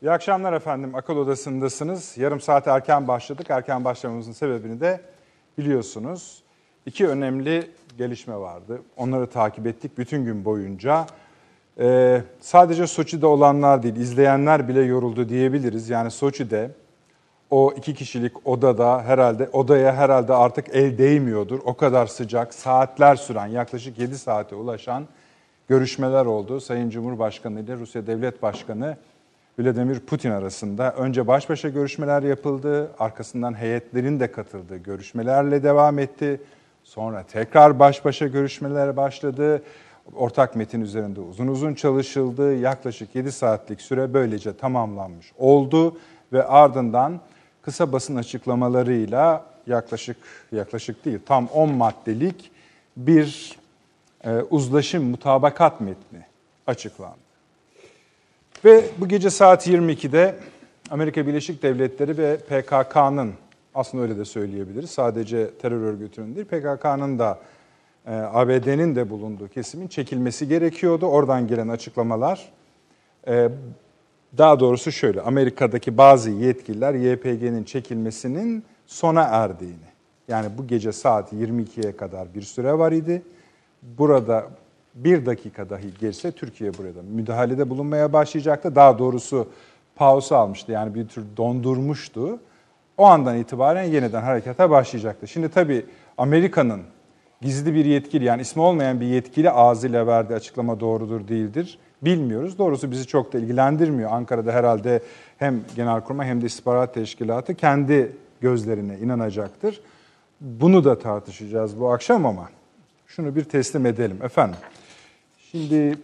İyi akşamlar efendim. Akıl Odası'ndasınız. Yarım saat erken başladık. Erken başlamamızın sebebini de biliyorsunuz. İki önemli gelişme vardı. Onları takip ettik bütün gün boyunca. Sadece Soçi'de olanlar değil, izleyenler bile yoruldu diyebiliriz. Yani Soçi'de o 2 kişilik odaya herhalde artık el değmiyordur. O kadar sıcak, saatler süren, yaklaşık 7 saate ulaşan görüşmeler oldu. Sayın Cumhurbaşkanı ile Rusya Devlet Başkanı Vladimir Putin arasında önce baş başa görüşmeler yapıldı, arkasından heyetlerin de katıldığı görüşmelerle devam etti. Sonra tekrar baş başa görüşmeler başladı. Ortak metin üzerinde uzun uzun çalışıldı. Yaklaşık 7 saatlik süre böylece tamamlanmış oldu ve ardından kısa basın açıklamalarıyla yaklaşık değil tam 10 maddelik bir uzlaşım, mutabakat metni açıklandı. Ve bu gece saat 22'de Amerika Birleşik Devletleri ve PKK'nın, aslında öyle de söyleyebiliriz, sadece terör örgütünün değil, PKK'nın da ABD'nin de bulunduğu kesimin çekilmesi gerekiyordu. Oradan gelen açıklamalar, daha doğrusu şöyle, Amerika'daki bazı yetkililer YPG'nin çekilmesinin sona erdiğini, yani bu gece saat 22'ye kadar bir süre var idi. Burada bir dakika dahi geçse Türkiye burada müdahalede bulunmaya başlayacaktı. Daha doğrusu pause almıştı, yani bir tür dondurmuştu. O andan itibaren yeniden harekata başlayacaktı. Şimdi tabii Amerika'nın gizli bir yetkili, yani ismi olmayan bir yetkili ağzıyla verdiği açıklama doğrudur değildir bilmiyoruz. Doğrusu bizi çok da ilgilendirmiyor. Ankara'da herhalde hem Genelkurmay hem de İstihbarat Teşkilatı kendi gözlerine inanacaktır. Bunu da tartışacağız bu akşam ama şunu bir teslim edelim efendim. Şimdi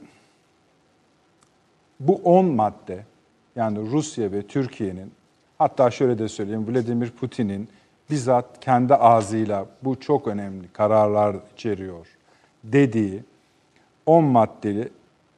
bu 10 madde, yani Rusya ve Türkiye'nin, hatta şöyle de söyleyeyim, Vladimir Putin'in bizzat kendi ağzıyla bu çok önemli kararlar içeriyor dediği 10 maddeli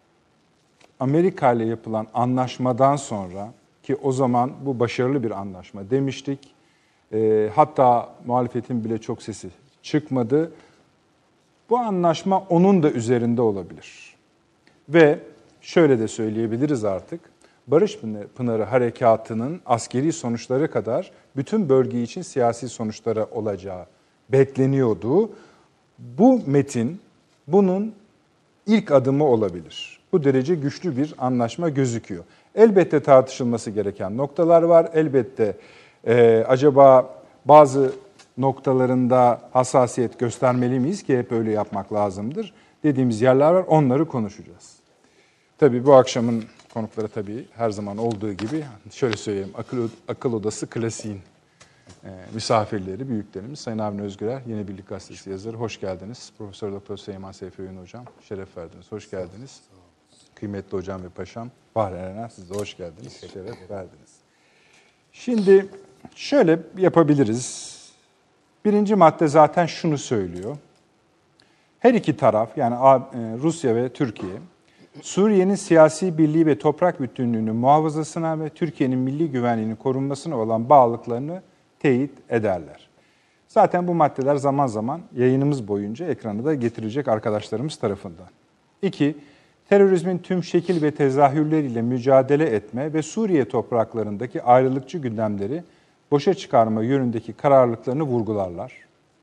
Amerika ile yapılan anlaşmadan sonra, ki o zaman bu başarılı bir anlaşma demiştik, hatta muhalefetin bile çok sesi çıkmadı. Bu anlaşma onun da üzerinde olabilir. Ve şöyle de söyleyebiliriz artık, Barış Pınarı Harekatı'nın askeri sonuçları kadar bütün bölge için siyasi sonuçları olacağı bekleniyordu. Bu metin bunun ilk adımı olabilir. Bu derece güçlü bir anlaşma gözüküyor. Elbette tartışılması gereken noktalar var. Elbette acaba bazı noktalarında hassasiyet göstermeli miyiz ki hep öyle yapmak lazımdır dediğimiz yerler var. Onları konuşacağız. Tabii bu akşamın konukları tabii her zaman olduğu gibi şöyle söyleyeyim, Akıl Odası klasiğin misafirleri, büyüklerimiz. Sayın Avni Özgürer, Yeni Birlik Gazetesi yazarı. Hoş geldiniz. Profesör Doktor Süleyman Seyfi Öğün hocam. Şeref verdiniz. Hoş geldiniz. Kıymetli hocam ve paşam Bahri Erener, siz de hoş geldiniz. Şeref verdiniz. Şimdi şöyle yapabiliriz. Birinci madde zaten şunu söylüyor. Her iki taraf, yani Rusya ve Türkiye, Suriye'nin siyasi birliği ve toprak bütünlüğünün muhafazasına ve Türkiye'nin milli güvenliğinin korunmasına olan bağlılıklarını teyit ederler. Zaten bu maddeler zaman zaman yayınımız boyunca ekranı da getirecek arkadaşlarımız tarafından. 2. Terörizmin tüm şekil ve tezahürleriyle mücadele etme ve Suriye topraklarındaki ayrılıkçı gündemleri boşa çıkarma yönündeki kararlılıklarını vurgularlar.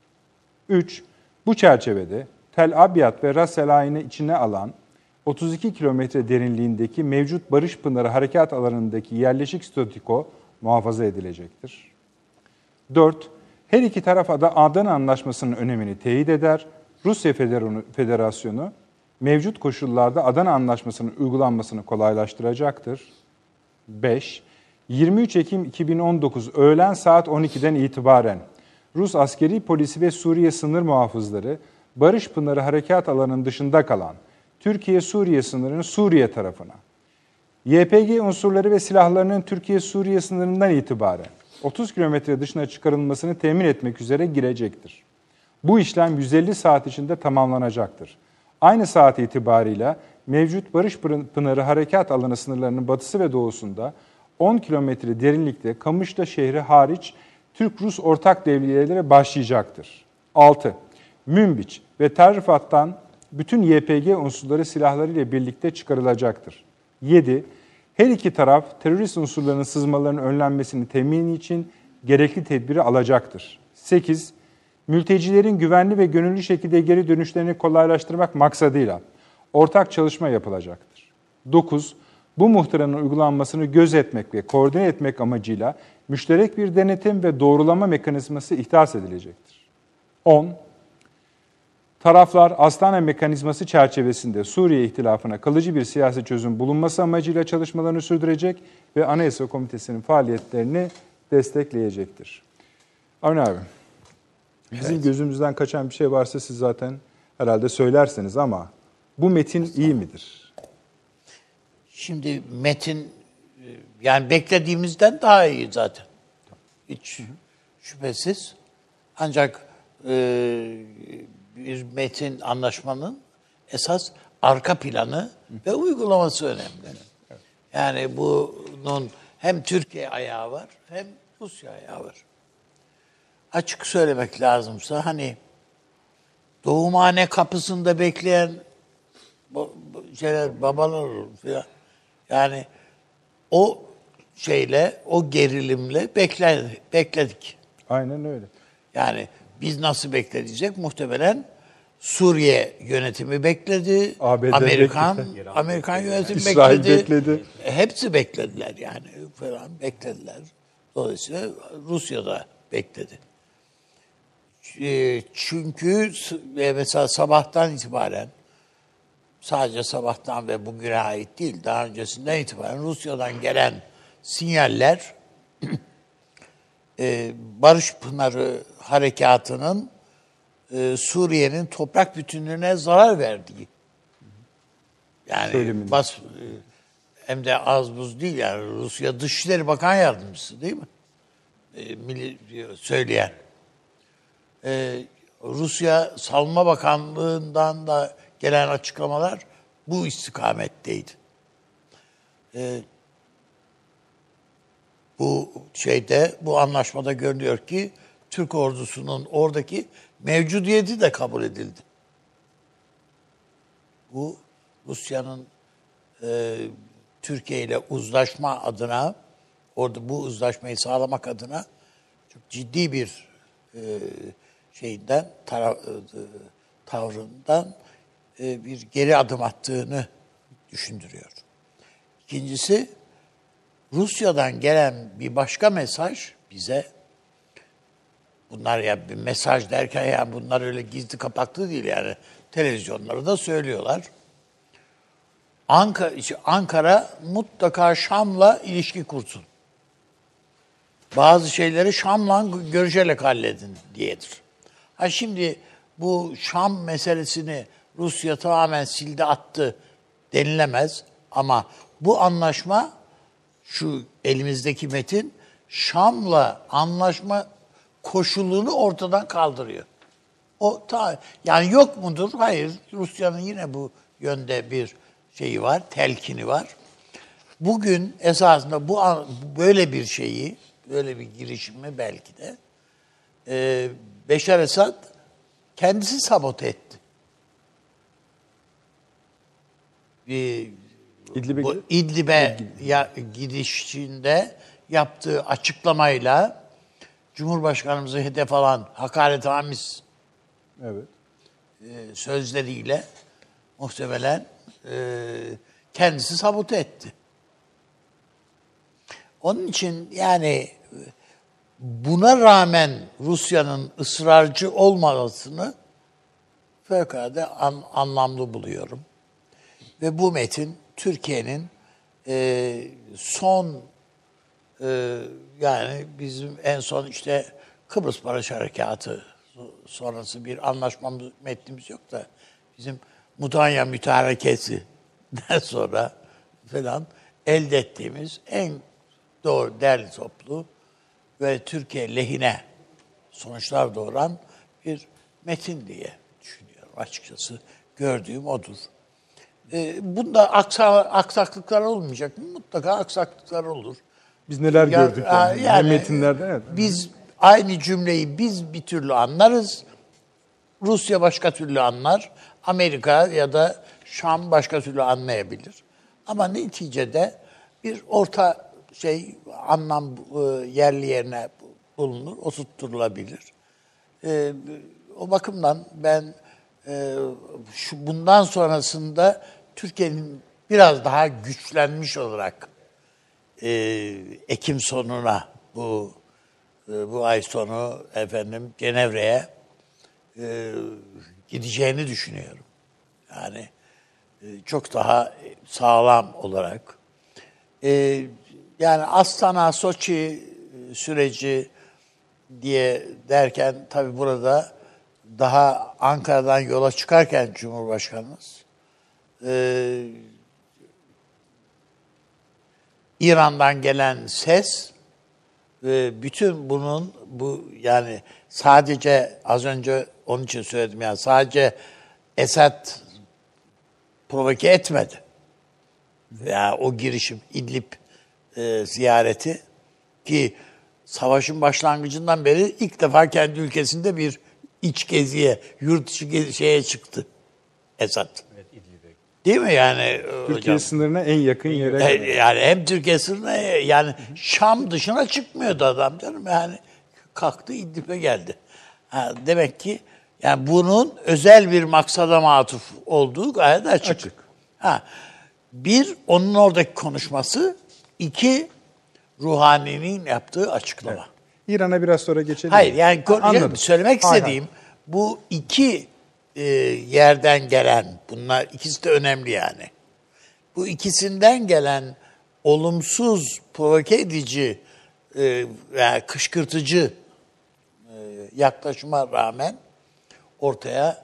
3. Bu çerçevede Tel Abyad ve Ras El Ayn'i içine alan 32 kilometre derinliğindeki mevcut Barış Pınarı Harekat alanındaki yerleşik statüko muhafaza edilecektir. 4. Her iki taraf Adana Anlaşması'nın önemini teyit eder. Rusya Federasyonu mevcut koşullarda Adana Anlaşması'nın uygulanmasını kolaylaştıracaktır. 5. 23 Ekim 2019 öğlen saat 12'den itibaren Rus askeri polisi ve Suriye sınır muhafızları Barış Pınarı Harekat alanının dışında kalan Türkiye-Suriye sınırının Suriye tarafına, YPG unsurları ve silahlarının Türkiye-Suriye sınırından itibaren 30 kilometre dışına çıkarılmasını temin etmek üzere girecektir. Bu işlem 150 saat içinde tamamlanacaktır. Aynı saat itibarıyla mevcut Barış Pınarı Harekat alanı sınırlarının batısı ve doğusunda 10 kilometre derinlikte Kamışla şehri hariç Türk-Rus ortak devriyelere başlayacaktır. 6. Münbiç ve Tel Rifat'tan bütün YPG unsurları silahlarıyla birlikte çıkarılacaktır. 7. Her iki taraf terörist unsurların sızmalarının önlenmesini temin için gerekli tedbiri alacaktır. 8. Mültecilerin güvenli ve gönüllü şekilde geri dönüşlerini kolaylaştırmak maksadıyla ortak çalışma yapılacaktır. 9. Bu muhtıranın uygulanmasını gözetmek ve koordine etmek amacıyla müşterek bir denetim ve doğrulama mekanizması ihdas edilecektir. 10. Taraflar Astana mekanizması çerçevesinde Suriye ihtilafına kalıcı bir siyasi çözüm bulunması amacıyla çalışmalarını sürdürecek ve Anayasa Komitesi'nin faaliyetlerini destekleyecektir. Avni abi, bizim gözümüzden kaçan bir şey varsa siz zaten herhalde söylersiniz ama bu metin iyi midir? Şimdi metin yani beklediğimizden daha iyi zaten. Hiç şüphesiz. Ancak bir metin anlaşmanın esas arka planı ve uygulaması önemli. Yani bunun hem Türkiye ayağı var hem Rusya ayağı var. Açık söylemek lazımsa hani doğumhane kapısında bekleyen babalar olur falan. Yani o şeyle, o gerilimle bekledik. Aynen öyle. Yani biz nasıl bekleyecek? Muhtemelen Suriye yönetimi bekledi. Amerikan yönetimi İsrail bekledi. Hepsi beklediler yani falan beklediler. Dolayısıyla Rusya da bekledi. Çünkü mesela sabahtan itibaren sadece sabahtan ve bugüne ait değil, daha öncesinden itibaren Rusya'dan gelen sinyaller Barış Pınarı Harekatı'nın Suriye'nin toprak bütünlüğüne zarar verdiği. Yani hem de az buz değil yani Rusya Dışişleri Bakan Yardımcısı değil mi? Söyleyen. Rusya Savunma Bakanlığı'ndan da gelen açıklamalar bu istikametteydi. Bu anlaşmada görünüyor ki Türk ordusunun oradaki mevcudiyeti de kabul edildi. Bu Rusya'nın Türkiye ile uzlaşma adına, orada bu uzlaşmayı sağlamak adına çok ciddi bir tavrından bir geri adım attığını düşündürüyor. İkincisi, Rusya'dan gelen bir başka mesaj bize, bunlar ya bir mesaj derken yani bunlar öyle gizli kapaklı değil yani televizyonları da söylüyorlar. Ankara mutlaka Şam'la ilişki kursun. Bazı şeyleri Şam'la görüşerek halledin diyedir. Şimdi bu Şam meselesini Rusya tamamen sildi attı denilemez ama bu anlaşma şu elimizdeki metin Şam'la anlaşma koşulunu ortadan kaldırıyor. Yani yok mudur? Hayır. Rusya'nın yine bu yönde bir şeyi var, telkini var. Bugün esasında böyle bir şeyi, böyle bir girişimi belki de Beşar Esad kendisi sabote etti. İdlib'e gidişinde yaptığı açıklamayla Cumhurbaşkanımızı hedef alan hakaretamiz sözleriyle muhtemelen kendisi sabote etti. Onun için yani buna rağmen Rusya'nın ısrarcı olmamasını fevkalade anlamlı buluyorum. Ve bu metin Türkiye'nin son yani bizim en son işte Kıbrıs Barış Harekatı sonrası bir anlaşmamız, metnimiz yok da bizim Mudanya Mütarekesi'nden sonra falan elde ettiğimiz en doğru derli toplu ve Türkiye lehine sonuçlar doğuran bir metin diye düşünüyorum açıkçası. Gördüğüm odur. Bunda aksaklıklar olmayacak mı? Mutlaka aksaklıklar olur. Biz neler gördük yani metinlerde? Evet. Biz aynı cümleyi biz bir türlü anlarız. Rusya başka türlü anlar. Amerika ya da Şam başka türlü anlayabilir. Ama neticede bir orta anlam yerli yerine bulunur, oturtturulabilir. O bakımdan ben bundan sonrasında Türkiye'nin biraz daha güçlenmiş olarak Ekim sonuna bu ay sonu Cenevre'ye gideceğini düşünüyorum. Yani çok daha sağlam olarak. Yani Astana, Soçi süreci diye derken tabii burada daha Ankara'dan yola çıkarken Cumhurbaşkanımız İran'dan gelen ses bütün yani sadece az önce onun için söyledim yani sadece Esad provoke etmedi. Ya o girişim İdlib ziyareti ki savaşın başlangıcından beri ilk defa kendi ülkesinde bir iç geziye, yurt dışı şeye çıktı Esad. Evet, İdlib'e. Değil mi yani Türkiye hocam? sınırına en yakın yere. Yani hem Türkiye sınırına yani Şam dışına çıkmıyordu adam canım yani kalktı İdlib'e geldi. Demek ki yani bunun özel bir maksada matuf olduğu gayet açık. Bir, onun oradaki konuşması. İki, Ruhani'nin yaptığı açıklama. Evet. İran'a biraz sonra geçelim. Hayır yani Anladım. söylemek istediğim bu iki yerden gelen, bunlar ikisi de önemli yani. Bu ikisinden gelen olumsuz, provoke edici veya kışkırtıcı yaklaşıma rağmen ortaya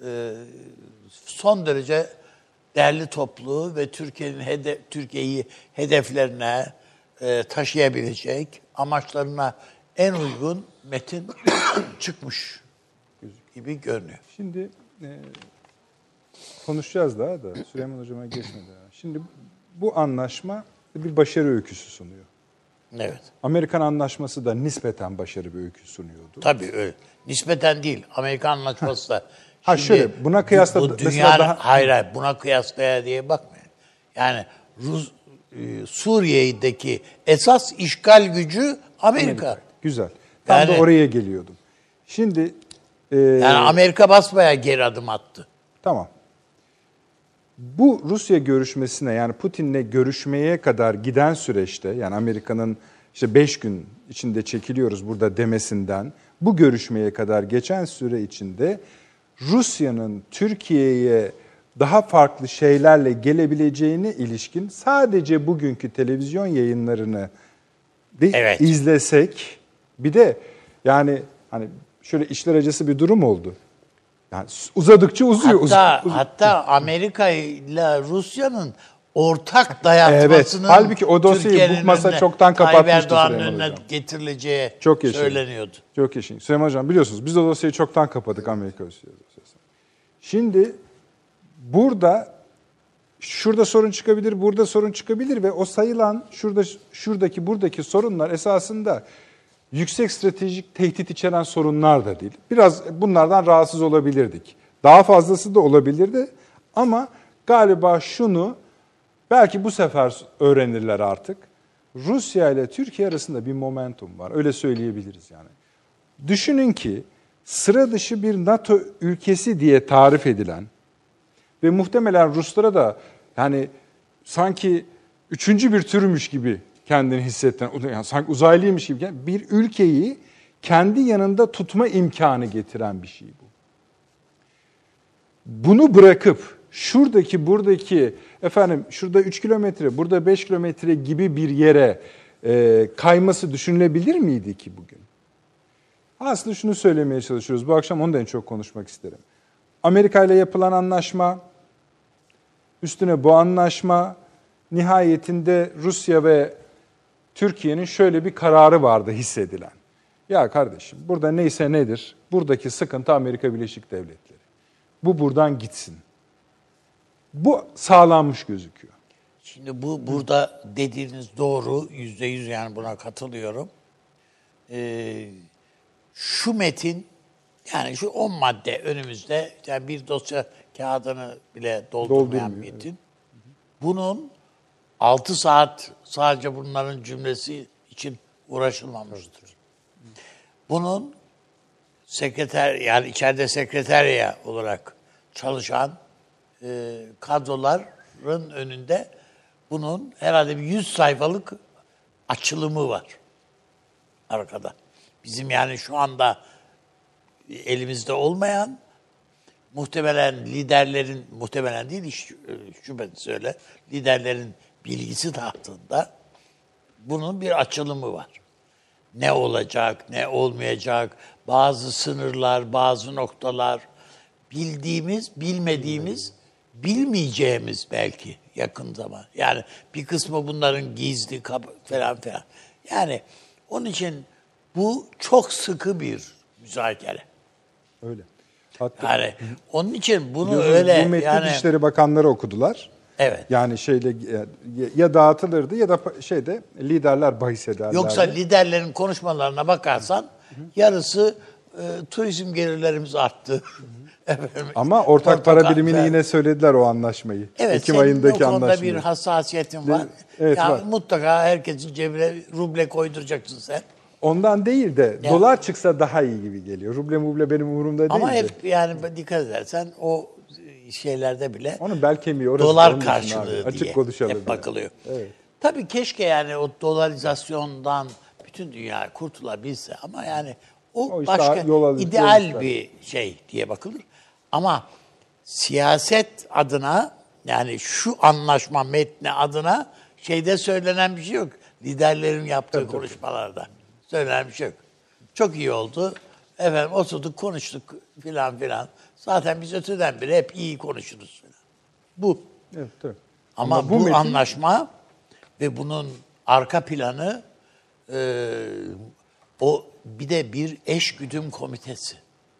son derece derli toplu ve Türkiye'yi hedeflerine taşıyabilecek, amaçlarına en uygun metin çıkmış gibi görünüyor. Şimdi konuşacağız daha da Süleyman Hocam'a geçmeden. Şimdi bu anlaşma bir başarı öyküsü sunuyor. Evet. Amerikan anlaşması da nispeten başarı bir öykü sunuyordu. Tabii öyle. Nispeten değil. Amerikan anlaşması da. Şöyle buna kıyasla bu hayır buna kıyaslaya diye bakmayın. Yani Suriye'deki esas işgal gücü Amerika. Güzel. Tam da oraya geliyordum. Şimdi yani Amerika basmaya geri adım attı. Tamam. Bu Rusya görüşmesine yani Putin'le görüşmeye kadar giden süreçte yani Amerika'nın işte 5 gün içinde çekiliyoruz burada demesinden bu görüşmeye kadar geçen süre içinde Rusya'nın Türkiye'ye daha farklı şeylerle gelebileceğine ilişkin sadece bugünkü televizyon yayınlarını izlesek bir de yani hani şöyle işler acısı bir durum oldu. Yani uzadıkça uzuyor. Hatta Amerika ile Rusya'nın ortak dayatmasının evet. Halbuki o dosyayı bu masa çoktan kapatmıştı Erdoğan'ın önüne getirileceği söyleniyordu. Çok yaşayın. Süleyman Hocam biliyorsunuz biz o dosyayı çoktan kapadık Amerika dosyası. Şimdi şurada sorun çıkabilir, burada sorun çıkabilir ve o sayılan buradaki sorunlar esasında yüksek stratejik tehdit içeren sorunlar da değil. Biraz bunlardan rahatsız olabilirdik. Daha fazlası da olabilirdi ama galiba belki bu sefer öğrenirler artık. Rusya ile Türkiye arasında bir momentum var. Öyle söyleyebiliriz yani. Düşünün ki sıra dışı bir NATO ülkesi diye tarif edilen ve muhtemelen Ruslara da yani sanki üçüncü bir türmüş gibi kendini hissettiren, yani sanki uzaylıymış gibi bir ülkeyi kendi yanında tutma imkanı getiren bir şey bu. Bunu bırakıp buradaki şurada 3 kilometre, burada 5 kilometre gibi bir yere kayması düşünülebilir miydi ki bugün? Aslında şunu söylemeye çalışıyoruz. Bu akşam onu da en çok konuşmak isterim. Amerika ile yapılan anlaşma, üstüne bu anlaşma, nihayetinde Rusya ve Türkiye'nin şöyle bir kararı vardı hissedilen. Ya kardeşim burada neyse nedir, buradaki sıkıntı Amerika Birleşik Devletleri. Bu buradan gitsin. Bu sağlanmış gözüküyor. Şimdi burada dediğiniz doğru, %100 yani buna katılıyorum. Şu metin, yani şu 10 madde önümüzde, yani bir dosya kağıdını bile doldurmayan metin. Evet. Bunun 6 saat sadece bunların cümlesi için uğraşılmamıştır. Bunun sekreter, yani içeride sekreterya olarak çalışan kadroların önünde bunun herhalde bir 100 sayfalık açılımı var arkada. Bizim yani şu anda elimizde olmayan, muhtemelen liderlerin, muhtemelen değil, şüphesiz öyle, liderlerin bilgisi tahtında bunun bir açılımı var. Ne olacak, ne olmayacak, bazı sınırlar, bazı noktalar, bildiğimiz, bilmediğimiz, bilmeyeceğimiz belki yakın zaman. Yani bir kısmı bunların gizli falan filan. Yani onun için bu çok sıkı bir müzakere. Öyle. Hatta Yani onun için bunu biliyorsunuz, öyle bu metni yani Dışişleri Bakanları okudular. evet. Yani ya dağıtılırdı ya da liderler bahis ederlerdi. Yoksa liderlerin konuşmalarına bakarsan yarısı turizm gelirlerimiz arttı. Efendim, Ama ortak para portakal birimini ve- yine söylediler o anlaşmayı. Evet, Ekim senin ayındaki o konuda anlaşmayı. bir hassasiyetin var. Evet, ya var. mutlaka herkesin cebine ruble koyduracaksın sen. Ondan değil de Ya. dolar çıksa daha iyi gibi geliyor. Ruble benim umurumda değil Ama de. hep yani dikkat edersen o şeylerde bile Onun bel kemiği orası. dolar onun için karşılığı abi. Açık diye konuşalım hep yani. bakılıyor. Evet. Tabii keşke yani o dolarizasyondan bütün dünya kurtulabilse ama yani o işte başka yol alır- ideal yol bir şey diye bakılır. Ama siyaset adına yani şu anlaşma metni adına şeyde söylenen bir şey yok. Liderlerin yaptığı konuşmalarda söylenen bir şey yok. Çok iyi oldu. Efendim oturduk konuştuk filan filan. Zaten biz öteden beri hep iyi konuşuruz filan. Bu. Evet, tabii. Ama bu metin- anlaşma ve bunun arka planı o bir de bir eşgüdüm komitesi.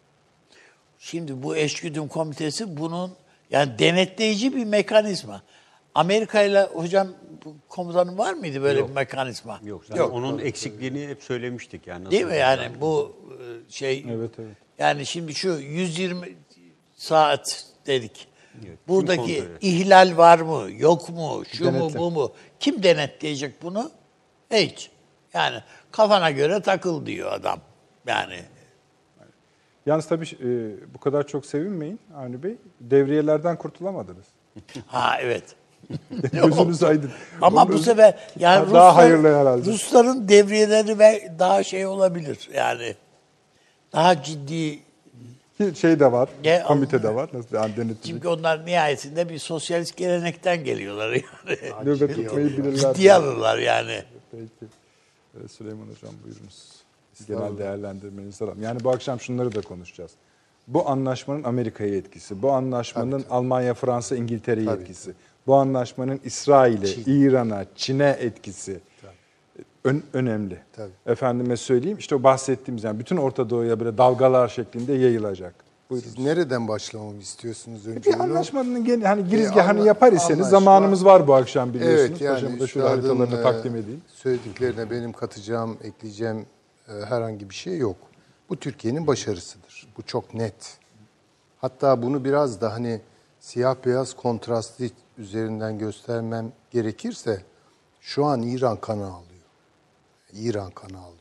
Şimdi bu eşgüdüm komitesi bunun yani denetleyici bir mekanizma. Amerika ile hocam bu komutanın var mıydı böyle bir mekanizma? Yok. Zaten onun eksikliğini hep söylemiştik yani. Değil mi yani bu şey? Evet. Yani şimdi şu 120 saat dedik. Evet, Buradaki kim kontrol eder? ihlal var mı, yok mu, şu mu, Denetle. bu mu? Kim denetleyecek bunu? Hiç. Yani kafana göre takıl diyor adam. Yani Yalnız tabii bu kadar çok sevinmeyin Avni Bey. Devriyelerden kurtulamadınız. ha evet. Gözünüz aydın. Ama Onun bu sefer yani daha hayırlı herhalde. Rusların devriyeleri ve daha şey olabilir yani. Daha ciddi şey de var, Ne- komite de var. Nasıl yani denetçilik. çünkü onlar nihayetinde bir sosyalist gelenekten geliyorlar yani. Nöbet tutmayı bilirler. Ciddiye alırlar yani. Peki. Süleyman Hocam buyurunuz. Genel değerlendirmenizi alalım. Yani bu akşam şunları da konuşacağız. Bu anlaşmanın Amerika'ya etkisi, bu anlaşmanın Almanya, Fransa, İngiltere'ye etkisi, bu anlaşmanın İsrail'e, İran'a, Çin'e etkisi önemli. Tabii. Efendime söyleyeyim işte o bahsettiğimiz yani bütün Orta Doğu'ya böyle dalgalar şeklinde yayılacak. Buyurun. Siz nereden başlamamı istiyorsunuz önce? Bir onu? anlaşmanın hani girizgahını yapar iseniz anlaşma- zamanımız var bu akşam biliyorsunuz. Evet yani Hocam da şöyle üstadın, haritalarını takdim edeyim. Söylediklerine benim katacağım, ekleyeceğim herhangi bir şey yok. Bu Türkiye'nin başarısıdır. Bu çok net. Hatta bunu biraz da hani siyah beyaz kontrastlı üzerinden göstermem gerekirse şu an İran kanı alıyor. İran kanı alıyor.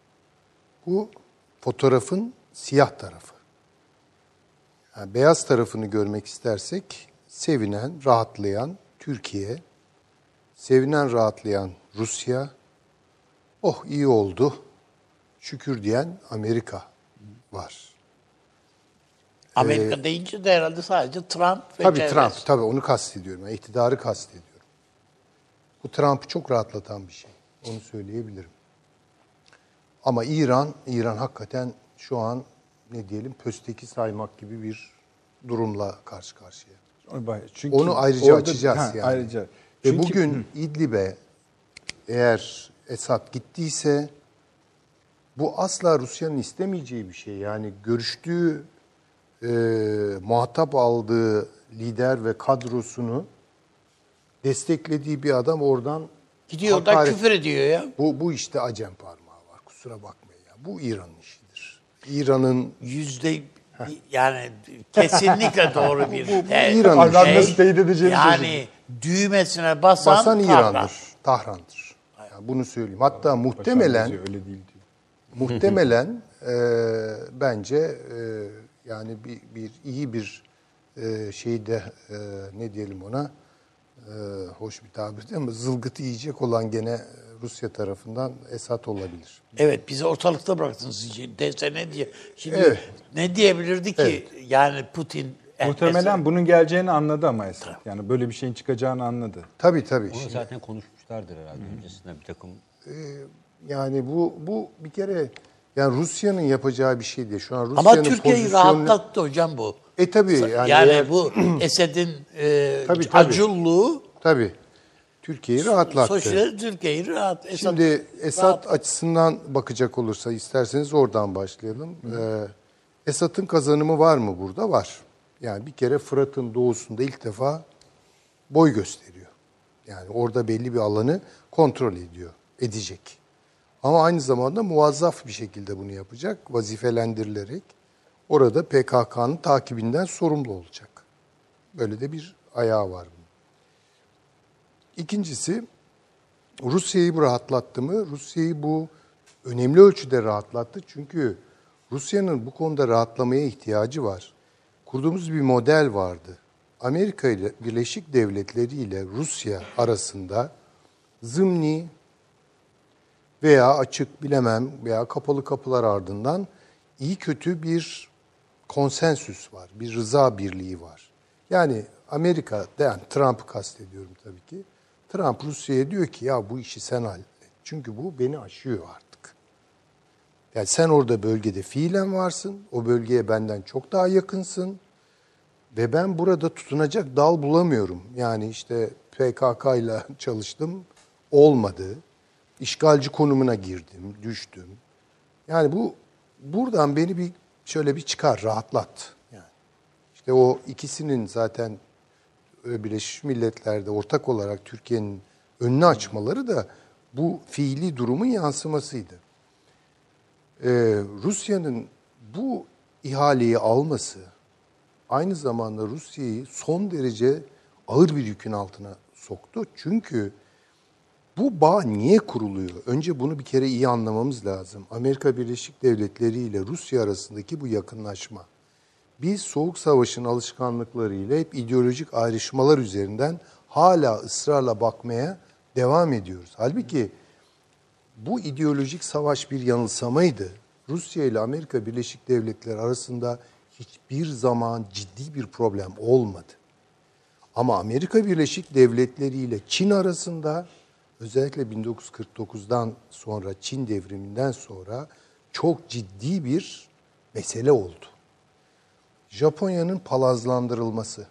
Bu fotoğrafın siyah tarafı. Yani beyaz tarafını görmek istersek sevinen, rahatlayan Türkiye, sevinen, rahatlayan Rusya, oh iyi oldu, şükür diyen Amerika var. Amerika deyince de herhalde sadece Trump ve Tabii çevresi. Trump, tabii onu kastediyorum. Yani iktidarı kastediyorum. Bu Trump'ı çok rahatlatan bir şey. Onu söyleyebilirim. Ama İran hakikaten şu an ne diyelim pösteki saymak gibi bir durumla karşı karşıya. Çünkü Onu ayrıca orada- açacağız Ha, yani. Ayrıca. Ve Çünkü- bugün İdlib'e eğer Esad gittiyse bu asla Rusya'nın istemeyeceği bir şey. Yani görüştüğü, muhatap aldığı lider ve kadrosunu desteklediği bir adam oradan Gidiyor da küfür ediyor ya. Bu işte acem parmağı var. Kusura bakmayın ya. Bu İran'ın işidir. İran'ın Yani kesinlikle doğru bir İran'ın Allah nasıl teyit edeceğini yani düğmesine basan basan Tahran. İran'dır, Tahran'dır. Yani bunu söyleyeyim. Hatta muhtemelen öyle değil diyor. muhtemelen bence yani iyi bir şeyde ne diyelim ona hoş bir tabir değil mi? Zılgıtı yiyecek olan gene Rusya tarafından Esad olabilir. Evet, bizi ortalıkta bıraktınız. Dese ne diye? Şimdi Evet. ne diyebilirdi ki? Evet. Yani Putin Muhtemelen bunun geleceğini anladı ama Esad. Yani böyle bir şeyin çıkacağını anladı. Tabii. Onu zaten konuşmuşlardır herhalde öncesinde bir takım. Yani bu bir kere yani Rusya'nın yapacağı bir şey değil. Şu an ama Rusya'nın Türkiye'yi rahatlattı hocam bu. Tabii Yani bu Esed'in Tabii. acıllığı Tabii. Türkiye'yi rahatlattı. sonuçta Türkiye'yi Şimdi Esad açısından bakacak olursa isterseniz oradan başlayalım. Esad'ın kazanımı var mı burada? Var. Yani bir kere Fırat'ın doğusunda ilk defa boy gösteriyor. Yani orada belli bir alanı kontrol edecek. Ama aynı zamanda muvazzaf bir şekilde bunu yapacak, vazifelendirilerek orada PKK'nın takibinden sorumlu olacak. Böyle de bir ayağı var bunun. İkincisi, Rusya'yı bu rahatlattı mı? Rusya'yı bu önemli ölçüde rahatlattı. Çünkü Rusya'nın bu konuda rahatlamaya ihtiyacı var. Kurduğumuz bir model vardı. Amerika ile Birleşik Devletleri ile Rusya arasında zımni veya açık bilemem veya kapalı kapılar ardından iyi kötü bir konsensüs var, bir rıza birliği var. Yani Amerika'da, yani Trump'ı kastediyorum tabii ki. Trump Rusya'ya diyor ki ya bu işi sen hallet. Çünkü bu beni aşıyor artık. Yani sen orada bölgede fiilen varsın, o bölgeye benden çok daha yakınsın. Ve ben burada tutunacak dal bulamıyorum. Yani işte PKK ile çalıştım, olmadı. İşgalci konumuna girdim, düştüm. Yani buradan beni şöyle bir çıkar, rahatlat. Yani işte o ikisinin zaten Birleşmiş Milletler'de ortak olarak Türkiye'nin önünü açmaları da bu fiili durumun yansımasıydı. Rusya'nın bu ihaleyi alması aynı zamanda Rusya'yı son derece ağır bir yükün altına soktu. Çünkü bu bağ niye kuruluyor? Önce bunu bir kere iyi anlamamız lazım. Amerika Birleşik Devletleri ile Rusya arasındaki bu yakınlaşma. Biz Soğuk Savaş'ın alışkanlıklarıyla hep ideolojik ayrışmalar üzerinden hala ısrarla bakmaya devam ediyoruz. Halbuki bu ideolojik savaş bir yanılsamaydı. Rusya ile Amerika Birleşik Devletleri arasında hiçbir zaman ciddi bir problem olmadı. Ama Amerika Birleşik Devletleri ile Çin arasında özellikle 1949'dan sonra Çin devriminden sonra çok ciddi bir mesele oldu. Japonya'nın palazlandırılması,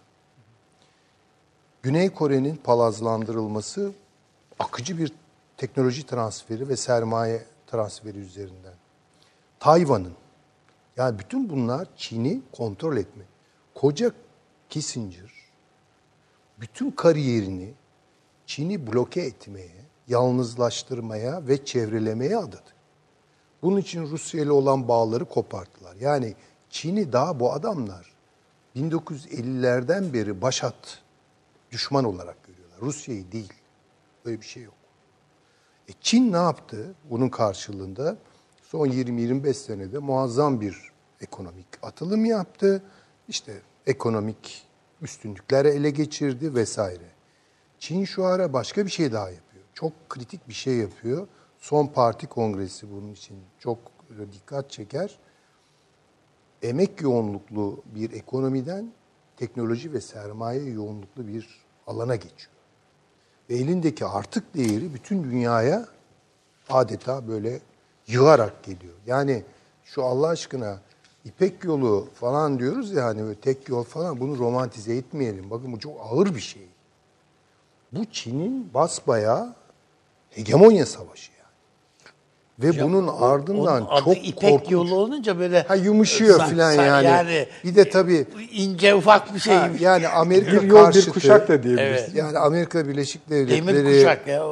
Güney Kore'nin palazlandırılması akıcı bir teknoloji transferi ve sermaye transferi üzerinden. Tayvan'ın, yani bütün bunlar Çin'i kontrol etme. Koca Kissinger bütün kariyerini Çin'i bloke etmeye, yalnızlaştırmaya ve çevrelemeye adadı. Bunun için Rusya ile olan bağları koparttılar. Yani Çin'i daha bu adamlar 1950'lerden beri başat düşman olarak görüyorlar. Rusya'yı değil. Böyle bir şey yok. Çin ne yaptı bunun karşılığında? Son 20-25 senede muazzam bir ekonomik atılım yaptı. İşte ekonomik üstünlükleri ele geçirdi vesaire. Çin şu ara başka bir şey daha yapıyor. Çok kritik bir şey yapıyor. Son parti kongresi bunun için çok dikkat çeker. Emek yoğunluklu bir ekonomiden teknoloji ve sermaye yoğunluklu bir alana geçiyor. Ve elindeki artık değeri bütün dünyaya adeta böyle yığarak geliyor. Yani şu Allah aşkına İpek yolu falan diyoruz ya hani böyle tek yol falan, bunu romantize etmeyelim. Bakın bu çok ağır bir şey. Bu Çin'in basbayağı hegemonya savaşı yani. Ve hocam, bunun ardından çok İpek korkunç. Yolu olunca böyle yumuşuyor falan yani. Bir de tabii ince ufak bir şey. Yani Amerika bir yol, karşıtı. Bir kuşak da diyebiliriz. Evet. Yani Amerika Birleşik Devletleri demir kuşak ya,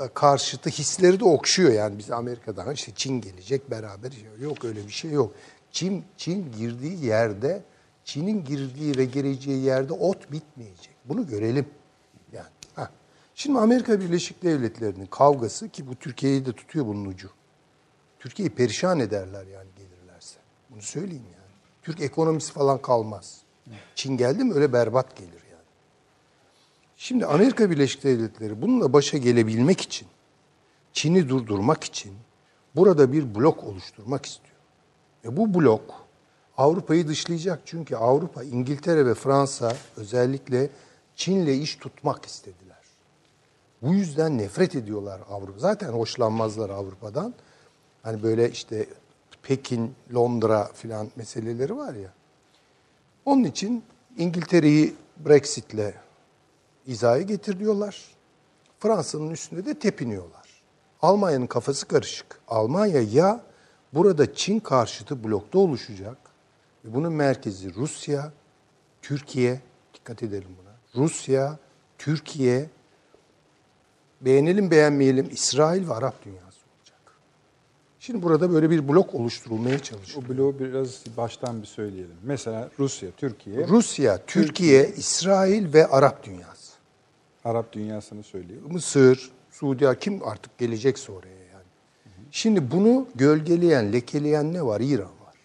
karşıtı hisleri de okşuyor yani. Biz Amerika'dan işte Çin gelecek beraber. Yok öyle bir şey yok. Çin girdiği yerde, Çin'in girdiği ve gireceği yerde ot bitmeyecek. Bunu görelim. Yani. Şimdi Amerika Birleşik Devletleri'nin kavgası, ki bu Türkiye'yi de tutuyor bunun ucu. Türkiye'yi perişan ederler yani gelirlerse. Bunu söyleyeyim yani. Türk ekonomisi falan kalmaz. Çin geldi mi öyle berbat gelir yani. Şimdi Amerika Birleşik Devletleri bununla başa gelebilmek için, Çin'i durdurmak için burada bir blok oluşturmak istiyor. Ve bu blok Avrupa'yı dışlayacak. Çünkü Avrupa, İngiltere ve Fransa özellikle Çin'le iş tutmak istediler. Bu yüzden nefret ediyorlar Avrupa. Zaten hoşlanmazlar Avrupa'dan. Hani böyle işte Pekin, Londra filan meseleleri var ya. Onun için İngiltere'yi Brexit'le hizaya getiriyorlar. Fransa'nın üstünde de tepiniyorlar. Almanya'nın kafası karışık. Almanya ya burada Çin karşıtı blokta oluşacak ve bunun merkezi Rusya, Türkiye, dikkat edelim buna. Rusya, Türkiye, beğenelim beğenmeyelim İsrail ve Arap dünyası olacak. Şimdi burada böyle bir blok oluşturulmaya çalışıyor. O bloğu biraz baştan bir söyleyelim. Mesela Rusya, Türkiye, İsrail ve Arap dünyası. Arap dünyasını söylüyor. Mısır, Suudi, kim artık gelecekse oraya yani. Şimdi bunu gölgeleyen, lekeleyen ne var? İran var.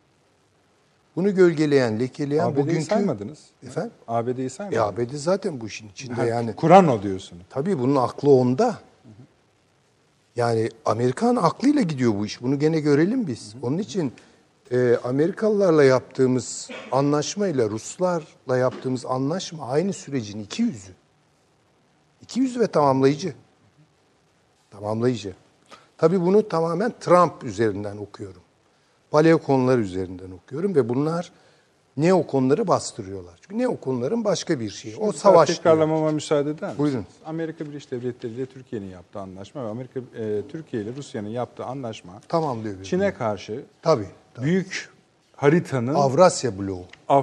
Bunu gölgeleyen, lekeleyen ABD'yi bugünkü... saymadınız. Efendim? ABD'yi saymadınız. ABD zaten bu işin içinde yani. Kur'an o diyorsun. Tabii bunun aklı onda. Yani Amerikan aklıyla gidiyor bu iş. Bunu gene görelim biz. Onun için Amerikalılarla yaptığımız anlaşmayla Ruslarla yaptığımız anlaşma aynı sürecin iki yüzü. İki yüzü ve tamamlayıcı. Tamamlayıcı. Tabii bunu tamamen Trump üzerinden okuyorum. Paleokonlar üzerinden okuyorum ve bunlar neokonları bastırıyorlar. Çünkü neokonların başka bir şeyi. O savaş. Tekrarlamama müsaade eder misiniz? Buyurun. Amerika Birleşik Devletleri ile Türkiye'nin yaptığı anlaşma ve Türkiye ile Rusya'nın yaptığı anlaşma Tamamlıyor. Çin'e karşı Tabii. büyük haritanın Avrasya bloğu.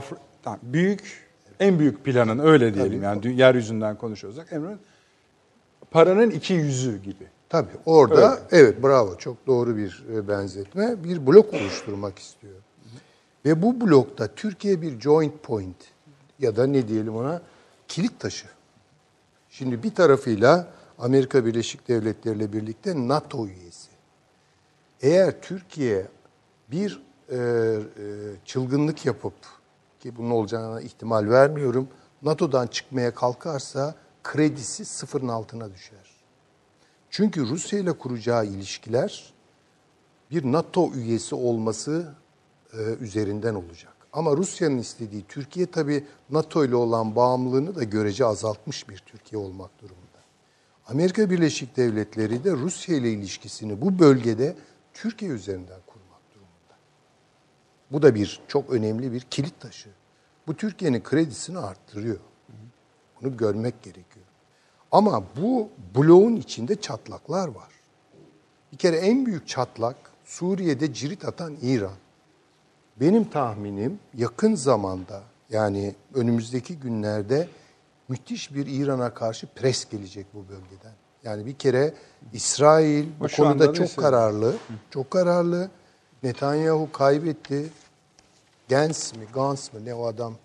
en büyük planın öyle diyelim yani yeryüzünden konuşuyorsak paranın iki yüzü gibi. Tabii orada öyle. Evet bravo çok doğru bir benzetme. Bir blok oluşturmak istiyor. Ve bu blokta Türkiye bir joint point ya da ne diyelim ona kilit taşı. Şimdi bir tarafıyla Amerika Birleşik Devletleri ile birlikte NATO üyesi. Eğer Türkiye bir çılgınlık yapıp ki bunun olacağına ihtimal vermiyorum. NATO'dan çıkmaya kalkarsa kredisi sıfırın altına düşer. Çünkü Rusya ile kuracağı ilişkiler bir NATO üyesi olması üzerinden olacak. Ama Rusya'nın istediği Türkiye tabii NATO ile olan bağımlılığını da görece azaltmış bir Türkiye olmak durumunda. Amerika Birleşik Devletleri de Rusya ile ilişkisini bu bölgede Türkiye üzerinden kurmak durumunda. Bu da bir çok önemli bir kilit taşı. Bu Türkiye'nin kredisini arttırıyor. Bunu görmek gerekiyor. Ama bu bloğun içinde çatlaklar var. Bir kere en büyük çatlak Suriye'de cirit atan İran. Benim tahminim yakın zamanda yani önümüzdeki günlerde müthiş bir İran'a karşı pres gelecek bu bölgeden. Yani bir kere İsrail bu konuda çok kararlı. Çok kararlı. Netanyahu kaybetti. Gantz mı ne o adam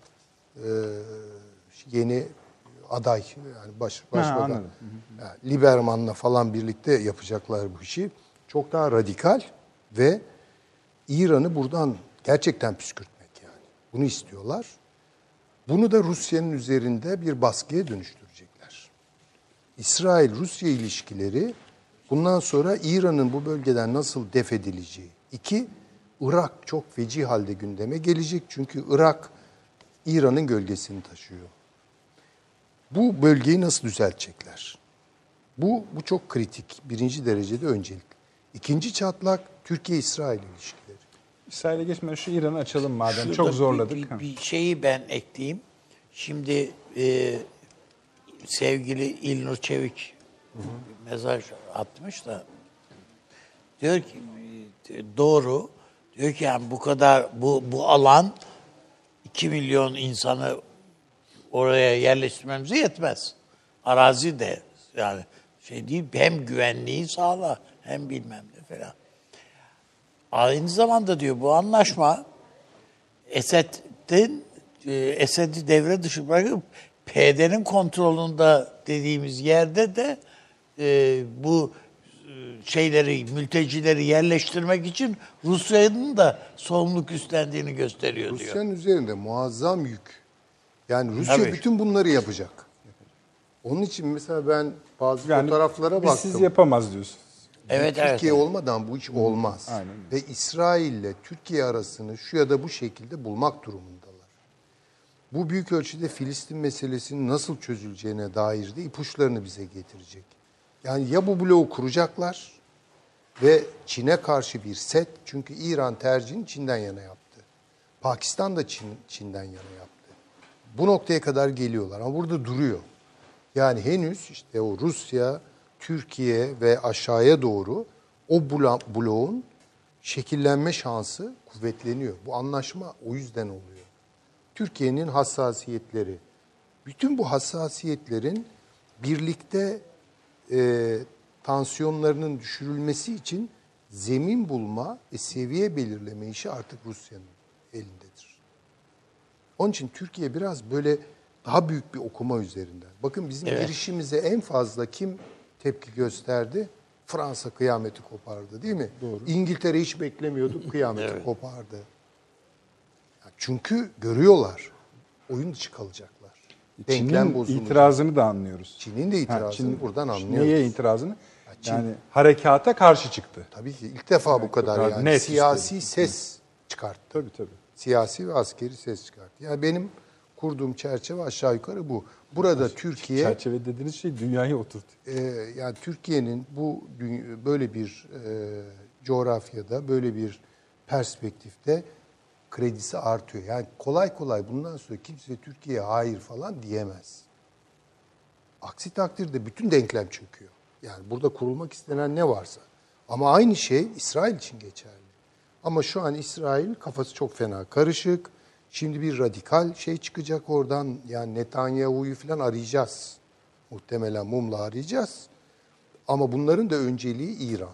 yeni aday yani başbakan. Yani Lieberman'la falan birlikte yapacaklar bu işi. Çok daha radikal ve İran'ı buradan gerçekten püskürtmek yani. Bunu istiyorlar. Bunu da Rusya'nın üzerinde bir baskıya dönüştürecekler. İsrail-Rusya ilişkileri bundan sonra İran'ın bu bölgeden nasıl def edileceği. 2, Irak çok feci halde gündeme gelecek. Çünkü Irak İran'ın gölgesini taşıyor. Bu bölgeyi nasıl düzeltecekler? Bu çok kritik. Birinci derecede öncelikli. İkinci çatlak Türkiye-İsrail ilişkileri. İsrail'e geçmeden şu İran'ı açalım madem. Şurada Çok zorladık. Bir şeyi ben ekleyeyim. Şimdi sevgili İlnur Çevik bir mesaj atmış da diyor ki doğru. Diyor ki yani bu kadar bu alan 2 milyon insanı oraya yerleştirmemize yetmez. Arazi de yani şey değil hem güvenliği sağla hem bilmem ne falan. aynı zamanda diyor bu anlaşma Esed'i devre dışı bırakıp PYD'nin kontrolünde dediğimiz yerde de bu mültecileri yerleştirmek için Rusya'nın da sorumluluk üstlendiğini gösteriyor diyor. Rusya'nın üzerinde muazzam yük. Yani Rusya Tabii. bütün bunları yapacak. Onun için mesela ben bazı fotoğraflara biz baktım. siz yapamaz diyorsunuz. Evet, Türkiye evet. olmadan bu iş olmaz. Aynen. Ve İsrail ile Türkiye arasını şu ya da bu şekilde bulmak durumundalar. Bu büyük ölçüde Filistin meselesinin nasıl çözüleceğine dair de ipuçlarını bize getirecek. Yani ya bu bloğu kuracaklar ve Çin'e karşı bir set, çünkü İran tercihini Çin'den yana yaptı. Pakistan da Çin'den yana yaptı. Bu noktaya kadar geliyorlar ama burada duruyor. Yani henüz işte o Rusya, Türkiye ve aşağıya doğru o bloğun şekillenme şansı kuvvetleniyor. Bu anlaşma o yüzden oluyor. Türkiye'nin hassasiyetleri, bütün bu hassasiyetlerin birlikte tansiyonlarının düşürülmesi için zemin bulma ve seviye belirleme işi artık Rusya'nın elindedir. Onun için Türkiye biraz böyle daha büyük bir okuma üzerinden. Bakın bizim girişimize en fazla kim tepki gösterdi? Fransa kıyameti kopardı değil mi? Doğru. İngiltere hiç beklemiyorduk, kıyameti kopardı. Çünkü görüyorlar, oyun dışı kalacaklar. Denklem Çin'in bozulacak. itirazını da anlıyoruz. Çin'in de itirazını buradan anlıyoruz. Neye itirazını? Yani harekata karşı çıktı. Tabii ki ilk defa bu kadar yani. net Siyasi istedi. ses çıkarttı. Tabii. Siyasi ve askeri ses çıkarttı. Yani benim kurduğum çerçeve aşağı yukarı bu. Burada Türkiye... Çerçeve dediğiniz şey dünyayı oturtuyor. Yani Türkiye'nin böyle bir coğrafyada, böyle bir perspektifte kredisi artıyor. Yani kolay kolay bundan sonra kimse Türkiye'ye hayır falan diyemez. Aksi takdirde bütün denklem çöküyor. Yani burada kurulmak istenen ne varsa. Ama aynı şey İsrail için geçerli. Ama şu an İsrail kafası çok fena karışık. Şimdi bir radikal şey çıkacak oradan. Yani Netanyahu'yu falan arayacağız. Muhtemelen mumla arayacağız. Ama bunların da önceliği İran.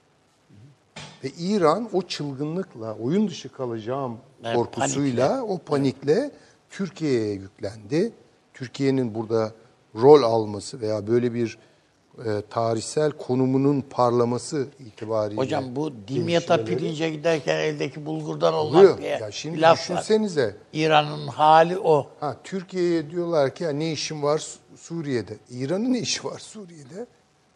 Ve İran o çılgınlıkla, oyun dışı kalacağım korkusuyla, o panikle Türkiye'ye yüklendi. Türkiye'nin burada rol alması veya böyle bir tarihsel konumunun parlaması itibariyle... Hocam bu dimyata pirince giderken eldeki bulgurdan oluyor. olmak diye Ya şimdi laf var. düşünsenize. İran'ın hali o. Türkiye'ye diyorlar ki ne işin var Suriye'de? İran'ın ne işi var Suriye'de?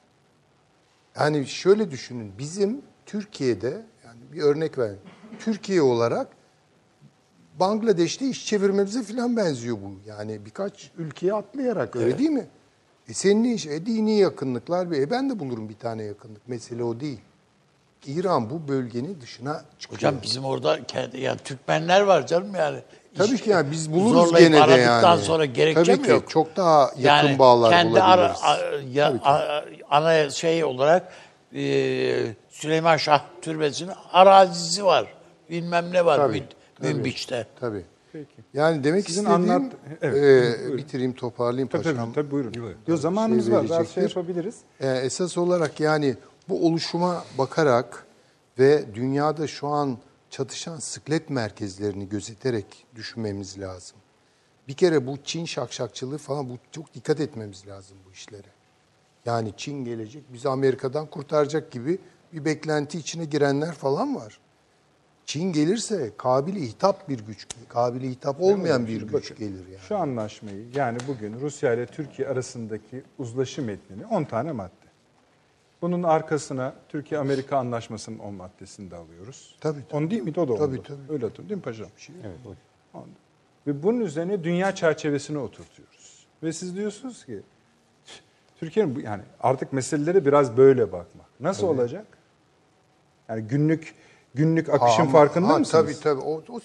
Yani şöyle düşünün. Bizim Türkiye'de, yani bir örnek verin. Türkiye olarak Bangladeş'te iş çevirmemize falan benziyor bu. Yani birkaç ülkeye atlayarak öyle değil mi? Senin ne iş? Dini yakınlıklar. Ben de bulurum bir tane yakınlık. Mesele o değil. İran bu bölgenin dışına çıkıyor. Hocam bizim orada yani Türkmenler var canım yani. Tabii ki yani biz buluruz zorlayıp gene de yani. aradıktan sonra gerekçe Tabii mi ki yok? çok daha yakın Yani bağlar kendi bulabiliriz. ana şey olarak Süleyman Şah Türbesi'nin arazisi var. Bilmem ne var Tabii, Münbiç'te. Tabii. Peki. Yani demek Sizin istediğim, Evet, bitireyim toparlayayım paşam. Tabii buyurun. Yok, zamanımız var. Daha şey verecektir. yapabiliriz. Esas olarak yani bu oluşuma bakarak ve dünyada şu an çatışan sıklet merkezlerini gözeterek düşünmemiz lazım. Bir kere bu Çin şakşakçılığı falan, bu çok dikkat etmemiz lazım bu işlere. Yani Çin gelecek, bizi Amerika'dan kurtaracak gibi bir beklenti içine girenler falan var. Çin gelirse kabili hitap bir güç, kabili hitap olmayan bir güç gelir yani. Şu anlaşmayı, yani bugün Rusya ile Türkiye arasındaki uzlaşı metnini 10 tane madde. Bunun arkasına Türkiye-Amerika anlaşmasının 10 maddesini de alıyoruz. Tabii. 10 değil miydi? O da 10'du. Tabii. Öyle hatırlıyorum değil mi paşam? Evet. Ve bunun üzerine dünya çerçevesine oturtuyoruz. Ve siz diyorsunuz ki Türkiye'nin yani artık meselelere biraz böyle bakmak. Nasıl olacak? Yani günlük akışın farkında mısınız? Tabii.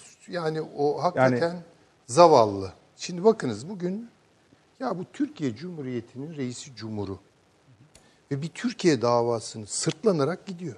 O hakikaten zavallı. Şimdi bakınız bugün ya bu Türkiye Cumhuriyeti'nin reisi cumhuru ve bir Türkiye davasını sırtlanarak gidiyor.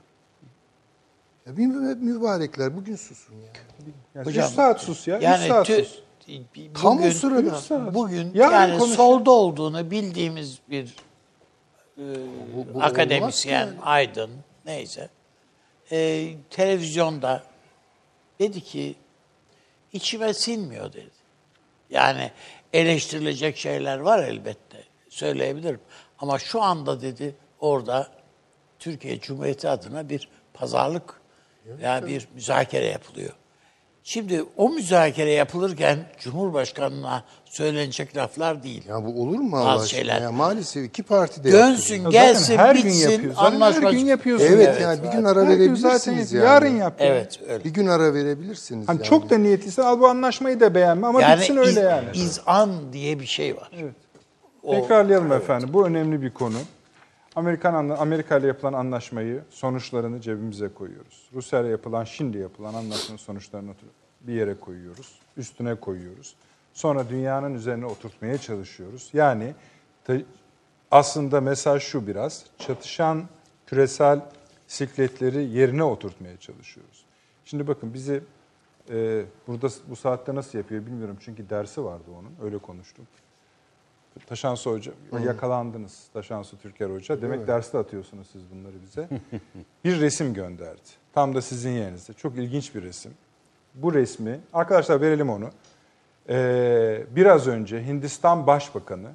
Ya bir mübarekler bugün susun yani. Hocam, 3 saat sus ya. Yani 3 saat sus. Tam o sırada. Bugün Yarın yani konuşalım. solda olduğunu bildiğimiz bir bu akademisyen, olmaz ki yani. aydın neyse televizyonda dedi ki içime sinmiyor dedi. Yani eleştirilecek şeyler var elbette. Söyleyebilirim. Ama şu anda dedi orada Türkiye Cumhuriyeti adına bir pazarlık veya bir müzakere yapılıyor. Şimdi o müzakere yapılırken Cumhurbaşkanı'na söylenecek laflar değil. Ya bu olur mu Allah Bazı aşkına? şeyler. Ya maalesef iki parti de Dönsün, yaptı. gelsin, her gün bitsin, yapıyor. Zaten anlaşma. her gün yapıyorsun. Evet, yani bir gün ara Her gün verebilirsiniz zaten yani. yarın yapıyor. Evet, öyle. Bir gün ara verebilirsiniz Hani yani. çok da niyetliyse al bu anlaşmayı da beğenme ama Yani bitsin öyle yani. izan diye bir şey var. Tekrarlayalım efendim. Bu önemli bir konu. Amerika ile yapılan anlaşmayı, sonuçlarını cebimize koyuyoruz. Rusya ile şimdi yapılan anlaşmanın sonuçlarını bir yere koyuyoruz. Üstüne koyuyoruz. Sonra dünyanın üzerine oturtmaya çalışıyoruz. Yani aslında mesaj şu biraz. Çatışan küresel sikletleri yerine oturtmaya çalışıyoruz. Şimdi bakın bizi burada bu saatte nasıl yapıyor bilmiyorum. Çünkü dersi vardı onun. Öyle konuştum. Taşansı Hoca, yakalandınız Taşansı Türker Hoca. Demek derste atıyorsunuz siz bunları bize. Bir resim gönderdi. Tam da sizin yerinizde. Çok ilginç bir resim. Bu resmi, arkadaşlar verelim onu. Biraz önce Hindistan Başbakanı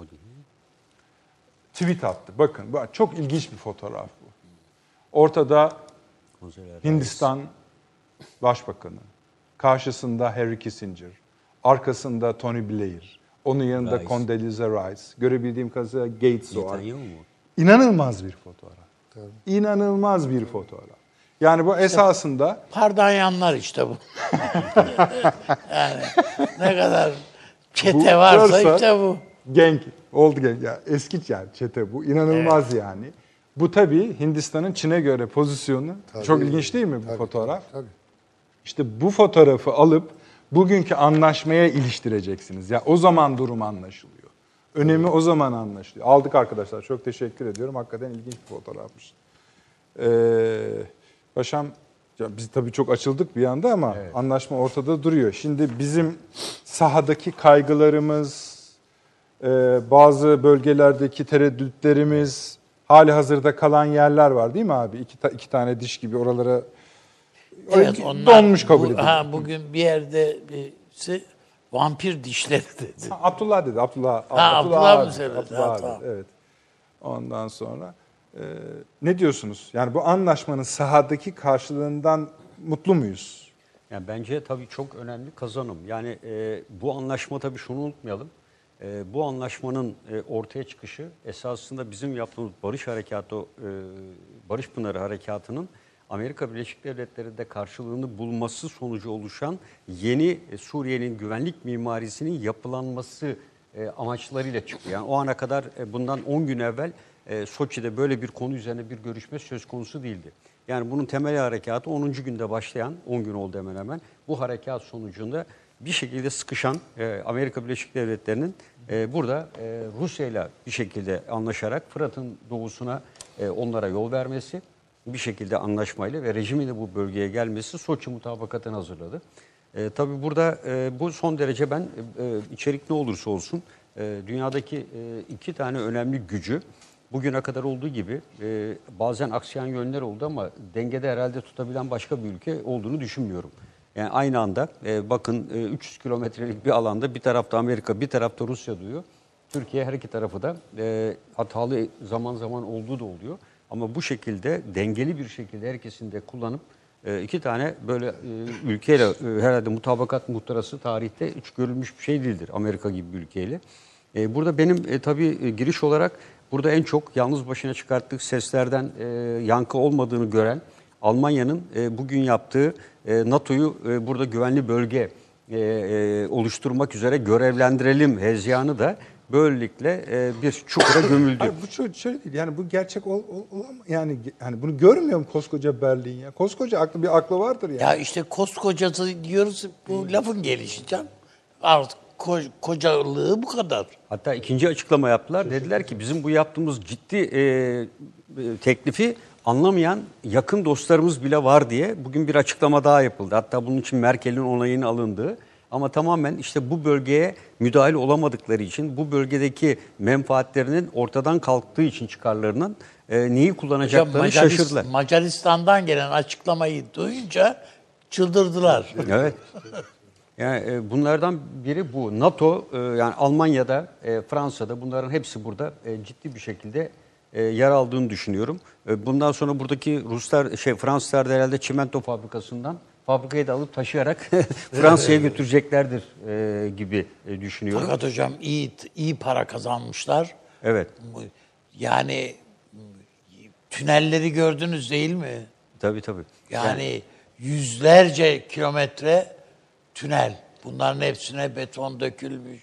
tweet attı. Bakın çok ilginç bir fotoğraf bu. Ortada Hindistan Başbakanı, karşısında Henry Kissinger, arkasında Tony Blair, onun yanında Condoleezza Rice, görebildiğim kadarıyla Gates var. İnanılmaz bir fotoğraf. Tabii. İnanılmaz bir fotoğraf. Yani bu esasında... Pardanyanlar işte bu. Yani ne kadar çete varsa işte bu. Genk, oldu genk. Ya, eski yani çete bu. İnanılmaz yani. Bu tabii Hindistan'ın Çin'e göre pozisyonu. Çok ilginç değil mi bu fotoğraf? Tabii. İşte bu fotoğrafı alıp bugünkü anlaşmaya iliştireceksiniz. Ya o zaman durum anlaşılıyor. Önemi o zaman anlaşılıyor. Aldık arkadaşlar. Çok teşekkür ediyorum. Hakikaten ilginç bir fotoğrafmış. Paşam, biz tabii çok açıldık bir anda ama anlaşma ortada duruyor. Şimdi bizim sahadaki kaygılarımız, bazı bölgelerdeki tereddütlerimiz, hali hazırda kalan yerler var değil mi abi? İki tane diş gibi oralara donmuş kabul edildi. Bugün bir yerde birisi vampir dişleri dedi. Abdullah dedi. Abdullah mı söyledi? Abdullah evet. Ondan sonra ne diyorsunuz? Yani bu anlaşmanın sahadaki karşılığından mutlu muyuz? Yani bence tabii çok önemli kazanım. Yani bu anlaşma tabii şunu unutmayalım. Bu anlaşmanın ortaya çıkışı esasında bizim yaptığımız Barış Harekatı, Barış Pınarı Harekatı'nın Amerika Birleşik Devletleri'nde karşılığını bulması sonucu oluşan yeni Suriye'nin güvenlik mimarisinin yapılanması amaçlarıyla çıktı. Yani o ana kadar bundan 10 gün evvel Soçi'de böyle bir konu üzerine bir görüşme söz konusu değildi. Yani bunun temel harekatı 10. günde başlayan, 10 gün oldu hemen hemen, bu harekat sonucunda bir şekilde sıkışan Amerika Birleşik Devletleri'nin burada Rusya ile bir şekilde anlaşarak Fırat'ın doğusuna onlara yol vermesi, bir şekilde anlaşmayla ve rejimin de bu bölgeye gelmesi Soçi mutabakatını hazırladı. Tabii burada bu son derece ben içerik ne olursa olsun dünyadaki iki tane önemli gücü bugüne kadar olduğu gibi bazen aksayan yönler oldu ama dengede herhalde tutabilen başka bir ülke olduğunu düşünmüyorum. Yani aynı anda bakın 300 kilometrelik bir alanda bir tarafta Amerika bir tarafta Rusya duruyor. Türkiye her iki tarafı da hatalı zaman zaman olduğu da oluyor. Ama bu şekilde dengeli bir şekilde herkesin de kullanıp iki tane böyle ülkeyle herhalde mutabakat muhtırası tarihte hiç görülmüş bir şey değildir Amerika gibi bir ülkeyle. Burada benim tabii giriş olarak burada en çok yalnız başına çıkarttığı seslerden yankı olmadığını gören Almanya'nın bugün yaptığı NATO'yu burada güvenli bölge oluşturmak üzere görevlendirelim hezyanı da böylelikle bir çukura gömüldü. Hayır, bu şöyle değil. Yani bu gerçek yani bunu görmüyor mu koskoca Berlin ya? Koskoca bir aklı vardır yani. Ya işte koskocası diyoruz, bu lafın gelişi can. Artık kocalığı bu kadar. Hatta ikinci açıklama yaptılar. Dediler ki bizim bu yaptığımız ciddi teklifi anlamayan yakın dostlarımız bile var diye bugün bir açıklama daha yapıldı. Hatta bunun için Merkel'in onayının alındığı ama tamamen işte bu bölgeye müdahil olamadıkları için, bu bölgedeki menfaatlerinin ortadan kalktığı için çıkarlarının neyi kullanacaklarını Hocam, şaşırdılar. Macaristan'dan gelen açıklamayı duyunca çıldırdılar. Evet. Yani bunlardan biri bu. NATO, yani Almanya'da, Fransa'da bunların hepsi burada ciddi bir şekilde yer aldığını düşünüyorum. Bundan sonra buradaki Fransızlar da herhalde çimento fabrikayı da alıp taşıyarak Fransa'ya götüreceklerdir gibi düşünüyorum. Fakat hocam iyi para kazanmışlar. Evet. Yani tünelleri gördünüz değil mi? Tabii. Yani yüzlerce kilometre tünel. Bunların hepsine beton dökülmüş.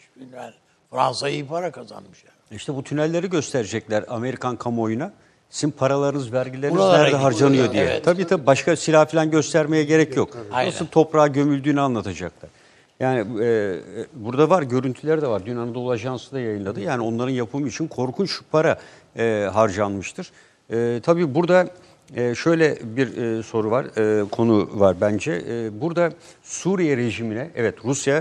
Fransa iyi para kazanmış yani. İşte bu tünelleri gösterecekler Amerikan kamuoyuna. Sizin paralarınız, vergileriniz Buralara nerede gidiyor harcanıyor yani, diye. evet. Tabii başka silah falan göstermeye gerek yok. Aynen. Nasıl toprağa gömüldüğünü anlatacaklar. Yani burada var, görüntüler de var. Dün Anadolu Ajansı da yayınladı. Yani onların yapımı için korkunç para harcanmıştır. Tabii burada şöyle bir soru var, konu var bence. Burada Suriye rejimine, evet Rusya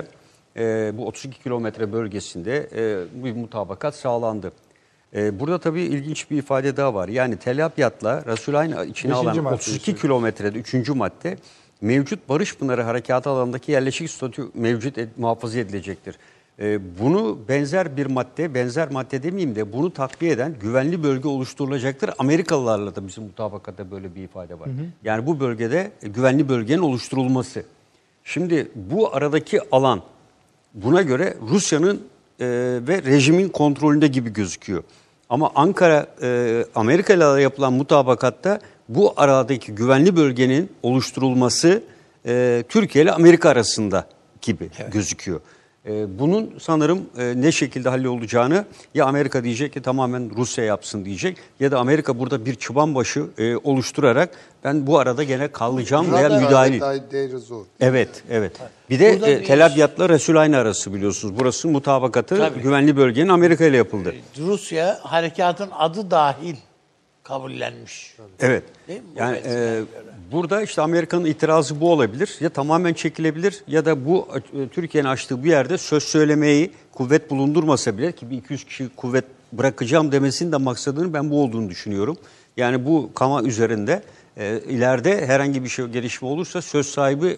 bu 32 kilometre bölgesinde bir mutabakat sağlandı. Burada tabii ilginç bir ifade daha var. Yani Tel Abyad'la Resulayn içine alan 32 kilometrede 3. madde mevcut Barış Pınarı Harekatı alanındaki yerleşik statü muhafaza edilecektir. Bunu benzer madde demeyeyim de bunu takviye eden güvenli bölge oluşturulacaktır. Amerikalılarla da bizim mutabakatta böyle bir ifade var. Yani bu bölgede güvenli bölgenin oluşturulması. Şimdi bu aradaki alan buna göre Rusya'nın ve rejimin kontrolünde gibi gözüküyor. Ama Ankara, Amerika ile yapılan mutabakatta bu aradaki güvenli bölgenin oluşturulması Türkiye ile Amerika arasında gibi gözüküyor. Bunun sanırım ne şekilde hallolacağını ya Amerika diyecek ki tamamen Rusya yapsın diyecek ya da Amerika burada bir çıbanbaşı oluşturarak ben bu arada gene kalacağım veya müdahale. Evet. Bir de Tel Abyad'la Resulayn arası biliyorsunuz. Burası mutabakatı güvenli bölgenin Amerika ile yapıldı. Rusya harekatın adı dahil kabullenmiş. Evet. Değil mi? Yani burada işte Amerika'nın itirazı bu olabilir. Ya tamamen çekilebilir ya da bu Türkiye'nin açtığı bir yerde söz söylemeyi kuvvet bulundurmasa bile ki bir 200 kişi kuvvet bırakacağım demesinin de maksadının ben bu olduğunu düşünüyorum. Yani bu kama üzerinde ileride herhangi bir gelişme olursa söz sahibi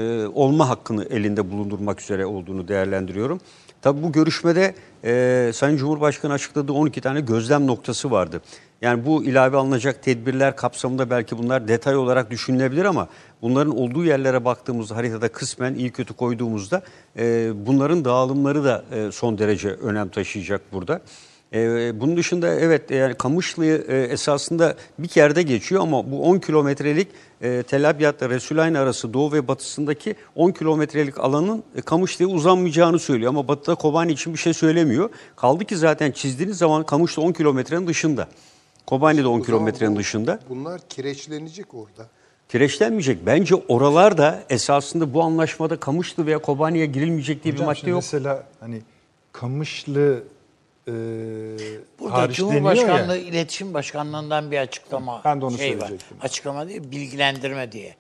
olma hakkını elinde bulundurmak üzere olduğunu değerlendiriyorum. Tabii bu görüşmede Sayın Cumhurbaşkanı açıkladığı 12 tane gözlem noktası vardı. Yani bu ilave alınacak tedbirler kapsamında belki bunlar detay olarak düşünülebilir ama bunların olduğu yerlere baktığımızda haritada kısmen iyi kötü koyduğumuzda bunların dağılımları da son derece önem taşıyacak burada. Bunun dışında evet yani Kamışlı'yı esasında bir kerde geçiyor ama bu 10 kilometrelik Tel Abyad'la Resulayn arası doğu ve batısındaki 10 kilometrelik alanın Kamışlı'ya uzanmayacağını söylüyor. Ama batıda Kobani için bir şey söylemiyor. Kaldı ki zaten çizdiğiniz zaman Kamışlı 10 kilometrenin dışında. Kobani de 10 kilometrenin dışında. Bunlar kireçlenecek orada. Kireçlenmeyecek. Bence oralar da esasında bu anlaşmada Kamışlı veya Kobani'ye girilmeyecek diye bir madde yok. Mesela hani Kamışlı burada Cumhurbaşkanlığı İletişim Başkanlığı'ndan bir açıklama ben de onu var. söyleyecektim. Açıklama değil, bilgilendirme diye.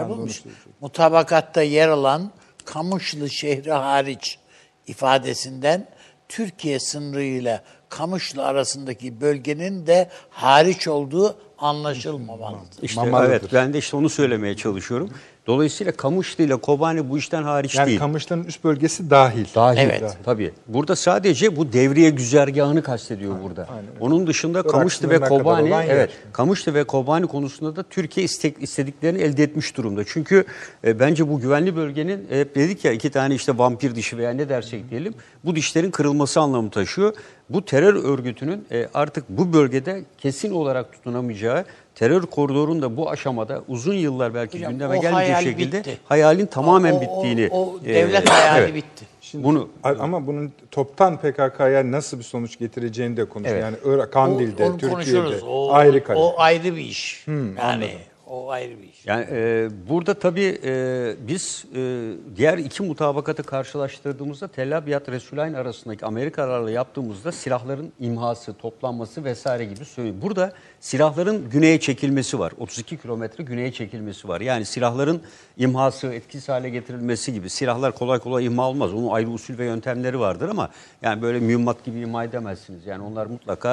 Mutabakatta yer alan Kamışlı şehri hariç ifadesinden Türkiye sınırıyla Kamışlı arasındaki bölgenin de hariç olduğu anlaşılmamalıdır. İşte evet ben de işte onu söylemeye çalışıyorum. Dolayısıyla Kamışlı ile Kobani bu işten hariç yani değil. Yani Kamışlı'nın üst bölgesi dahil. Evet. Tabii. Burada sadece bu devriye güzergahını kastediyor burada. Aynen. Onun dışında Kamışlı ve Kobani, Kamışlı ve Kobani konusunda da Türkiye istediklerini elde etmiş durumda. Çünkü bence bu güvenli bölgenin hep dedik ya 2 tane işte vampir dişi veya ne dersek diyelim bu dişlerin kırılması anlamı taşıyor. Bu terör örgütünün artık bu bölgede kesin olarak tutunamayacağı, terör koridorun da bu aşamada uzun yıllar belki hocam, gündeme gelmeyecek şekilde bitti. Hayalin tamamen bittiğini. O devlet hayali bitti. Şimdi ama bunun toptan PKK'ya nasıl bir sonuç getireceğini de konuşuyor. Evet. Yani Kandil'de, Türkiye'de ayrı kare. O ayrı bir iş. Yani o ayrı bir iş. Yani burada tabii biz diğer iki mutabakatı karşılaştırdığımızda Tel Abyad Resulayn arasındaki Amerikalılarla yaptığımızda silahların imhası, toplanması vesaire gibi söylüyor. Burada silahların güneye çekilmesi var. 32 kilometre güneye çekilmesi var. Yani silahların imhası, etkisiz hale getirilmesi gibi. Silahlar kolay kolay imha olmaz. Onun ayrı usul ve yöntemleri vardır ama yani böyle mühimmat gibi imha edemezsiniz. Yani onlar mutlaka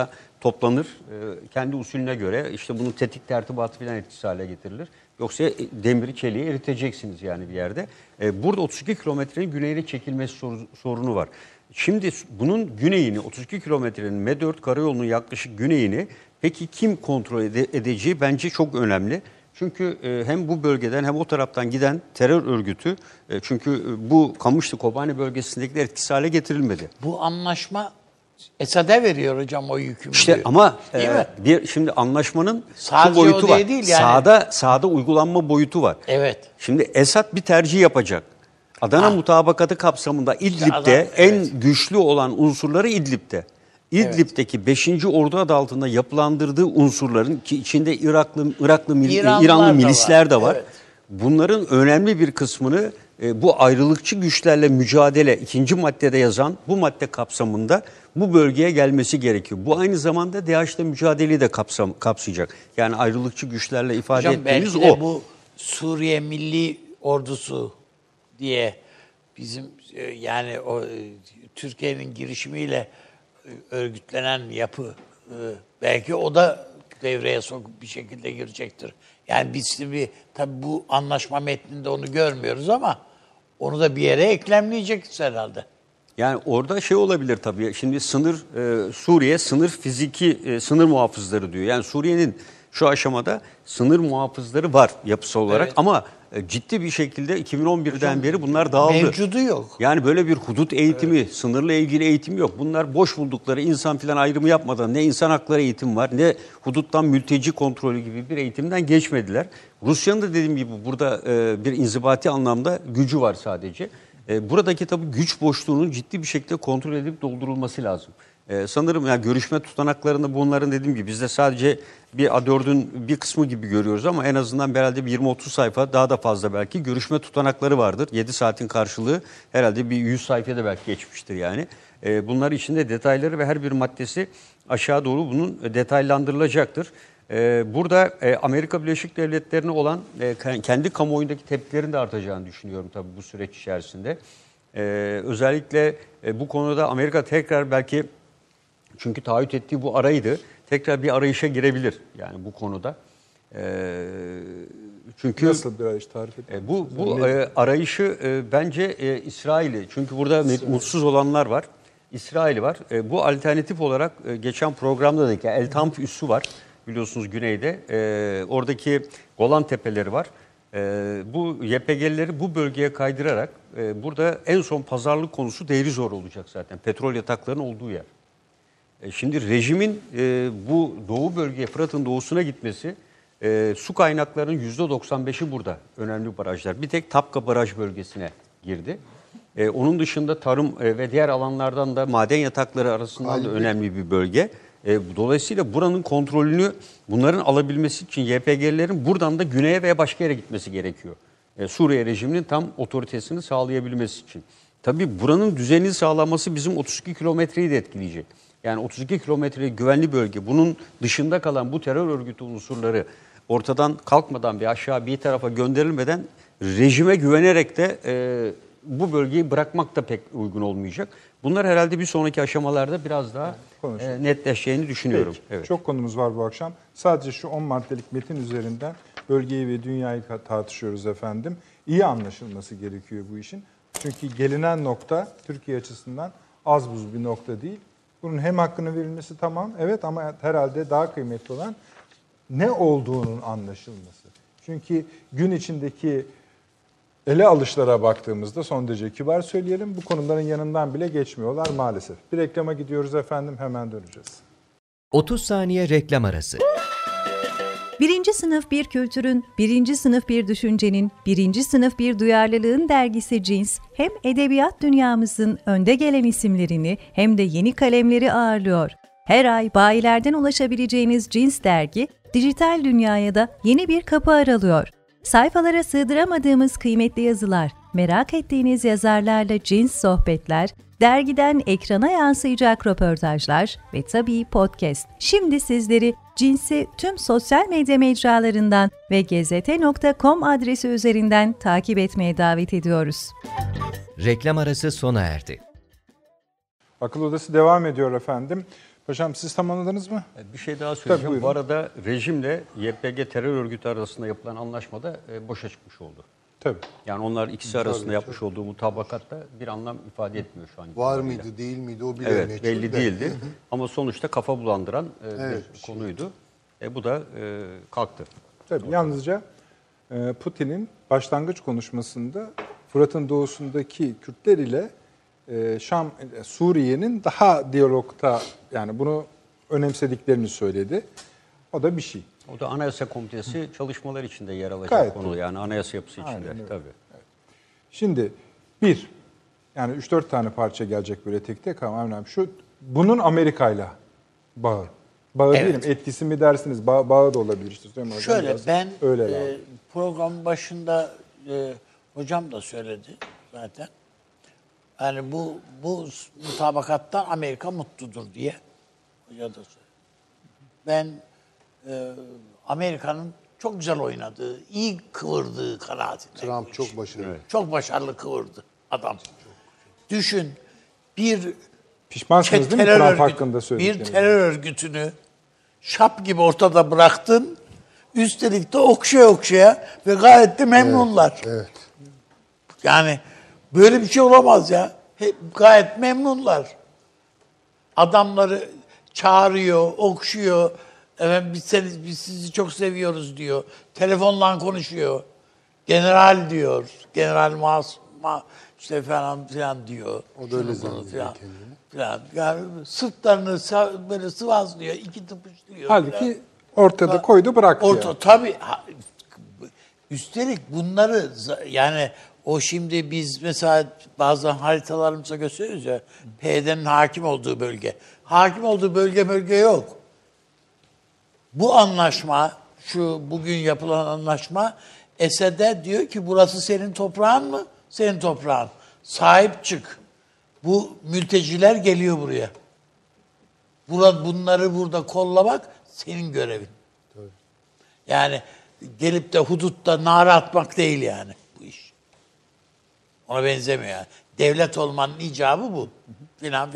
toplanır. Kendi usulüne göre işte bunun tetik tertibatı falan etkisiz hale getirilir. Yoksa demiri çeliği eriteceksiniz yani bir yerde. Burada 32 kilometrenin güneyine çekilmesi sorunu var. Şimdi bunun güneyini, 32 kilometrenin M4 karayolunun yaklaşık güneyini peki kim kontrol edeceği bence çok önemli. Çünkü hem bu bölgeden hem o taraftan giden terör örgütü, çünkü bu Kamışlı Kobani bölgesindekiler etkisiz hale getirilmedi. Bu anlaşma Esad'a veriyor hocam o yükümlülüğü. İşte ama Değil mi? şimdi anlaşmanın sadece şu boyutu o var. değil yani. Sahada uygulanma boyutu var. Evet. Şimdi Esad bir tercih yapacak. Adana mutabakatı kapsamında İdlib'de en güçlü olan unsurları İdlib'de. İdlib'deki 5. Ordu adı altında yapılandırdığı unsurların ki içinde İranlı milisler de var. Evet. Bunların önemli bir kısmını bu ayrılıkçı güçlerle mücadele 2. maddede yazan bu madde kapsamında bu bölgeye gelmesi gerekiyor. Bu aynı zamanda DAEŞ'le mücadeleyi de kapsayacak. Yani ayrılıkçı güçlerle ifade ettiğimiz o. Belki de bu Suriye Milli Ordusu diye bizim yani o Türkiye'nin girişimiyle örgütlenen yapı belki o da devreye sokup bir şekilde girecektir. Yani biz tabii bu anlaşma metninde onu görmüyoruz ama onu da bir yere eklemleyeceğiz herhalde. Yani orada şey olabilir tabii. Şimdi Suriye fiziki sınır muhafızları diyor. Yani Suriye'nin şu aşamada sınır muhafızları var yapısal olarak ama ciddi bir şekilde 2011'den beri bunlar dağıldı. Mevcudu yok. Yani böyle bir hudut eğitimi, sınırla ilgili eğitim yok. Bunlar boş buldukları insan filan ayrımı yapmadan ne insan hakları eğitim var ne huduttan mülteci kontrolü gibi bir eğitimden geçmediler. Rusya'nın da dediğim gibi burada bir inzibati anlamda gücü var sadece. Buradaki tabii güç boşluğunun ciddi bir şekilde kontrol edip doldurulması lazım. Sanırım yani görüşme tutanaklarında bunların dediğim gibi bizde sadece bir A4'ün bir kısmı gibi görüyoruz ama en azından herhalde bir 20-30 sayfa daha da fazla belki görüşme tutanakları vardır. 7 saatin karşılığı herhalde bir 100 sayfaya da belki geçmiştir yani. Bunlar içinde detayları ve her bir maddesi aşağı doğru bunun detaylandırılacaktır. Burada Amerika Birleşik Devletleri'ne olan kendi kamuoyundaki tepkilerin de artacağını düşünüyorum tabii bu süreç içerisinde. Özellikle bu konuda Amerika tekrar belki çünkü taahhüt ettiği bu araydı. Tekrar bir arayışa girebilir yani bu konuda. Çünkü nasıl bir arayış tarif edin? Bu arayışı bence İsrail'i. Çünkü burada mutsuz olanlar var. İsrail var. Bu alternatif olarak geçen programda da El Tanf üssü var. Biliyorsunuz güneyde. Oradaki Golan Tepeleri var. Bu YPG'lileri bu bölgeye kaydırarak burada en son pazarlık konusu Deirizor olacak zaten. Petrol yataklarının olduğu yer. Şimdi rejimin bu doğu bölgeye, Fırat'ın doğusuna gitmesi, su kaynaklarının %95'i burada. Önemli barajlar. Bir tek Tapka baraj bölgesine girdi. Onun dışında tarım ve diğer alanlardan da maden yatakları arasından da önemli bir bölge. Dolayısıyla buranın kontrolünü bunların alabilmesi için YPG'lilerin buradan da güneye veya başka yere gitmesi gerekiyor. Suriye rejiminin tam otoritesini sağlayabilmesi için. Tabii buranın düzenini sağlanması bizim 32 kilometreyi de etkileyecek. Yani 32 kilometre güvenli bölge, bunun dışında kalan bu terör örgütü unsurları ortadan kalkmadan bir aşağı bir tarafa gönderilmeden rejime güvenerek de bu bölgeyi bırakmak da pek uygun olmayacak. Bunlar herhalde bir sonraki aşamalarda biraz daha netleşeceğini düşünüyorum. Evet. Çok konumuz var bu akşam. Sadece şu 10 maddelik metin üzerinden bölgeyi ve dünyayı tartışıyoruz efendim. İyi anlaşılması gerekiyor bu işin. Çünkü gelinen nokta Türkiye açısından az buz bir nokta değil. Bunun hem hakkının verilmesi tamam, evet ama herhalde daha kıymetli olan ne olduğunun anlaşılması. Çünkü gün içindeki ele alışlara baktığımızda son derece kibar söyleyelim, bu konuların yanından bile geçmiyorlar maalesef. Bir reklama gidiyoruz efendim, hemen döneceğiz. 30 saniye reklam arası. Birinci sınıf bir kültürün, birinci sınıf bir düşüncenin, birinci sınıf bir duyarlılığın dergisi Cins, hem edebiyat dünyamızın önde gelen isimlerini hem de yeni kalemleri ağırlıyor. Her ay bayilerden ulaşabileceğiniz Cins dergi, dijital dünyaya da yeni bir kapı aralıyor. Sayfalara sığdıramadığımız kıymetli yazılar, merak ettiğiniz yazarlarla cins sohbetler, dergiden ekrana yansıyacak röportajlar ve tabii podcast. Şimdi sizleri Cins'i tüm sosyal medya mecralarından ve gezete.com adresi üzerinden takip etmeye davet ediyoruz. Reklam arası sona erdi. Akıl Odası devam ediyor efendim. Hocam siz tamamladınız mı? Bir şey daha söyleyeceğim. Tabii, bu arada rejimle YPG terör örgütü arasında yapılan anlaşmada boşa çıkmış oldu. Tabii. Yani onlar ikisi arasında yapmış olduğu mutabakatta bir anlam ifade etmiyor şu an. Var itibariyle. mıydı değil miydi o bile Evet, meçhul belli de. değildi. Ama sonuçta kafa bulandıran Evet, bir konuydu. Bu da kalktı. Tabii. Yalnızca Putin'in başlangıç konuşmasında Fırat'ın doğusundaki Kürtler ile Suriye'nin daha diyalogta, yani bunu önemsediklerini söyledi. O da bir şey. O da Anayasa Komitesi çalışmalar içinde yer alacak Gayet konu. tabii. Yani anayasa yapısı içinde. Aynen öyle. Tabii. Şimdi yani 3-4 tane parça gelecek böyle tek tek ama önemli. Bunun Amerika'yla bağı. Bağı Evet. değilim, etkisi mi dersiniz, bağı da olabilir işte. Hocam Şöyle biraz ben öyle programın başında hocam da söyledi zaten. Yani bu mutabakattan Amerika mutludur diye hoca da söyledi. Ben Amerika'nın çok güzel oynadığı, iyi kıvırdığı kanaatindeyim. Trump çok başarılı. Evet. Çok başarılı kıvırdı adam. Düşün, bir Pişmansınız değil mi Trump hakkında söyledikleriniz? bir terör örgütünü şap gibi ortada bıraktın. Üstelik de okşaya ve gayet de memnunlar. Evet. Yani böyle bir şey olamaz ya. Gayet memnunlar. Adamları çağırıyor, okşuyor. Efendim biz sizi çok seviyoruz diyor. Telefonla konuşuyor. General diyor. General işte falan filan diyor. O da öyle Şunu bunu zannediyor filan. kendini. Falan. Yani sırtlarını böyle sıvazlıyor, iki tıpışlıyor. Halbuki falan. ortada koydu bıraktı. Yani. Tabii. Üstelik bunları yani o şimdi biz mesela bazen haritalarımıza gösteriyoruz ya, PYD'nin hakim olduğu bölge. Hakim olduğu bölge yok. Bu anlaşma, şu bugün yapılan anlaşma, Esed'e diyor ki burası senin toprağın mı? Senin toprağın. Sahip çık. Bu mülteciler geliyor buraya. Bunları burada kollamak senin görevin. Tabii. Yani gelip de hudutta nara atmak değil yani bu iş. Ona benzemiyor yani. Devlet olmanın icabı bu. Filan.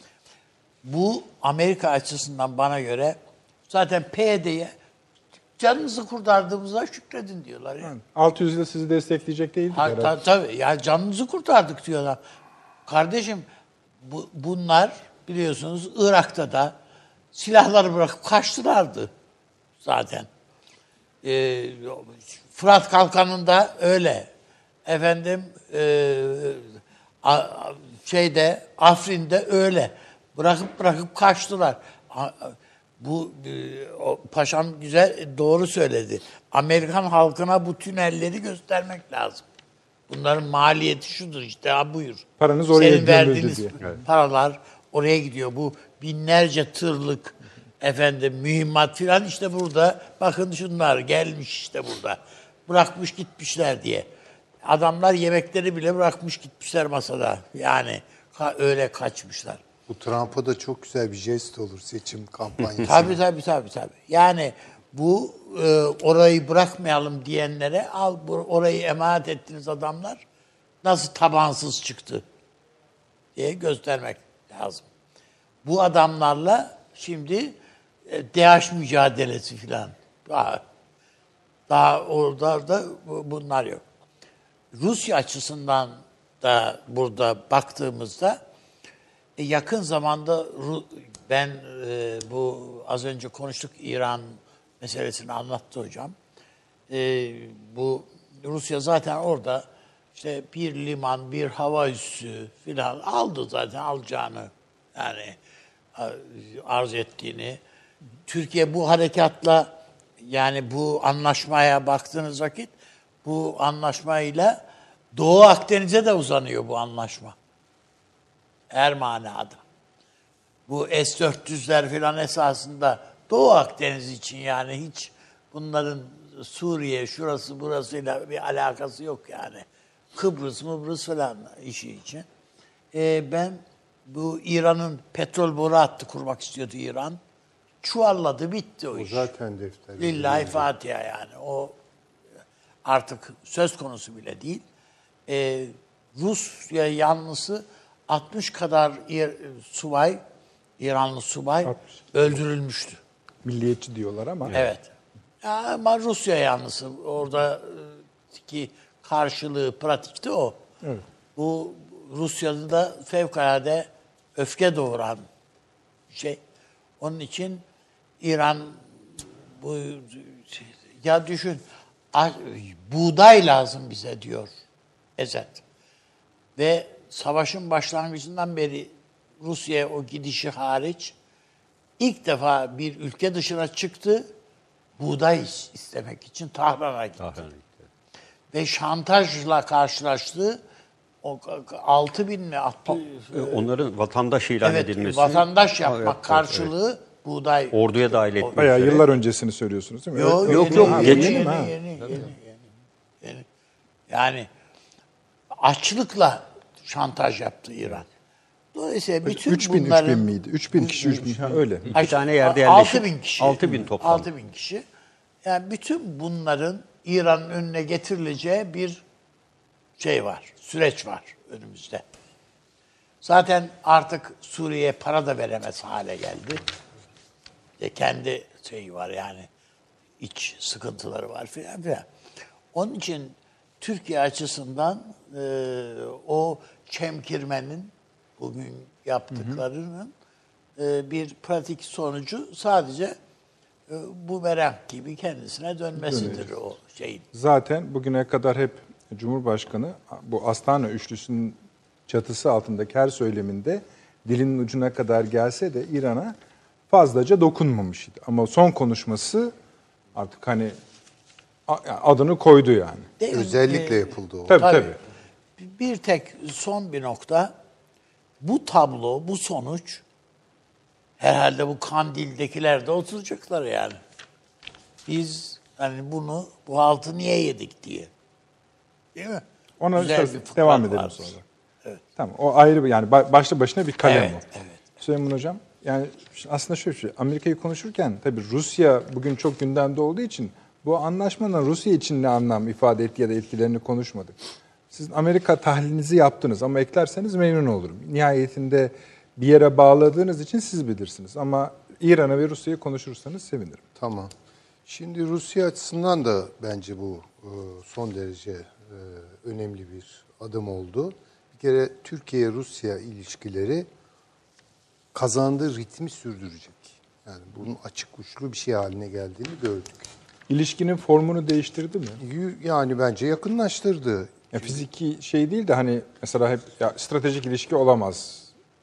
Bu Amerika açısından bana göre zaten PYD'ye canınızı kurtardığımızda şükredin diyorlar. Yani. 600 yıl sizi destekleyecek değildik herhalde. Tabii. Ya canınızı kurtardık diyorlar. Kardeşim bunlar biliyorsunuz Irak'ta da silahları bırakıp kaçtılardı zaten. Fırat Kalkanı'nda öyle. Efendim Afrin'de öyle. Bırakıp kaçtılar. Paşam doğru söyledi. Amerikan halkına bu tünelleri göstermek lazım. Bunların maliyeti şudur işte, buyur. Paranız oraya Senin gömüldü verdiğiniz diye. paralar oraya gidiyor. Bu binlerce tırlık mühimmat filan işte burada. Bakın şunlar gelmiş işte burada. Bırakmış gitmişler diye. Adamlar yemekleri bile bırakmış gitmişler masada. Yani öyle kaçmışlar. Bu Trump'a da çok güzel bir jest olur seçim kampanyası. Tabii. Yani bu orayı bırakmayalım diyenlere orayı emanet ettiğiniz adamlar nasıl tabansız çıktı diye göstermek lazım. Bu adamlarla şimdi DH mücadelesi filan. Daha orada da bunlar yok. Rusya açısından da burada baktığımızda yakın zamanda ben bu az önce konuştuk, İran meselesini anlattı hocam. Bu Rusya zaten orada işte bir liman, bir hava üssü filan aldı zaten, alacağını yani arz ettiğini. Türkiye bu harekatla yani bu anlaşmaya baktığınız vakit bu anlaşmayla Doğu Akdeniz'e de uzanıyor bu anlaşma. Her manada. Bu S-400'ler filan esasında Doğu Akdeniz için, yani hiç bunların Suriye şurası burasıyla bir alakası yok yani. Kıbrıs falan işi için. Ben bu İran'ın petrol boru hattı kurmak istiyordu İran. Çuvalladı, bitti o iş. O zaten defter. Lillahi Fatiha yani. O artık söz konusu bile değil. Rusya yanlısı 60 kadar subay İranlı subay 60. öldürülmüştü. Milliyetçi diyorlar ama. Evet. Ya, ama Rusya yanlısı. Oradaki karşılığı pratikte o. Evet. Bu Rusya'da da fevkalade öfke doğuran şey. Onun için İran bu ya düşün buğday lazım bize diyor Esed. Ve savaşın başlangıcından beri Rusya'ya o gidişi hariç ilk defa bir ülke dışına çıktı. Buğday istemek için Tahran'a gitti. Ve şantajla karşılaştı. O 6.000 mi attı? Onların vatandaş ilan Evet, edilmesi. Evet, vatandaş yapmak evet, karşılığı buğday. Orduya dahil etmek Bayağı üzere. yıllar öncesini söylüyorsunuz değil mi? Yok Yeni. yeni. Yani açlıkla şantaj yaptı İran. Dolayısıyla bütün 3000 bunların miydi? 3000 kişi 3000 ha öyle. İki tane yerde yerleşik. 6.000 kişi. 6.000 toplam. 6.000 kişi. Yani bütün bunların İran'ın önüne getirileceği bir şey var. Süreç var önümüzde. Zaten artık Suriye'ye para da veremez hale geldi. Kendi şeyi var yani. İç sıkıntıları var filan filan. Onun için Türkiye açısından o çemkirmenin bugün yaptıklarının bir pratik sonucu sadece bumerang gibi kendisine dönmesidir o şeyin. Zaten bugüne kadar hep Cumhurbaşkanı bu Astana Üçlüsü'nün çatısı altındaki her söyleminde dilinin ucuna kadar gelse de İran'a fazlaca dokunmamıştı. Ama son konuşması artık hani adını koydu yani. Özellikle yapıldı o. Tabii. Bir tek son bir nokta. Bu tablo, bu sonuç herhalde bu Kandil'dekiler de oturacaklar yani. Biz hani bu haltı niye yedik diye. Değil mi? Ona Güzel bir fıkra devam edelim var. sonra. Evet. Tamam. O ayrı bir yani başlı başına bir kalem Evet, o. evet. Süleyman Hocam yani aslında şöyle bir şey. Amerika'yı konuşurken tabii Rusya bugün çok gündemde olduğu için bu anlaşmanın Rusya için ne anlam ifade ettiği ya da etkilerini konuşmadık. Siz Amerika tahlilinizi yaptınız ama eklerseniz memnun olurum. Nihayetinde bir yere bağladığınız için siz bilirsiniz. Ama İran'ı ve Rusya'yı konuşursanız sevinirim. Tamam. Şimdi Rusya açısından da bence bu son derece önemli bir adım oldu. Bir kere Türkiye-Rusya ilişkileri kazandığı ritmi sürdürecek. Yani bunun açık uçlu bir şey haline geldiğini gördük. İlişkinin formunu değiştirdi mi? Yani bence yakınlaştırdı. Ya fiziki şey değil de hani mesela hep ya stratejik ilişki olamaz.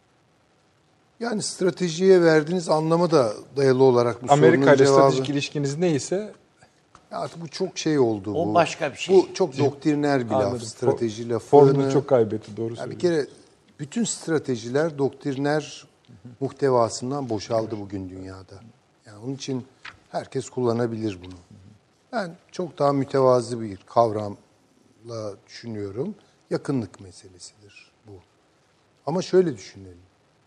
Yani stratejiye verdiğiniz anlama da dayalı olarak bu Amerika sorunun ile cevabı. stratejik ilişkiniz neyse Artık bu çok şey oldu. O bu. başka bir şey. Bu çok doktriner bir laf, anladım. strateji lafı. Formunu çok kaybetti doğru Bir söylüyorsun. kere bütün stratejiler doktriner muhtevasından boşaldı bugün dünyada. Yani onun için herkes kullanabilir bunu. Ben çok daha mütevazı bir kavramla düşünüyorum. Yakınlık meselesidir bu. Ama şöyle düşünelim.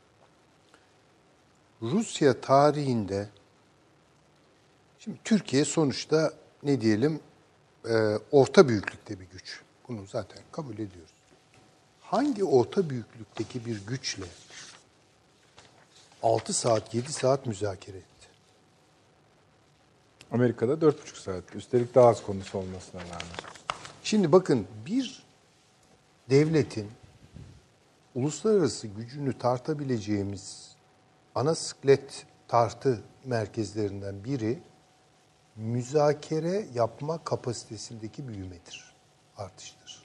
Rusya tarihinde, şimdi Türkiye sonuçta ne diyelim orta büyüklükte bir güç. Bunu zaten kabul ediyoruz. Hangi orta büyüklükteki bir güçle 6 saat, 7 saat müzakere etti? Amerika'da 4,5 saat. Üstelik daha az konusu olmasına rağmen. Şimdi bakın bir devletin uluslararası gücünü tartabileceğimiz ana sıklet tartı merkezlerinden biri müzakere yapma kapasitesindeki büyümedir, artıştır.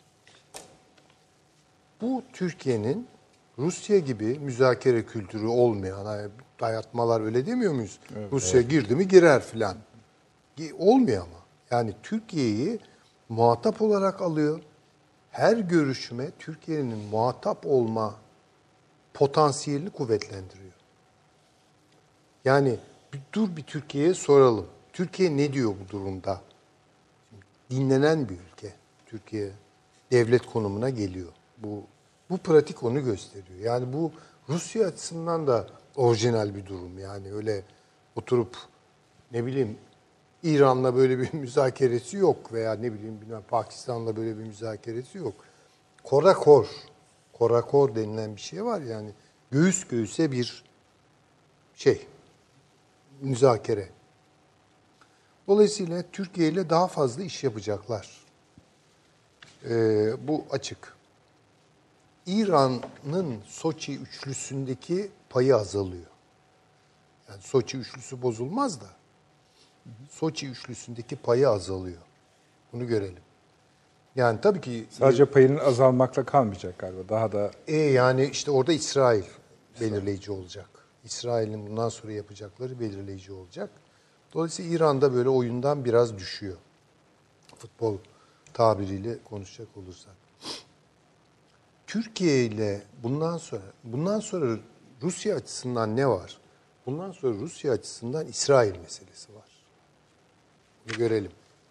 Bu Türkiye'nin Rusya gibi müzakere kültürü olmayan, hani dayatmalar öyle demiyor muyuz? Evet, Rusya girdi mi girer filan. Olmuyor ama. Yani Türkiye'yi muhatap olarak alıyor. Her görüşme Türkiye'nin muhatap olma potansiyelini kuvvetlendiriyor. Yani bir Türkiye'ye soralım. Türkiye ne diyor bu durumda? Dinlenen bir ülke. Türkiye devlet konumuna geliyor. Bu pratik onu gösteriyor. Yani bu Rusya açısından da orijinal bir durum. Yani öyle oturup ne bileyim İran'la böyle bir müzakeresi yok veya ne bileyim Pakistan'la böyle bir müzakeresi yok. Korakor denilen bir şey var yani göğüs göğüse bir müzakere. Dolayısıyla Türkiye ile daha fazla iş yapacaklar. Bu açık. İran'ın Soçi üçlüsündeki payı azalıyor. Yani Soçi üçlüsü bozulmaz da Soçi üçlüsündeki payı azalıyor. Bunu görelim. Yani tabii ki Sadece payının azalmakla kalmayacak galiba. Daha da yani işte orada İsrail belirleyici olacak. İsrail'in bundan sonra yapacakları belirleyici olacak. Dolayısıyla İran'da böyle oyundan biraz düşüyor. Futbol tabiriyle konuşacak olursak. Türkiye ile bundan sonra Rusya açısından ne var? Bundan sonra Rusya açısından İsrail meselesi var. Bunu görelim.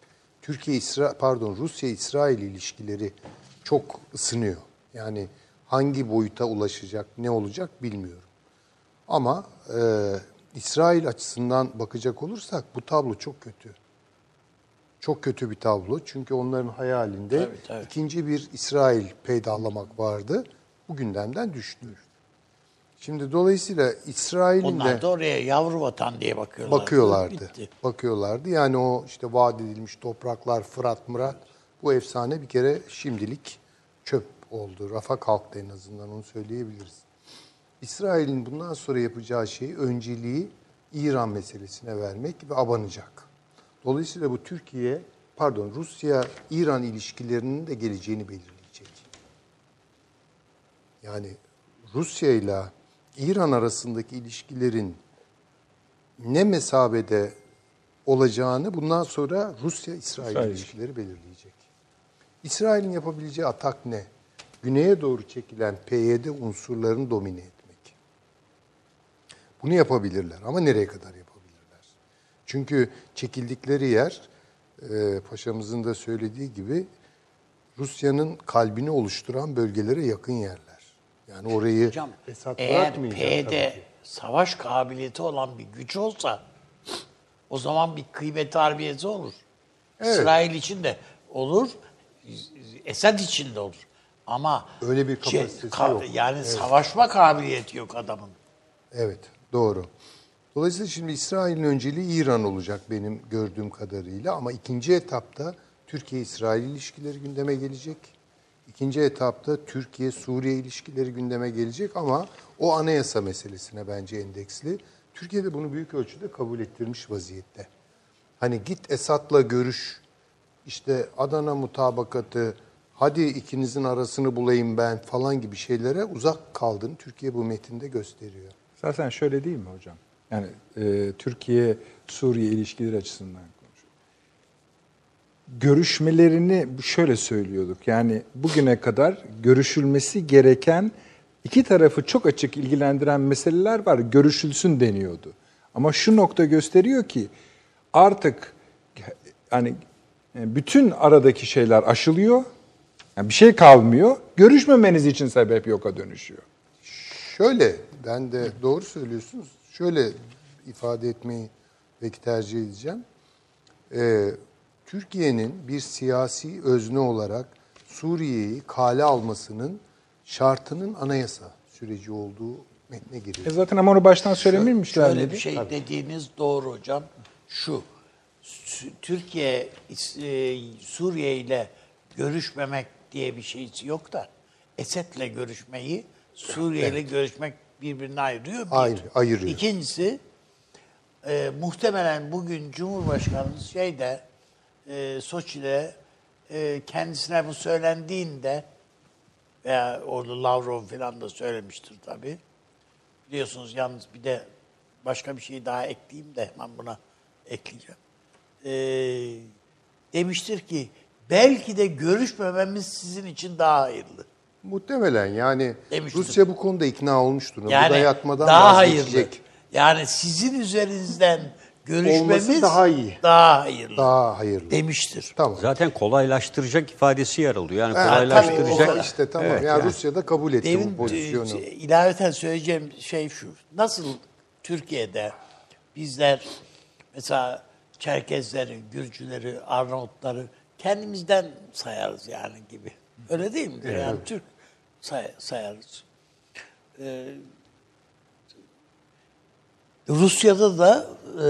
Rusya-İsrail ilişkileri çok ısınıyor. Yani hangi boyuta ulaşacak, ne olacak bilmiyorum. Ama İsrail açısından bakacak olursak bu tablo çok kötü. Çok kötü bir tablo. Çünkü onların hayalinde Tabii. ikinci bir İsrail peydahlamak vardı. Bu gündemden düştü. Şimdi dolayısıyla İsrail'in Onlar de da oraya yavru vatan diye bakıyorlardı. Bitti. Bakıyorlardı. Yani o işte vaat edilmiş topraklar, Fırat, Murat, bu efsane bir kere şimdilik çöp oldu. Rafa kalktı en azından, onu söyleyebiliriz. İsrail'in bundan sonra yapacağı şey önceliği İran meselesine vermek ve abanacak. Dolayısıyla bu Rusya-İran ilişkilerinin de geleceğini belirleyecek. Yani Rusya ile İran arasındaki ilişkilerin ne mesabede olacağını bundan sonra Rusya-İsrail ilişkileri belirleyecek. İsrail'in yapabileceği atak ne? Güneye doğru çekilen PYD unsurlarını domine etmek. Bunu yapabilirler ama nereye kadar yapabilirler? Çünkü çekildikleri yer, paşamızın da söylediği gibi, Rusya'nın kalbini oluşturan bölgelere yakın yerler. Yani orayı Hocam, Esad eğer bırakmayacak PYD tabii ki. savaş kabiliyeti olan bir güç olsa o zaman bir kıymet harbiyesi olur. Evet. İsrail için de olur, Esad için de olur. Ama Öyle bir kapasitesi yok. Yani Evet. savaşma kabiliyeti yok adamın. Evet, doğru. Dolayısıyla şimdi İsrail'in önceliği İran olacak benim gördüğüm kadarıyla, ama ikinci etapta Türkiye-İsrail ilişkileri gündeme gelecek. İkinci etapta Türkiye-Suriye ilişkileri gündeme gelecek ama o anayasa meselesine bence endeksli. Türkiye de bunu büyük ölçüde kabul ettirmiş vaziyette. Hani git Esad'la görüş, işte Adana mutabakatı, hadi ikinizin arasını bulayım ben falan gibi şeylere uzak kaldığını Türkiye bu metinde gösteriyor. zaten şöyle değil mi hocam? Yani Türkiye-Suriye ilişkileri açısından konuşuyoruz. Görüşmelerini şöyle söylüyorduk. Yani bugüne kadar görüşülmesi gereken, iki tarafı çok açık ilgilendiren meseleler var. Görüşülsün deniyordu. Ama şu nokta gösteriyor ki artık hani bütün aradaki şeyler aşılıyor. Yani bir şey kalmıyor. Görüşmemeniz için sebep yoka dönüşüyor. Şöyle, ben de doğru söylüyorsunuz. Şöyle ifade etmeyi belki tercih edeceğim. Türkiye'nin bir siyasi özne olarak Suriye'yi kale almasının şartının anayasa süreci olduğu metne giriyor. Zaten ama onu baştan söylememişler Şöyle miydi? bir şey dediğiniz doğru hocam. Türkiye Suriye ile görüşmemek diye bir şey yok da Esed'le görüşmeyi Suriye ile görüşmek birbirine ayırıyor. Ayırıyor. İkincisi muhtemelen bugün Cumhurbaşkanımız Soçi'de kendisine bu söylendiğinde veya orada Lavrov falan da söylemiştir tabii. Biliyorsunuz, yalnız bir de başka bir şey daha ekleyeyim de hemen buna ekleyeceğim. Demiştir ki belki de görüşmememiz sizin için daha hayırlı. Muhtemelen yani Demiştim. Rusya bu konuda ikna olmuştur. Yani bu dayatmadan daha vazgeçecek. hayırlı. Yani sizin üzerinizden görüşmemiz Olması daha iyi. daha hayırlı. Daha hayırlı. Demiştir. Tamam. Zaten kolaylaştıracak ifadesi yer alıyor. Yani Tabii, kolaylaştıracak. işte tamam. Evet, yani yani. Rusya da kabul etti Demin bu pozisyonu. ilaveten söyleyeceğim şey şu. Nasıl Türkiye'de bizler mesela Çerkezleri, Gürcüleri, Arnavutları kendimizden sayarız yani gibi. Öyle değil mi? Evet. Yani Türk sayarız. Rusya'da da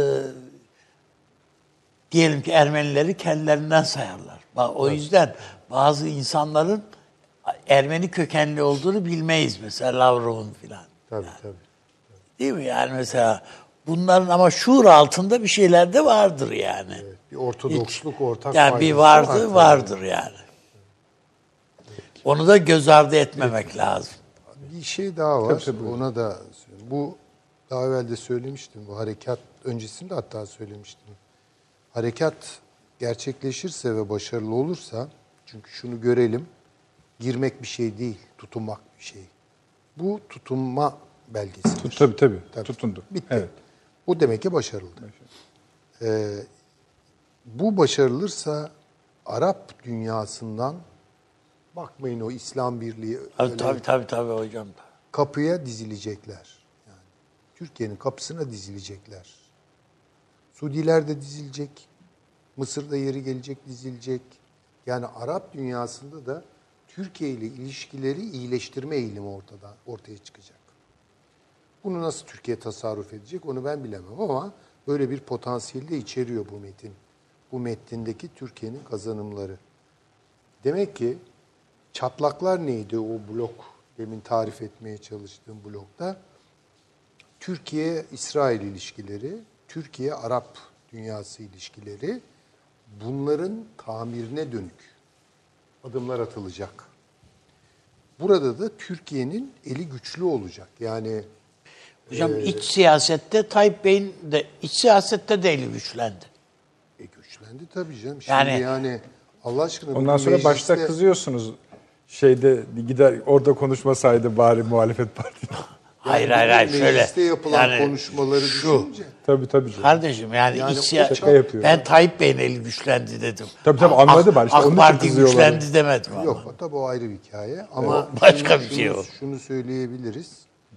diyelim ki Ermenileri kendilerinden sayarlar. O yüzden bazı insanların Ermeni kökenli olduğunu bilmeyiz. Mesela Lavrov'un filan. Tabii yani. tabii. Değil mi? Yani mesela bunların ama şuur altında bir şeyler de vardır yani. Evet, bir ortodoksluk, ortak yani bir vardır yani. Onu da göz ardı etmemek lazım. Bir şey daha var. Tabii. Ona da bu daha evvel de söylemiştim. Bu harekat öncesinde hatta söylemiştim. Harekat gerçekleşirse ve başarılı olursa, çünkü şunu görelim, girmek bir şey değil, tutunmak bir şey. Bu tutunma belgesidir. Tabii. Tutundu. Bitti. Evet. Bu demek ki başarıldı. Bu başarılırsa Arap dünyasından, bakmayın o İslam Birliği Tabii hocam. kapıya dizilecekler. Yani Türkiye'nin kapısına dizilecekler. Suudiler de dizilecek. Mısır'da yeri gelecek dizilecek. Yani Arap dünyasında da Türkiye ile ilişkileri iyileştirme eğilimi ortaya çıkacak. Bunu nasıl Türkiye tasarruf edecek onu ben bilemem ama böyle bir potansiyeli de içeriyor bu metin. Bu metnindeki Türkiye'nin kazanımları. Demek ki çatlaklar neydi o blok? Demin tarif etmeye çalıştığım blokta. Türkiye-İsrail ilişkileri, Türkiye-Arap dünyası ilişkileri, bunların tamirine dönük adımlar atılacak. Burada da Türkiye'nin eli güçlü olacak. Yani hocam iç siyasette Tayyip Bey'in de iç siyasette de eli güçlendi. Güçlendi tabii canım. Şimdi yani Allah aşkına ondan sonra başta kızıyorsunuz. Gider orada konuşmasaydı bari muhalefet partisi. Hayır şöyle. Mecliste yapılan konuşmaları düşününce. Tabii canım. Kardeşim yani iç yapıyor. ben Tayyip Bey'in eli güçlendi dedim. Tabii anladım ben. İşte AK onun Parti için kızıyorlar. güçlendi demedim ama. Yok tabii o ayrı bir hikaye. Ama başka bir şey o. Şunu söyleyebiliriz.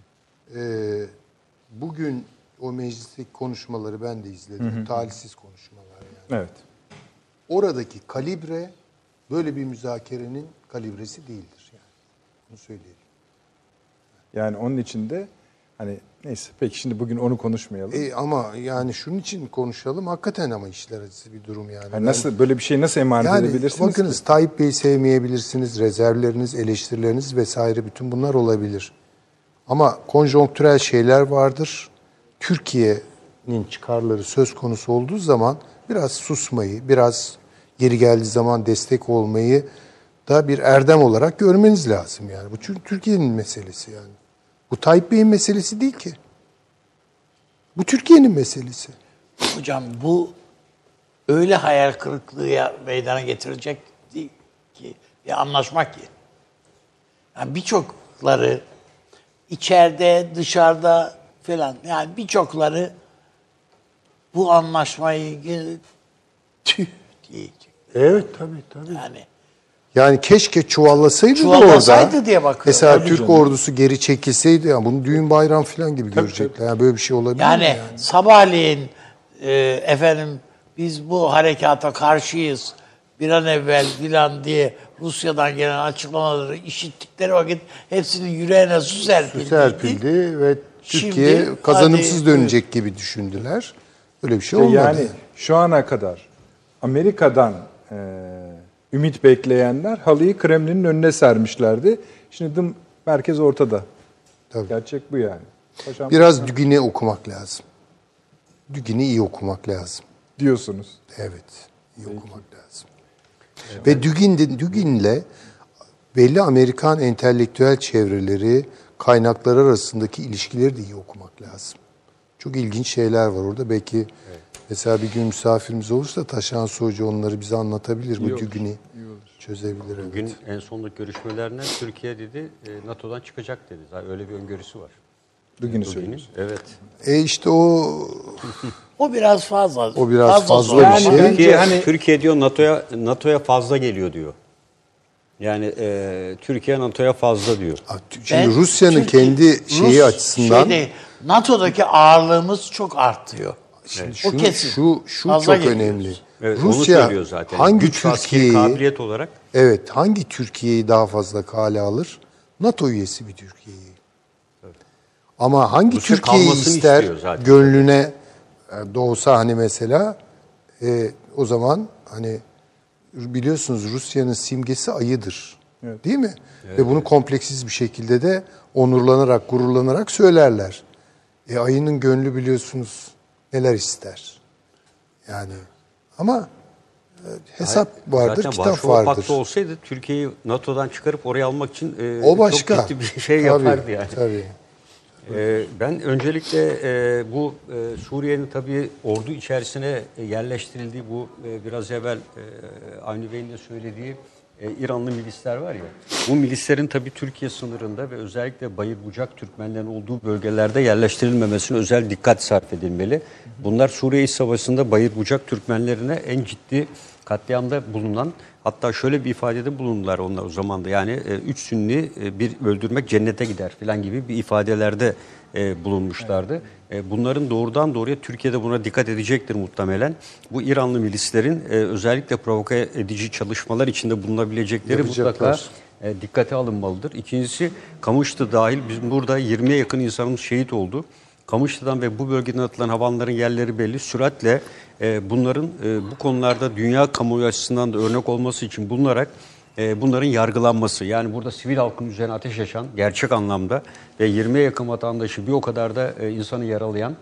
Bugün o meclisteki konuşmaları ben de izledim. Talihsiz konuşmalar yani. Evet. Oradaki kalibre böyle bir müzakerenin kalibresi değildir yani. Bunu söyleyelim. Yani onun için de hani neyse peki şimdi bugün onu konuşmayalım. Ama yani şunun için konuşalım. Hakikaten ama işler acısı bir durum yani. Yani nasıl böyle bir şeyi nasıl emanet edebilirsiniz? Bakınız Tayyip Bey'i sevmeyebilirsiniz. Rezervleriniz, eleştirileriniz vesaire bütün bunlar olabilir. Ama konjonktürel şeyler vardır. Türkiye'nin çıkarları söz konusu olduğu zaman biraz susmayı, biraz yeri geldiği zaman destek olmayı da bir erdem olarak görmeniz lazım yani. Bu çünkü Türkiye'nin meselesi yani. Bu Tayyip Bey'in meselesi değil ki. Bu Türkiye'nin meselesi. Hocam bu öyle hayal kırıklığı meydana getirecek değil ki bir anlaşma ki. Yani birçokları içeride, dışarıda falan yani birçokları bu anlaşmayı tüh diyecek. Evet tabii. Yani keşke çuvallasaydı çuvallasaydı diye bakıyorum. Mesela Türk ordusu geri çekilseydi ya bunu düğün bayram falan gibi görecekler. Yani böyle bir şey olabilir yani, mi yani? Sabahleyin efendim biz bu harekata karşıyız bir an evvel filan diye Rusya'dan gelen açıklamaları işittikleri vakit hepsinin yüreğine su serpildi. Ve Türkiye şimdi, kazanımsız dönecek gibi düşündüler. Öyle bir şey olmadı. Yani şu ana kadar Amerika'dan ümit bekleyenler halıyı Kremlin'in önüne sermişlerdi. Şimdi merkez ortada. Tabii. Gerçek bu yani. Paşam, biraz Dügin'i okumak lazım. Dügin'i iyi okumak lazım. diyorsunuz. Evet, iyi okumak lazım. Evet. Ve Dügin'le belli Amerikan entelektüel çevreleri, kaynakları arasındaki ilişkileri de iyi okumak lazım. Çok ilginç şeyler var orada. Belki mesela bir gün misafirimiz olursa Taşan Hoca onları bize anlatabilir. Bu Dügin'i çözebilir. Bugün en sondaki görüşmelerinden Türkiye dedi NATO'dan çıkacak dedi. Zaten öyle bir öngörüsü var. Dügin'i söylüyorsun. Evet. İşte o biraz fazla. O biraz fazla bir şey. Türkiye diyor NATO'ya fazla geliyor diyor. Yani Türkiye NATO'ya fazla diyor. Şimdi Rusya'nın kendi şeyi açısından NATO'daki ağırlığımız çok artıyor. Şimdi o kesin. Şu çok önemli. Evet, Rusya zaten. hangi Güç, Türkiye'yi kabiliyet olarak hangi Türkiye'yi daha fazla kale alır? NATO üyesi bir Türkiye'yi. Evet. Ama hangi Rusya Türkiye'yi kalmasını ister istiyor zaten. gönlüne doğsa hani mesela o zaman hani biliyorsunuz Rusya'nın simgesi ayıdır. Değil mi? Ve bunu kompleksiz bir şekilde de onurlanarak, gururlanarak söylerler. Ayının gönlü biliyorsunuz neler ister. Yani ama hesap vardır, Zaten kitap Varşova vardır. Paktı olsaydı Türkiye'yi NATO'dan çıkarıp oraya almak için O başka. çok ciddi bir şey Tabii, yapardı yani. Tabii. Ben öncelikle bu Suriye'nin tabii ordu içerisine yerleştirildiği bu biraz evvel Avni Bey'in de söylediği İranlı milisler var ya. Bu milislerin tabii Türkiye sınırında ve özellikle Bayır Bucak Türkmenlerin olduğu bölgelerde yerleştirilmemesine özel dikkat sarf edilmeli. Bunlar Suriye İç Savaşı'nda Bayır Bucak Türkmenlerine en ciddi katliamda bulunan, hatta şöyle bir ifadede bulundular onlar o zaman da, yani 3 Sünni bir öldürmek cennete gider falan gibi bir ifadelerde bulunmuşlardı. Bunların doğrudan doğruya Türkiye'de buna dikkat edecektir muhtemelen. Bu İranlı milislerin özellikle provoke edici çalışmalar içinde bulunabilecekleri mutlaka dikkate alınmalıdır. İkincisi, Kamışlı dahil bizim burada 20'ye yakın insanımız şehit oldu. Kamışlı'dan ve bu bölgeden atılan havanların yerleri belli. Süratle bunların bu konularda dünya kamuoyu açısından da örnek olması için bulunarak bunların yargılanması. Yani burada sivil halkın üzerine ateş açan gerçek anlamda ve 20'ye yakın vatandaşı bir o kadar da insanı yaralayan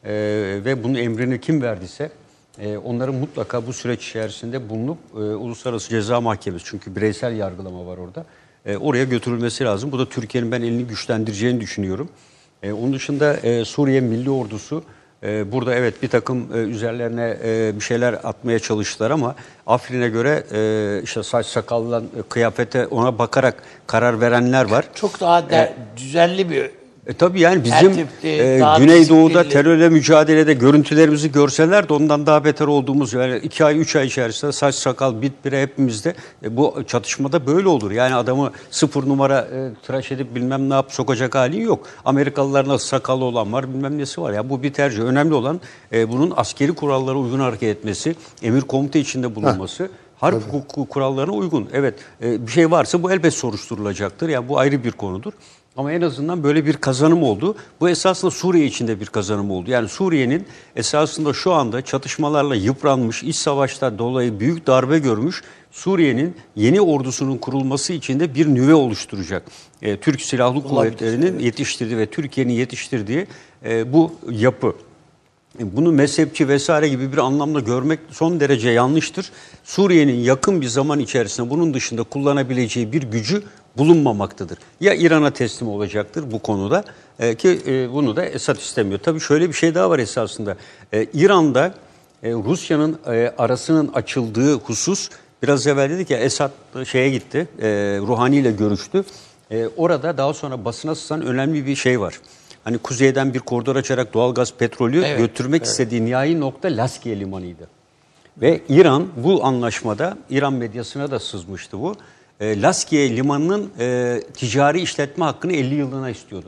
ve bunun emrini kim verdiyse onların mutlaka bu süreç içerisinde bulunup Uluslararası Ceza Mahkemesi, çünkü bireysel yargılama var orada, oraya götürülmesi lazım. Bu da Türkiye'nin ben elini güçlendireceğini düşünüyorum. Onun dışında Suriye Milli Ordusu burada evet bir takım üzerlerine bir şeyler atmaya çalıştılar ama Afrin'e göre işte saç sakallan kıyafete ona bakarak karar verenler var. Çok daha düzenli bir Tabii yani bizim daha Güneydoğu'da disiplinli. terörle mücadelede görüntülerimizi görseler de ondan daha beter olduğumuz, yani 2 ay 3 ay içerisinde saç sakal bit bire hepimizde bu çatışmada böyle olur. Yani adamı 0 numara tıraş edip bilmem ne yap sokacak halin yok. Amerikalılar nasıl sakallı olan var, bilmem nesi var. Ya bu bir tercih. Önemli olan bunun askeri kurallara uygun hareket etmesi, emir komuta içinde bulunması. Harp hukuku kurallarına uygun. Evet, bir şey varsa bu elbet soruşturulacaktır. Yani bu ayrı bir konudur. Ama en azından böyle bir kazanım oldu. Bu esasında Suriye içinde bir kazanım oldu. Yani Suriye'nin esasında şu anda çatışmalarla yıpranmış, iç savaşta dolayı büyük darbe görmüş Suriye'nin yeni ordusunun kurulması için de bir nüve oluşturacak. Türk Silahlı Kuvvetleri'nin yetiştirdiği ve Türkiye'nin yetiştirdiği bu yapı. Bunu mezhepçi vesaire gibi bir anlamda görmek son derece yanlıştır. Suriye'nin yakın bir zaman içerisinde bunun dışında kullanabileceği bir gücü bulunmamaktadır. Ya İran'a teslim olacaktır bu konuda ki bunu da Esad istemiyor. Tabii şöyle bir şey daha var esasında. İran'da Rusya'nın arasının açıldığı husus, biraz evvel dedik ya, Esad şeye gitti, Ruhani ile görüştü. Orada daha sonra basına sızan önemli bir şey var. Hani kuzeyden bir koridor açarak doğalgaz, petrolü götürmek istediği nihai nokta Laskiye Limanı'ydı. Ve İran bu anlaşmada, İran medyasına da sızmıştı bu, Laskiye Limanı'nın ticari işletme hakkını 50 yıllığına istiyordu.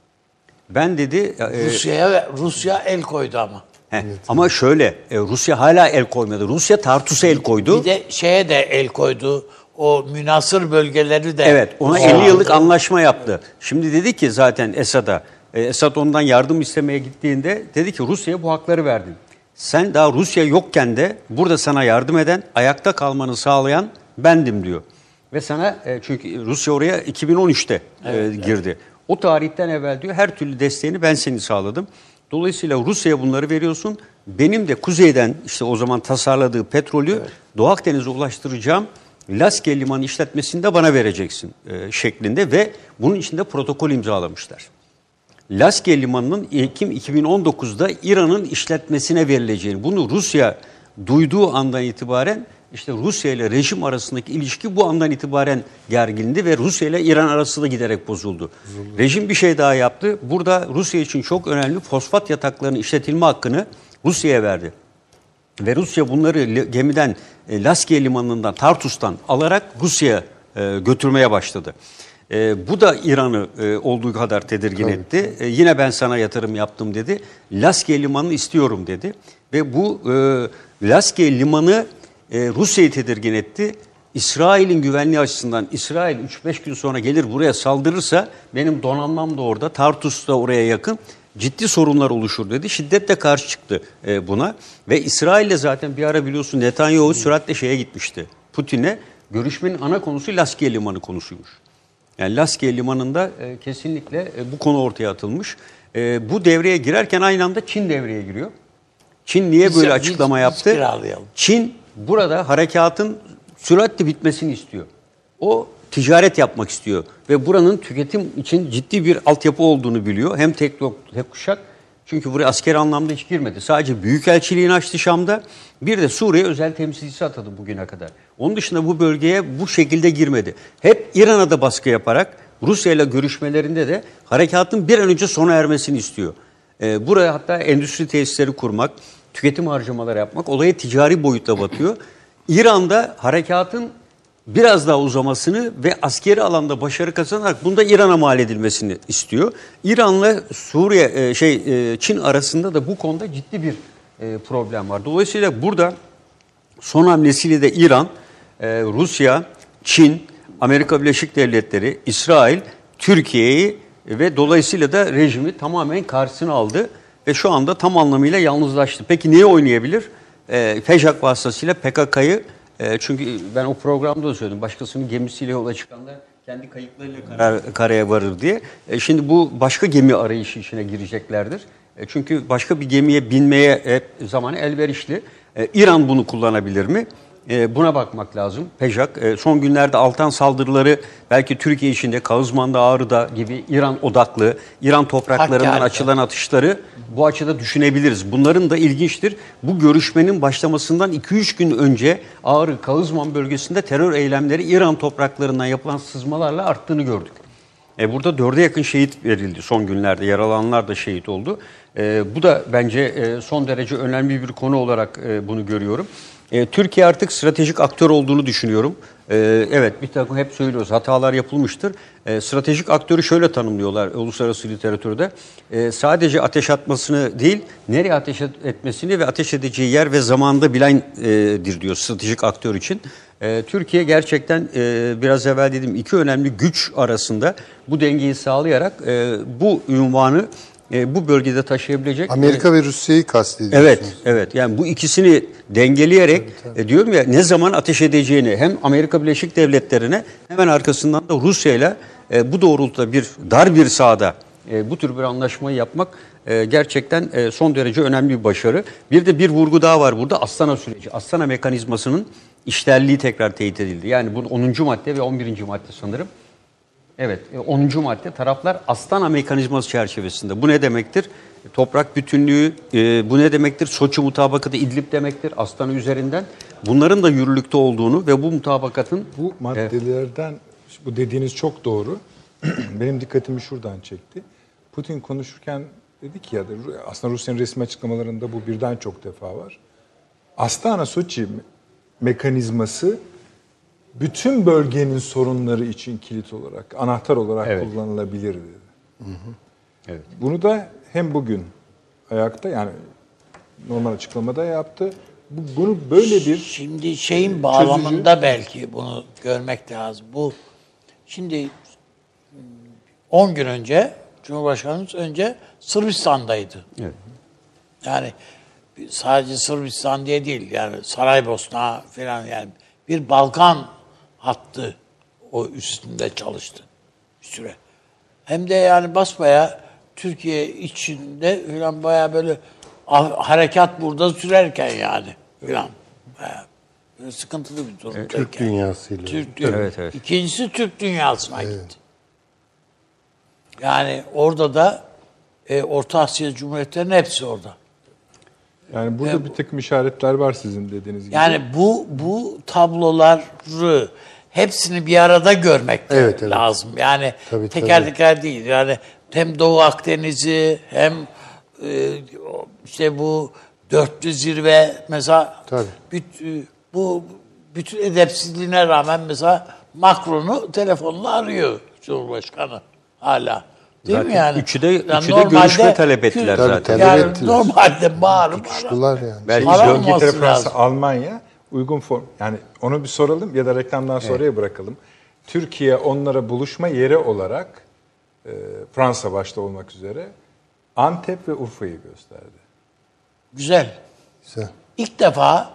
Ben dedi... Rusya el koydu ama. Ama şöyle, Rusya hala el koymadı. Rusya Tartus'a el koydu. Bir de şeye de el koydu. O münasır bölgeleri de... Evet, ona 50 yıllık anlaşma yaptı. Şimdi dedi ki zaten Esad'a, Esad ondan yardım istemeye gittiğinde dedi ki Rusya'ya bu hakları verdin. Sen daha Rusya yokken de burada sana yardım eden, ayakta kalmanı sağlayan bendim diyor. Ve sana çünkü Rusya oraya 2013'te girdi. Evet. O tarihten evvel diyor her türlü desteğini ben seni sağladım. Dolayısıyla Rusya'ya bunları veriyorsun. Benim de kuzeyden işte o zaman tasarladığı petrolü Doğu Akdeniz'e ulaştıracağım. Laskiye Limanı işletmesini de bana vereceksin şeklinde ve bunun içinde protokol imzalamışlar. Laskiye Limanı'nın Ekim 2019'da İran'ın işletmesine verileceğini, bunu Rusya duyduğu andan itibaren işte Rusya ile rejim arasındaki ilişki bu andan itibaren gergindi ve Rusya ile İran arası da giderek bozuldu. Rejim bir şey daha yaptı. Burada Rusya için çok önemli fosfat yataklarının işletilme hakkını Rusya'ya verdi. Ve Rusya bunları gemiden Laskiye Limanı'ndan, Tartus'tan alarak Rusya'ya götürmeye başladı. Bu da İran'ı olduğu kadar tedirgin etti. Yine ben sana yatırım yaptım dedi. Laskiye Limanı'nı istiyorum dedi. Ve bu Laskiye Limanı Rusya'yı tedirgin etti. İsrail'in güvenliği açısından İsrail 3-5 gün sonra gelir buraya saldırırsa benim donanmam da orada, Tartus da oraya yakın, ciddi sorunlar oluşur dedi. Şiddetle karşı çıktı buna ve İsrail'le zaten bir ara biliyorsun Netanyahu süratle şeye gitmişti. Putin'e görüşmenin ana konusu Laskiye Limanı konusuymuş. Yani Laskiye Limanı'nda kesinlikle bu konu ortaya atılmış. Bu devreye girerken aynı anda Çin devreye giriyor. Çin niye böyle açıklama yaptı? Çin burada harekatın süratle bitmesini istiyor. O ticaret yapmak istiyor ve buranın tüketim için ciddi bir altyapı olduğunu biliyor. Hem tek kuşak, çünkü buraya askeri anlamda hiç girmedi. Sadece büyükelçiliğini açtı Şam'da. Bir de Suriye özel temsilcisi atadı bugüne kadar. Onun dışında bu bölgeye bu şekilde girmedi. Hep İran'a da baskı yaparak Rusya ile görüşmelerinde de harekatın bir an önce sona ermesini istiyor. Buraya hatta endüstri tesisleri kurmak, tüketim harcamaları yapmak, olaya ticari boyutla batıyor. İran'da harekatın biraz daha uzamasını ve askeri alanda başarı kazanarak bunda İran'a mal edilmesini istiyor. İran'la Çin arasında da bu konuda ciddi bir problem var. Dolayısıyla burada son hamlesiyle de İran, Rusya, Çin, Amerika Birleşik Devletleri, İsrail, Türkiye'yi ve dolayısıyla da rejimi tamamen karşısına aldı ve şu anda tam anlamıyla yalnızlaştı. Peki niye oynayabilir? FEJAK vasıtasıyla PKK'yı, çünkü ben o programda da söyledim, başkasının gemisiyle yola çıkanlar kendi kayıklarıyla karaya varır diye. Şimdi bu başka gemi arayışı işine gireceklerdir. Çünkü başka bir gemiye binmeye hep zamanı elverişli. İran bunu kullanabilir mi? Buna bakmak lazım. PEJAK son günlerde Altan saldırıları belki Türkiye içinde Kağızman'da, Ağrı'da gibi İran odaklı, İran topraklarından açılan atışları bu açıda düşünebiliriz. Bunların da ilginçtir. Bu görüşmenin başlamasından 2-3 gün önce Ağrı, Kağızman bölgesinde terör eylemleri İran topraklarından yapılan sızmalarla arttığını gördük. Burada 4'e yakın şehit verildi son günlerde. Yaralananlar da şehit oldu. Bu da bence son derece önemli bir konu olarak bunu görüyorum. Türkiye artık stratejik aktör olduğunu düşünüyorum. Evet, bir takım hep söylüyoruz, hatalar yapılmıştır. Stratejik aktörü şöyle tanımlıyorlar uluslararası literatürde. Sadece ateş atmasını değil, nereye ateş etmesini ve ateş edeceği yer ve zamanda bilendir diyor stratejik aktör için. Türkiye gerçekten biraz evvel dediğim iki önemli güç arasında bu dengeyi sağlayarak bu unvanı bu bölgede taşıyabilecek. Amerika ve Rusya'yı kastediyorsunuz. Evet, evet. Yani bu ikisini dengeleyerek diyorum ya, ne zaman ateş edeceğini hem Amerika Birleşik Devletleri'ne hemen arkasından da Rusya'yla bu doğrultuda dar bir sahada bu tür bir anlaşmayı yapmak gerçekten son derece önemli bir başarı. Bir de bir vurgu daha var burada, Astana süreci. Astana mekanizmasının işlerliği tekrar teyit edildi. Yani bu 10. madde ve 11. madde sanırım. Evet, 10. madde taraflar Astana mekanizması çerçevesinde. Bu ne demektir? Toprak bütünlüğü, bu ne demektir? Soçi mutabakatı, İdlib demektir Astana üzerinden. Bunların da yürürlükte olduğunu ve bu mutabakatın... Bu maddelerden, bu dediğiniz çok doğru. Benim dikkatimi şuradan çekti. Putin konuşurken dedi ki, ya da aslında Rusya'nın resmi açıklamalarında bu birden çok defa var. Astana Soçi mekanizması bütün bölgenin sorunları için kilit olarak, anahtar olarak kullanılabilir dedi. Hı hı. Evet. Bunu da hem bugün ayakta, yani normal açıklamada yaptı. Bunu böyle bir şimdi şeyin bağlamında belki bunu görmek lazım. Bu şimdi 10 gün önce Cumhurbaşkanımız önce Sırbistan'daydı. Evet. Yani sadece Sırbistan diye değil, yani Saraybosna falan, yani bir Balkan hattı o üstünde çalıştı bir süre. Hem de yani basbaya Türkiye içinde falan bayağı böyle harekat burada sürerken yani falan. Bayağı böyle sıkıntılı bir durumdayken. Türk dünyasıyla. Evet. İkincisi Türk dünyasına gitti. Yani orada da Orta Asya Cumhuriyetlerinin hepsi orada. Yani burada bir takım işaretler var sizin dediğiniz gibi. Yani bu tabloları hepsini bir arada görmek lazım. Yani teker değil. Yani hem Doğu Akdeniz'i hem işte bu dörtlü zirve mesela bu bütün edepsizliğine rağmen mesela Macron'u telefonla arıyor Cumhurbaşkanı hala. Değil zaten mi yani? Üçü de görüşme talep ettiler zaten. Yani normalde bağırıp tutuştular yani. Belki İngiltere, Fransa, Almanya uygun form, yani onu bir soralım ya da reklamdan sonraya bırakalım. Türkiye onlara buluşma yeri olarak Fransa başta olmak üzere Antep ve Urfa'yı gösterdi. Güzel. Güzel. İlk defa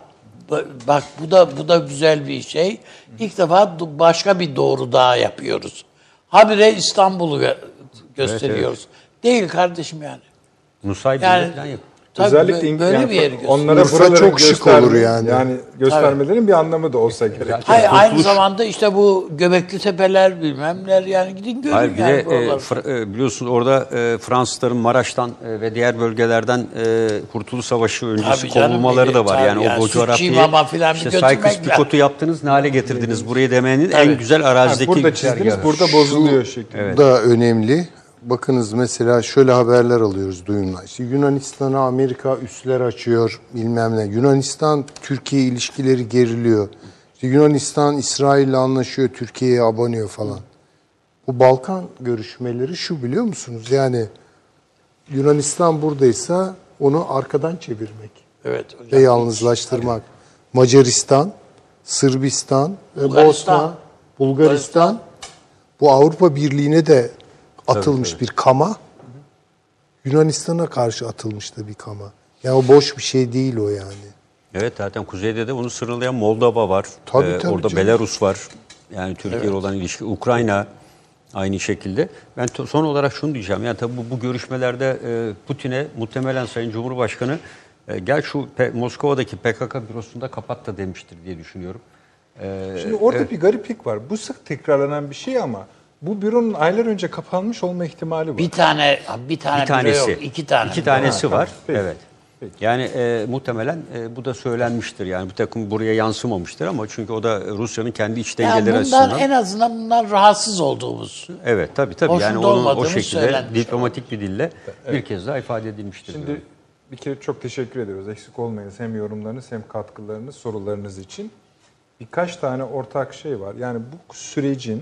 bak bu da güzel bir şey. İlk defa başka bir doğru daha yapıyoruz. Habire İstanbul'u gösteriyoruz. Değil kardeşim yani. Nusaybin'de Yani falan yap. tabii Özellikle böyle yani bir yeri gösteriyor. onlara Urfa buraları çok şık olur yani. Yani göstermelerin bir anlamı da olsa gerek. Hayır, aynı zamanda işte bu Göbekli Tepeler bilmem neler, yani gidin görün. Hayır, bir yani de buraları. biliyorsunuz orada Fransızların Maraş'tan ve diğer bölgelerden Kurtuluş Savaşı öncesi Tabii canım, kovulmaları da var. tabii Yani yani o coğrafyayı Sütçüymama filan bir işte götürmek Sykes-Picot'u yaptınız, ne hale getirdiniz burayı demenin Tabii. en güzel arazideki Burada çizdiniz, burada bozuluyor şeklinde. Bu da önemli. Bakınız mesela şöyle haberler alıyoruz, duyumlar. İşte Yunanistan'a Amerika üsler açıyor, bilmem ne. Yunanistan Türkiye ilişkileri geriliyor. İşte Yunanistan İsrail'le anlaşıyor, Türkiye'ye abanıyor falan. Bu Balkan görüşmeleri şu, biliyor musunuz? Yani Yunanistan buradaysa onu arkadan çevirmek Evet. ve yalnızlaştırmak. Macaristan, Sırbistan ve Bulgaristan. Bosna, Bulgaristan bu Avrupa Birliği'ne de atılmış bir kama. Yunanistan'a karşı atılmış da bir kama. Yani o boş bir şey değil o yani. Evet, zaten kuzeyde de onu sınırlayan Moldova var. Tabii, orada canım. Belarus var. Yani Türkiye ile olan ilişki. Ukrayna aynı şekilde. Ben son olarak şunu diyeceğim. Yani tabii bu görüşmelerde Putin'e muhtemelen Sayın Cumhurbaşkanı gel şu Moskova'daki PKK bürosunda kapat da demiştir diye düşünüyorum. Şimdi orada bir gariplik var. Bu sık tekrarlanan bir şey ama bu büronun aylar önce kapanmış olma ihtimali var. Bir tane Bir büro tanesi. yok, iki tane. İki tanesi Tamam, var. peki. Evet. Yani muhtemelen bu da söylenmiştir. Yani bir takım buraya yansımamıştır ama çünkü o da Rusya'nın kendi iç Yani dengeleri bundan açısından. en azından bundan rahatsız olduğumuz. Evet, tabii. Hoşnut Yani onun o olmadığımız şekilde söylenmiş. diplomatik bir dille bir kez daha ifade edilmiştir. Şimdi bir kere çok teşekkür ediyoruz. Eksik olmayınız hem yorumlarınız hem katkılarınız, sorularınız için. Birkaç tane ortak şey var. Yani bu sürecin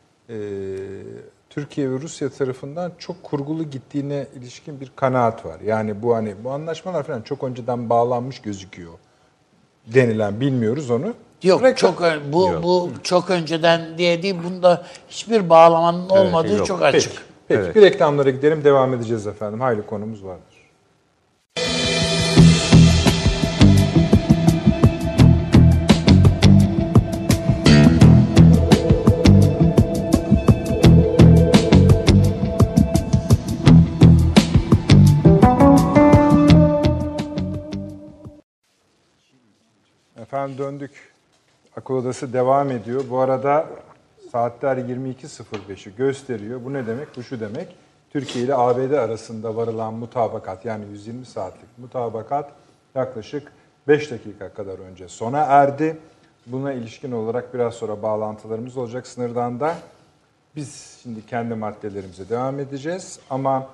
Türkiye ve Rusya tarafından çok kurgulu gittiğine ilişkin bir kanaat var. Yani bu anlaşmalar falan çok önceden bağlanmış gözüküyor denilen, bilmiyoruz onu. Yok, bu çok önceden diye değil. Bunda hiçbir bağlamanın olmadığı yok. çok açık. Peki, Evet. bir reklamlara gidelim, devam edeceğiz efendim. Hayli konumuz vardır. Efendim döndük. Akıl Odası devam ediyor. Bu arada saatler 22.05'i gösteriyor. Bu ne demek? Bu şu demek. Türkiye ile ABD arasında varılan mutabakat, yani 120 saatlik mutabakat yaklaşık 5 dakika kadar önce sona erdi. Buna ilişkin olarak biraz sonra bağlantılarımız olacak sınırdan da. Biz şimdi kendi maddelerimize devam edeceğiz. Ama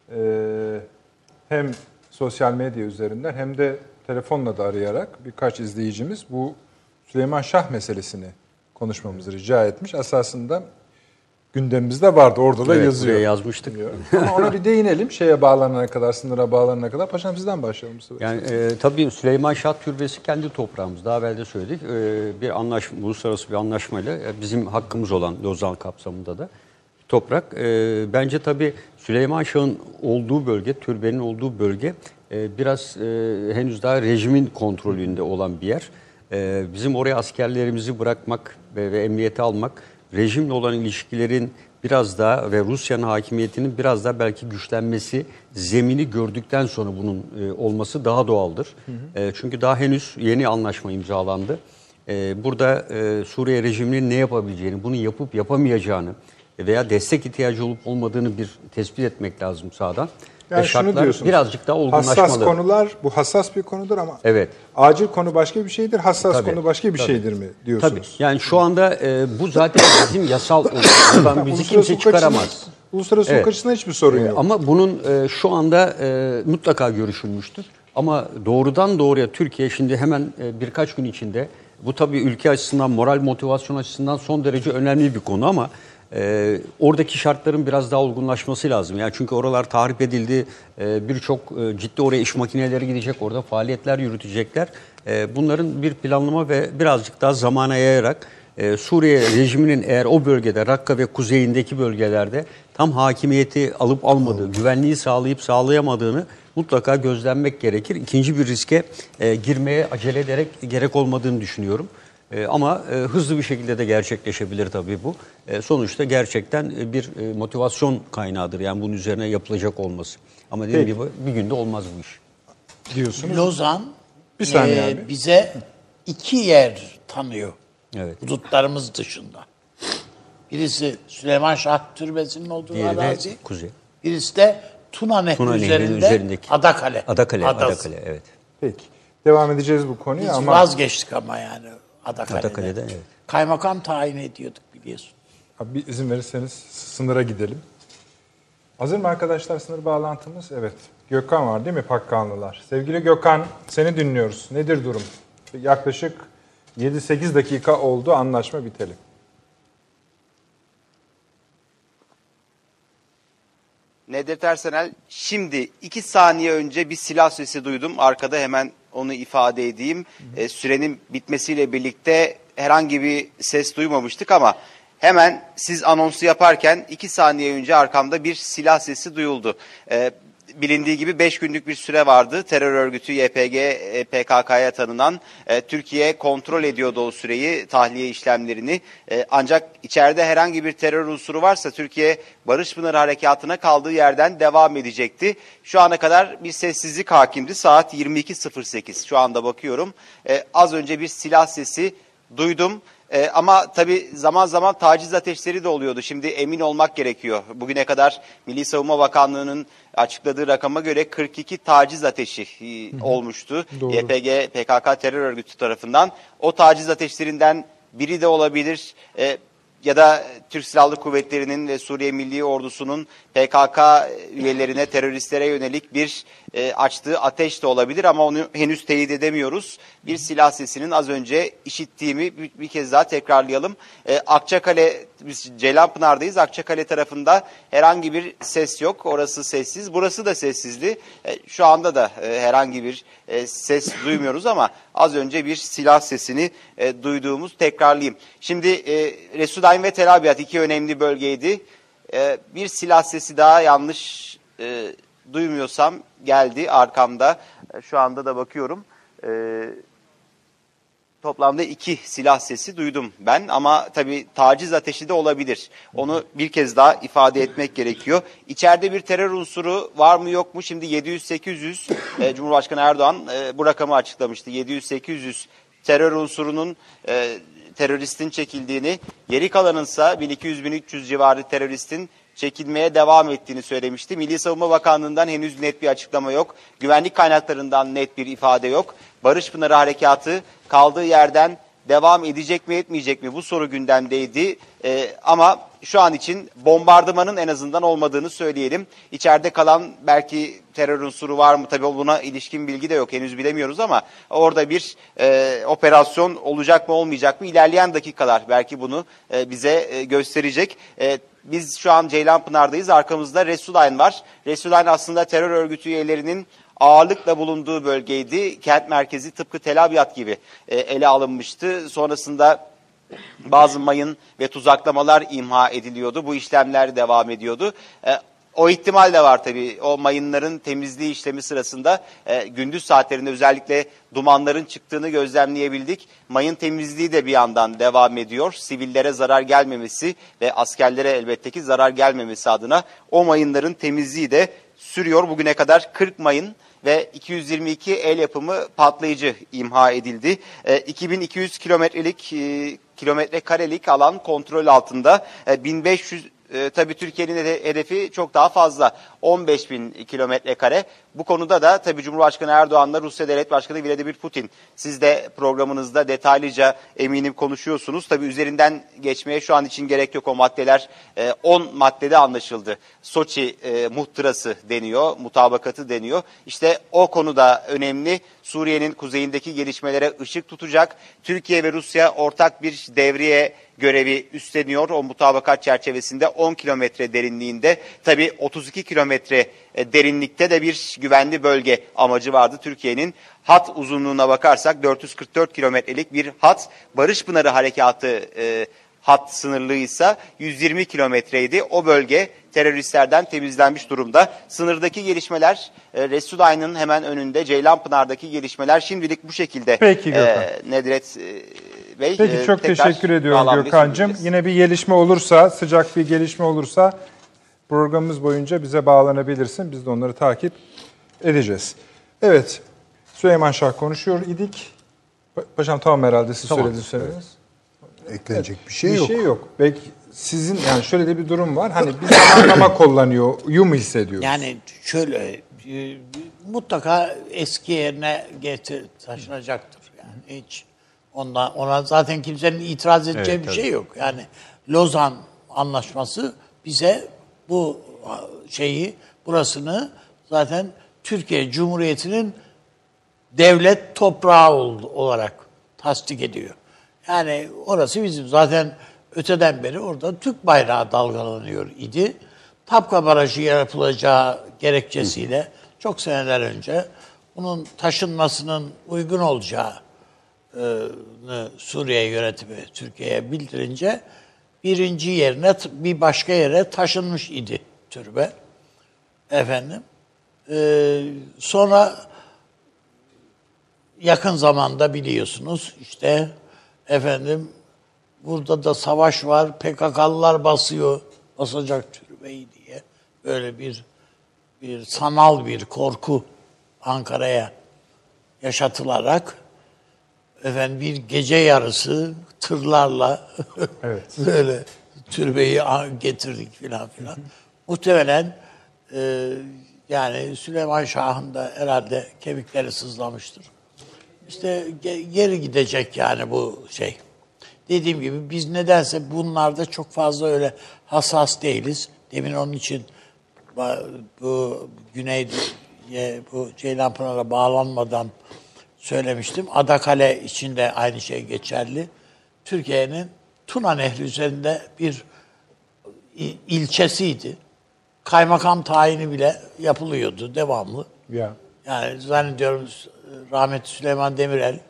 hem sosyal medya üzerinden hem de telefonla da arayarak birkaç izleyicimiz bu Süleyman Şah meselesini konuşmamızı rica etmiş. Esasında gündemimizde vardı. Orada da yazıyor. Buraya yazmıştık. Ama ona bir değinelim. Şeye bağlanana kadar, sınıra bağlanana kadar. Paşam sizden başlayalım. Yani tabii Süleyman Şah Türbesi kendi toprağımız. Daha evvel de söyledik. Bir uluslararası bir anlaşmayla bizim hakkımız olan Lozan kapsamında da toprak. Bence tabii Süleyman Şah'ın olduğu bölge, türbenin olduğu bölge biraz henüz daha rejimin kontrolünde olan bir yer. Bizim oraya askerlerimizi bırakmak ve emniyete almak, rejimle olan ilişkilerin biraz daha ve Rusya'nın hakimiyetinin biraz daha belki güçlenmesi, zemini gördükten sonra bunun olması daha doğaldır. Çünkü daha henüz yeni anlaşma imzalandı. Burada Suriye rejiminin ne yapabileceğini, bunu yapıp yapamayacağını veya destek ihtiyacı olup olmadığını bir tespit etmek lazım sahadan. Yani ve şunu şartlar diyorsunuz, birazcık daha olgunlaşmalı. hassas konular, bu hassas bir konudur ama evet. acil konu başka bir şeydir, hassas Tabii, konu başka bir şeydir mi diyorsunuz? Tabii. Yani şu anda bu zaten bizim yasal buradan bizi kimse çıkaramaz. Uluslararası hukuk açısından hiçbir sorun yok. Ama bunun şu anda mutlaka görüşülmüştür. Ama doğrudan doğruya Türkiye şimdi hemen birkaç gün içinde, bu tabii ülke açısından, moral motivasyon açısından son derece önemli bir konu ama Oradaki şartların biraz daha olgunlaşması lazım. Yani çünkü oralar tahrip edildi. Birçok ciddi oraya iş makineleri gidecek, orada faaliyetler yürütecekler. Bunların bir planlama ve birazcık daha zamana yayarak Suriye rejiminin eğer o bölgede, Rakka ve kuzeyindeki bölgelerde tam hakimiyeti alıp almadığı, güvenliği sağlayıp sağlayamadığını mutlaka gözlenmek gerekir. İkinci bir riske girmeye acele ederek gerek olmadığını düşünüyorum. Ama hızlı bir şekilde de gerçekleşebilir tabii bu. Sonuçta gerçekten bir motivasyon kaynağıdır. Yani bunun üzerine yapılacak olması. Ama dediğim gibi bir günde olmaz bu iş. Diyorsunuz. Lozan Bir saniye abi. bize 2 yer tanıyor. Evet. Hudutlarımız dışında. Birisi Süleyman Şah Türbesi'nin olduğu Diğeri de arazi. kuzey. Birisi de Tuna Nehri Tuna Nehri'nin üzerinde üzerindeki Adakale. Adakale, Adası. Adakale, evet. Peki. Devam edeceğiz bu konuya Biz ama vazgeçtik ama yani Adakale'de. Adakale'de, evet. Kaymakam tayin ediyorduk biliyorsun. abi bir izin verirseniz sınıra gidelim. Hazır mı arkadaşlar sınır bağlantımız? Evet. Gökhan var değil mi Pakkanlılar? Sevgili Gökhan seni dinliyoruz. Nedir durum? Yaklaşık 7-8 dakika oldu anlaşma biteli. Nedret Ersenel, şimdi 2 saniye önce bir silah sesi duydum. Arkada hemen onu ifade edeyim. Sürenin bitmesiyle birlikte herhangi bir ses duymamıştık ama hemen siz anonsu yaparken 2 saniye önce arkamda bir silah sesi duyuldu. Bilindiği gibi 5 günlük bir süre vardı. Terör örgütü YPG, PKK'ya tanınan. Türkiye kontrol ediyordu o süreyi, tahliye işlemlerini. Ancak içeride herhangi bir terör unsuru varsa Türkiye Barış Pınarı Harekatı'na kaldığı yerden devam edecekti. Şu ana kadar bir sessizlik hakimdi. Saat 22.08. Şu anda bakıyorum. Az önce bir silah sesi duydum. Ama tabii zaman zaman taciz ateşleri de oluyordu. Şimdi emin olmak gerekiyor. Bugüne kadar Milli Savunma Bakanlığı'nın açıkladığı rakama göre 42 taciz ateşi olmuştu. Doğru. YPG, PKK terör örgütü tarafından. O taciz ateşlerinden biri de olabilir. Ya da Türk Silahlı Kuvvetleri'nin ve Suriye Milli Ordusu'nun PKK üyelerine, teröristlere yönelik bir açtığı ateş de olabilir ama onu henüz teyit edemiyoruz. Bir silah sesinin az önce işittiğimi bir kez daha tekrarlayalım. Akçakale, biz Ceylanpınar'dayız. Akçakale tarafında herhangi bir ses yok. Orası sessiz. Burası da sessizdi. Şu anda da herhangi bir ses duymuyoruz ama az önce bir silah sesini duyduğumuz, tekrarlayayım. Şimdi Resulayn ve Tel Abyad 2 önemli bölgeydi. Bir silah sesi daha yanlış duymuyorsam geldi arkamda. Şu anda da bakıyorum. Toplamda 2 silah sesi duydum ben ama tabii taciz ateşi de olabilir. Onu bir kez daha ifade etmek gerekiyor. İçeride bir terör unsuru var mı yok mu? Şimdi 700-800 Cumhurbaşkanı Erdoğan bu rakamı açıklamıştı. 700-800 terör unsurunun teröristin çekildiğini, geri kalanınsa 1200-1300 civarı teröristin çekilmeye devam ettiğini söylemişti. Milli Savunma Bakanlığı'ndan henüz net bir açıklama yok. Güvenlik kaynaklarından net bir ifade yok. Barış Pınarı Harekatı kaldığı yerden devam edecek mi etmeyecek mi bu soru gündemdeydi. Ama şu an için bombardımanın en azından olmadığını söyleyelim. İçeride kalan belki terör unsuru var mı? Tabii buna ilişkin bilgi de yok. Henüz bilemiyoruz ama orada bir operasyon olacak mı olmayacak mı? İlerleyen dakikalar belki bunu bize gösterecek. Biz şu an Ceylanpınar'dayız. Arkamızda Resulayn var. Resulayn aslında terör örgütü üyelerinin ağırlıkla bulunduğu bölgeydi. Kent merkezi tıpkı Tel Abyad gibi ele alınmıştı. Sonrasında bazı mayın ve tuzaklamalar imha ediliyordu. Bu işlemler devam ediyordu. O ihtimal de var tabii. O mayınların temizliği işlemi sırasında gündüz saatlerinde özellikle dumanların çıktığını gözlemleyebildik. Mayın temizliği de bir yandan devam ediyor. Sivillere zarar gelmemesi ve askerlere elbette ki zarar gelmemesi adına o mayınların temizliği de sürüyor. Bugüne kadar 40 mayın ve 222 el yapımı patlayıcı imha edildi. 2200 kilometre karelik alan kontrol altında. 1500 tabii Türkiye'nin hedefi çok daha fazla. 15 bin kilometre kare. Bu konuda da tabii Cumhurbaşkanı Erdoğan'la Rusya Devlet Başkanı Vladimir Putin. Siz de programınızda detaylıca eminim konuşuyorsunuz. Tabii üzerinden geçmeye şu an için gerek yok. O maddeler 10 maddede anlaşıldı. Soçi muhtırası deniyor, mutabakatı deniyor. İşte o konuda önemli. Suriye'nin kuzeyindeki gelişmelere ışık tutacak. Türkiye ve Rusya ortak bir devriye görevi üstleniyor. O mutabakat çerçevesinde 10 kilometre derinliğinde, tabii 32 kilometre derinlikte de bir güvenli bölge amacı vardı Türkiye'nin. Hat uzunluğuna bakarsak 444 kilometrelik bir hat. Barış Pınarı Harekatı hat sınırlıysa 120 kilometreydi. O bölge teröristlerden temizlenmiş durumda. Sınırdaki gelişmeler, Resulayn'ın hemen önünde Ceylanpınar'daki gelişmeler şimdilik bu şekilde. Peki Gökhan. Nedret Bey. Peki çok teşekkür ediyorum Gökhan'cığım. Yine bir gelişme olursa, sıcak bir gelişme olursa programımız boyunca bize bağlanabilirsin. Biz de onları takip edeceğiz. Evet, Süleyman Şah konuşuyor idik. Paşam tamam herhalde siz söylediniz. Eklenecek bir şey Bir yok. şey yok. Belki sizin yani şöyle de bir durum var. Hani bir zamanlama kullanıyor, mu hissediyoruz? Yani şöyle mutlaka eski yerine taşınacaktır. Yani hiç ona zaten kimsenin itiraz edeceği bir şey yok. Yani Lozan Anlaşması bize bu burasını zaten Türkiye Cumhuriyeti'nin devlet toprağı olarak tasdik ediyor. Yani orası bizim. Zaten öteden beri orada Türk bayrağı dalgalanıyor idi. Tapka Barajı yapılacağı gerekçesiyle çok seneler önce bunun taşınmasının uygun olacağını Suriye yönetimi Türkiye'ye bildirince birinci yerine bir başka yere taşınmış idi türbe. Sonra yakın zamanda biliyorsunuz işte burada da savaş var, PKK'lılar basacak türbeyi diye böyle bir sanal bir korku Ankara'ya yaşatılarak bir gece yarısı tırlarla böyle türbeyi getirdik filan. Muhtemelen yani Süleyman Şah'ın da herhalde kemikleri sızlamıştır. İşte geri gidecek yani bu şey. Dediğim gibi biz nedense bunlarda çok fazla öyle hassas değiliz. Demin onun için bu bu Ceylanpınar'a bağlanmadan söylemiştim. Adakale için de aynı şey geçerli. Türkiye'nin Tuna Nehri üzerinde bir ilçesiydi. Kaymakam tayini bile yapılıyordu devamlı. Ya. Yani zannediyorum rahmetli Süleyman Demirel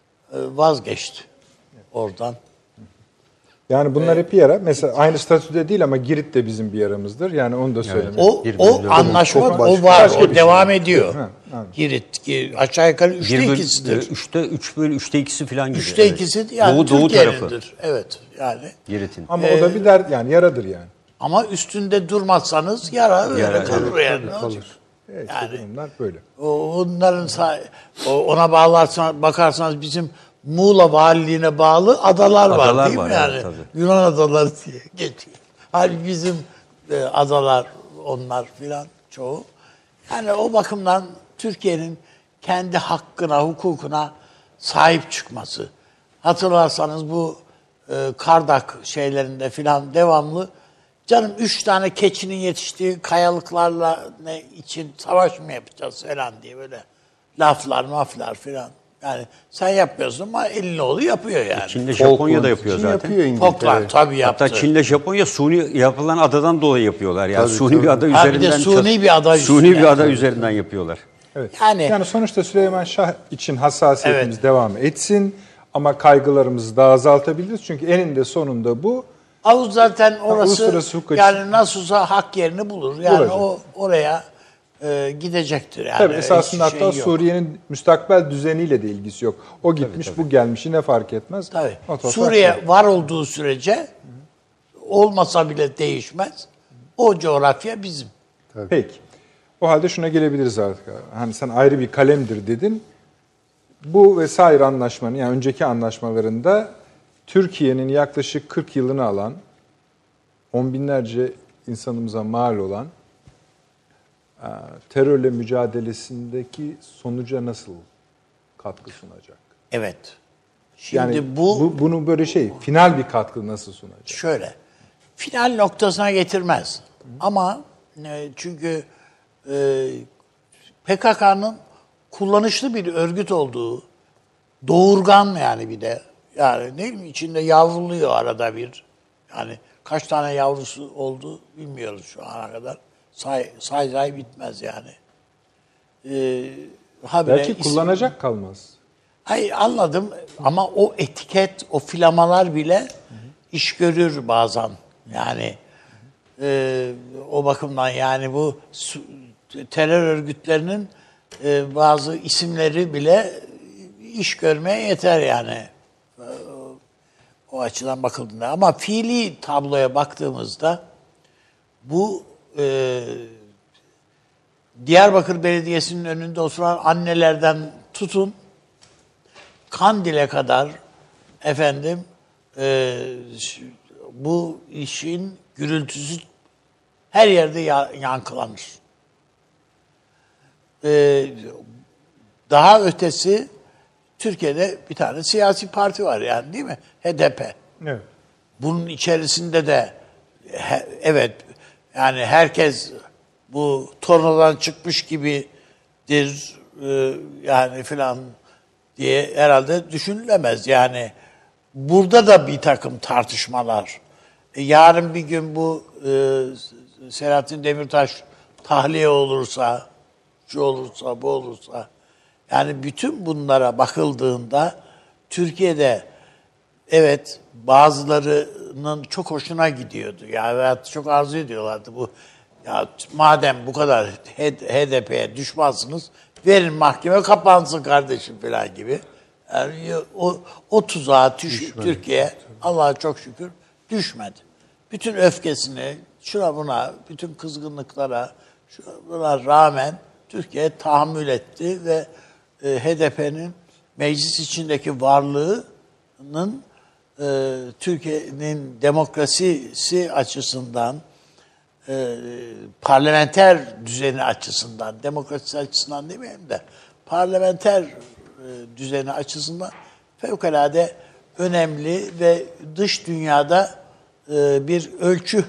vazgeçti oradan. Yani bunlar hep bir yara. Mesela aynı statüde değil ama Girit de bizim bir yaramızdır. Yani onu da söylemek. O anlaşma o var. O devam ediyor. Girit aşağı yukarı 3'te 2'sidir. 3 bölü 3'te 2'si falan gibi. 3'te 2'si yani Doğu tarafı. Türkiye'nindir. Evet yani. Girit'in. Ama o da bir dert yani yaradır yani. Ama üstünde durmazsanız yara öyle kalır yani. Kalır. Evet, yani onlar böyle. Onların ona bakarsanız bizim Muğla valiliğine bağlı adalar var değil mi yani? Evet, Yunan adaları diye geçiyor. Halbuki bizim adalar onlar filan çoğu. Yani o bakımdan Türkiye'nin kendi hakkına, hukukuna sahip çıkması. Hatırlarsanız bu Kardak şeylerinde filan devamlı canım 3 tane keçinin yetiştiği kayalıklarla ne için savaş mı yapacağız falan diye böyle laflar filan. Yani sen yapmıyorsun ama elinoğlu yapıyor yani. Çin'le Japonya da yapıyor zaten. Yapıyor Falkland tabii yaptı. Hatta Çin'le Japonya suni yapılan adadan dolayı yapıyorlar. Yani tabii, suni bir ada üzerinden. Bir de suni bir ada üzerinden yapıyorlar. Evet. Yani sonuçta Süleyman Şah için hassasiyetimiz devam etsin ama kaygılarımızı da azaltabiliriz. Çünkü eninde sonunda bu zaten orası yani nasılsa hak yerini bulur. Yani o oraya gidecektir. Yani tabii esasında hatta Suriye'nin müstakbel düzeniyle de ilgisi yok. O gitmiş, bu gelmiş, ne fark etmez. Tabii. Suriye var olduğu sürece olmasa bile değişmez. O coğrafya bizim. Tabii. Peki. O halde şuna gelebiliriz artık. Hani sen ayrı bir kalemdir dedin. Bu vesaire anlaşmanın yani önceki anlaşmalarında Türkiye'nin yaklaşık 40 yılını alan on binlerce insanımıza mal olan terörle mücadelesindeki sonuca nasıl katkı sunacak? Evet. Şimdi Yani bunu böyle final bir katkı nasıl sunacak? Şöyle, final noktasına getirmez. Ama çünkü PKK'nın kullanışlı bir örgüt olduğu, doğurgan yani bir de, yani değil mi? İçinde yavruluyor arada bir. Yani kaç tane yavrusu oldu bilmiyoruz şu ana kadar. Say bitmez yani. Belki kullanacak kalmaz. Hayır, anladım ama o etiket, o flamalar bile iş görür bazen. Yani o bakımdan yani bu terör örgütlerinin bazı isimleri bile iş görmeye yeter yani. O açıdan bakıldığında. Ama fiili tabloya baktığımızda bu Diyarbakır Belediyesi'nin önünde oturan annelerden tutun Kandil'e kadar bu işin gürültüsü her yerde yankılanır. Daha ötesi Türkiye'de bir tane siyasi parti var yani, değil mi? HDP. Evet. Bunun içerisinde de evet yani herkes bu tornadan çıkmış gibidir yani filan diye herhalde düşünülemez. Yani burada da bir takım tartışmalar. Yarın bir gün bu Selahattin Demirtaş tahliye olursa, şu olursa, bu olursa, yani bütün bunlara bakıldığında Türkiye'de evet bazılarının çok hoşuna gidiyordu. Yani veya çok arzu ediyorlardı bu. Ya madem bu kadar HDP'ye düşmansınız, verin mahkeme kapansın kardeşim falan gibi. Yani o tuzağa Türkiye Allah'a çok şükür düşmedi. Bütün öfkesini şuna buna, bütün kızgınlıklara buna rağmen Türkiye tahammül etti ve HDP'nin meclis içindeki varlığının Türkiye'nin demokrasisi açısından, parlamenter düzeni açısından, demokrasi açısından demeyeyim de parlamenter düzeni açısından fevkalade önemli ve dış dünyada bir ölçü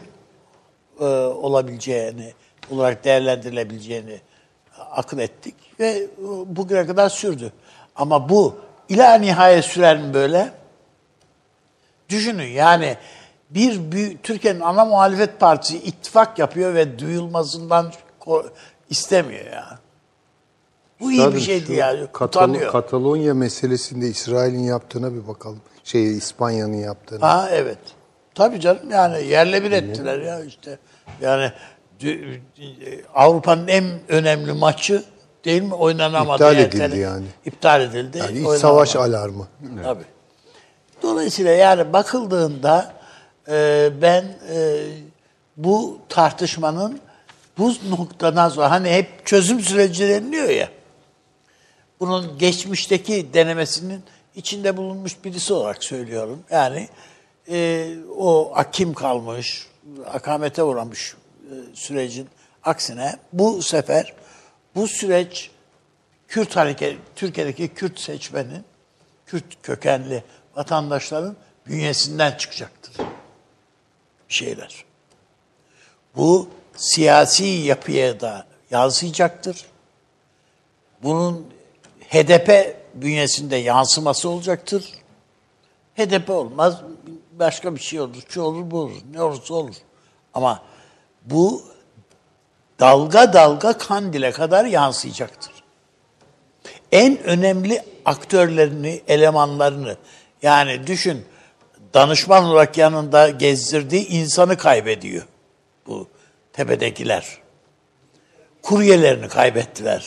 olarak değerlendirilebileceğini akıl ettik ve bugüne kadar sürdü. Ama bu ila nihayet sürer mi böyle? Düşünün yani Türkiye'nin ana muhalefet partisi ittifak yapıyor ve duyulmasından istemiyor ya. Bu iyi bir şey değil yani. Katalonya meselesinde İsrail'in yaptığına bir bakalım. İspanya'nın yaptığına. Evet. Tabii canım yani yerle bir ettiler ya işte. Yani Avrupa'nın en önemli maçı değil mi? Oynanamadı. İptal edildi yani. İptal edildi. Yani iç savaş alarmı. Evet. Tabii. Dolayısıyla yani bakıldığında ben bu tartışmanın bu noktadan sonra hani hep çözüm süreci deniliyor ya, bunun geçmişteki denemesinin içinde bulunmuş birisi olarak söylüyorum. Yani o akim kalmış, akamete uğramış sürecin aksine bu sefer bu süreç Türkiye'deki Kürt seçmenin, Kürt kökenli vatandaşların bünyesinden çıkacaktır bir şeyler. Bu siyasi yapıya da yansıyacaktır. Bunun HDP bünyesinde yansıması olacaktır. HDP olmaz, başka bir şey olur, şu olur, bu olur, ne olursa olur. Ama bu dalga dalga Kandil'e kadar yansıyacaktır. En önemli aktörlerini, elemanlarını, yani düşün, danışman olarak yanında gezdirdiği insanı kaybediyor bu tepedekiler. Kuryelerini kaybettiler.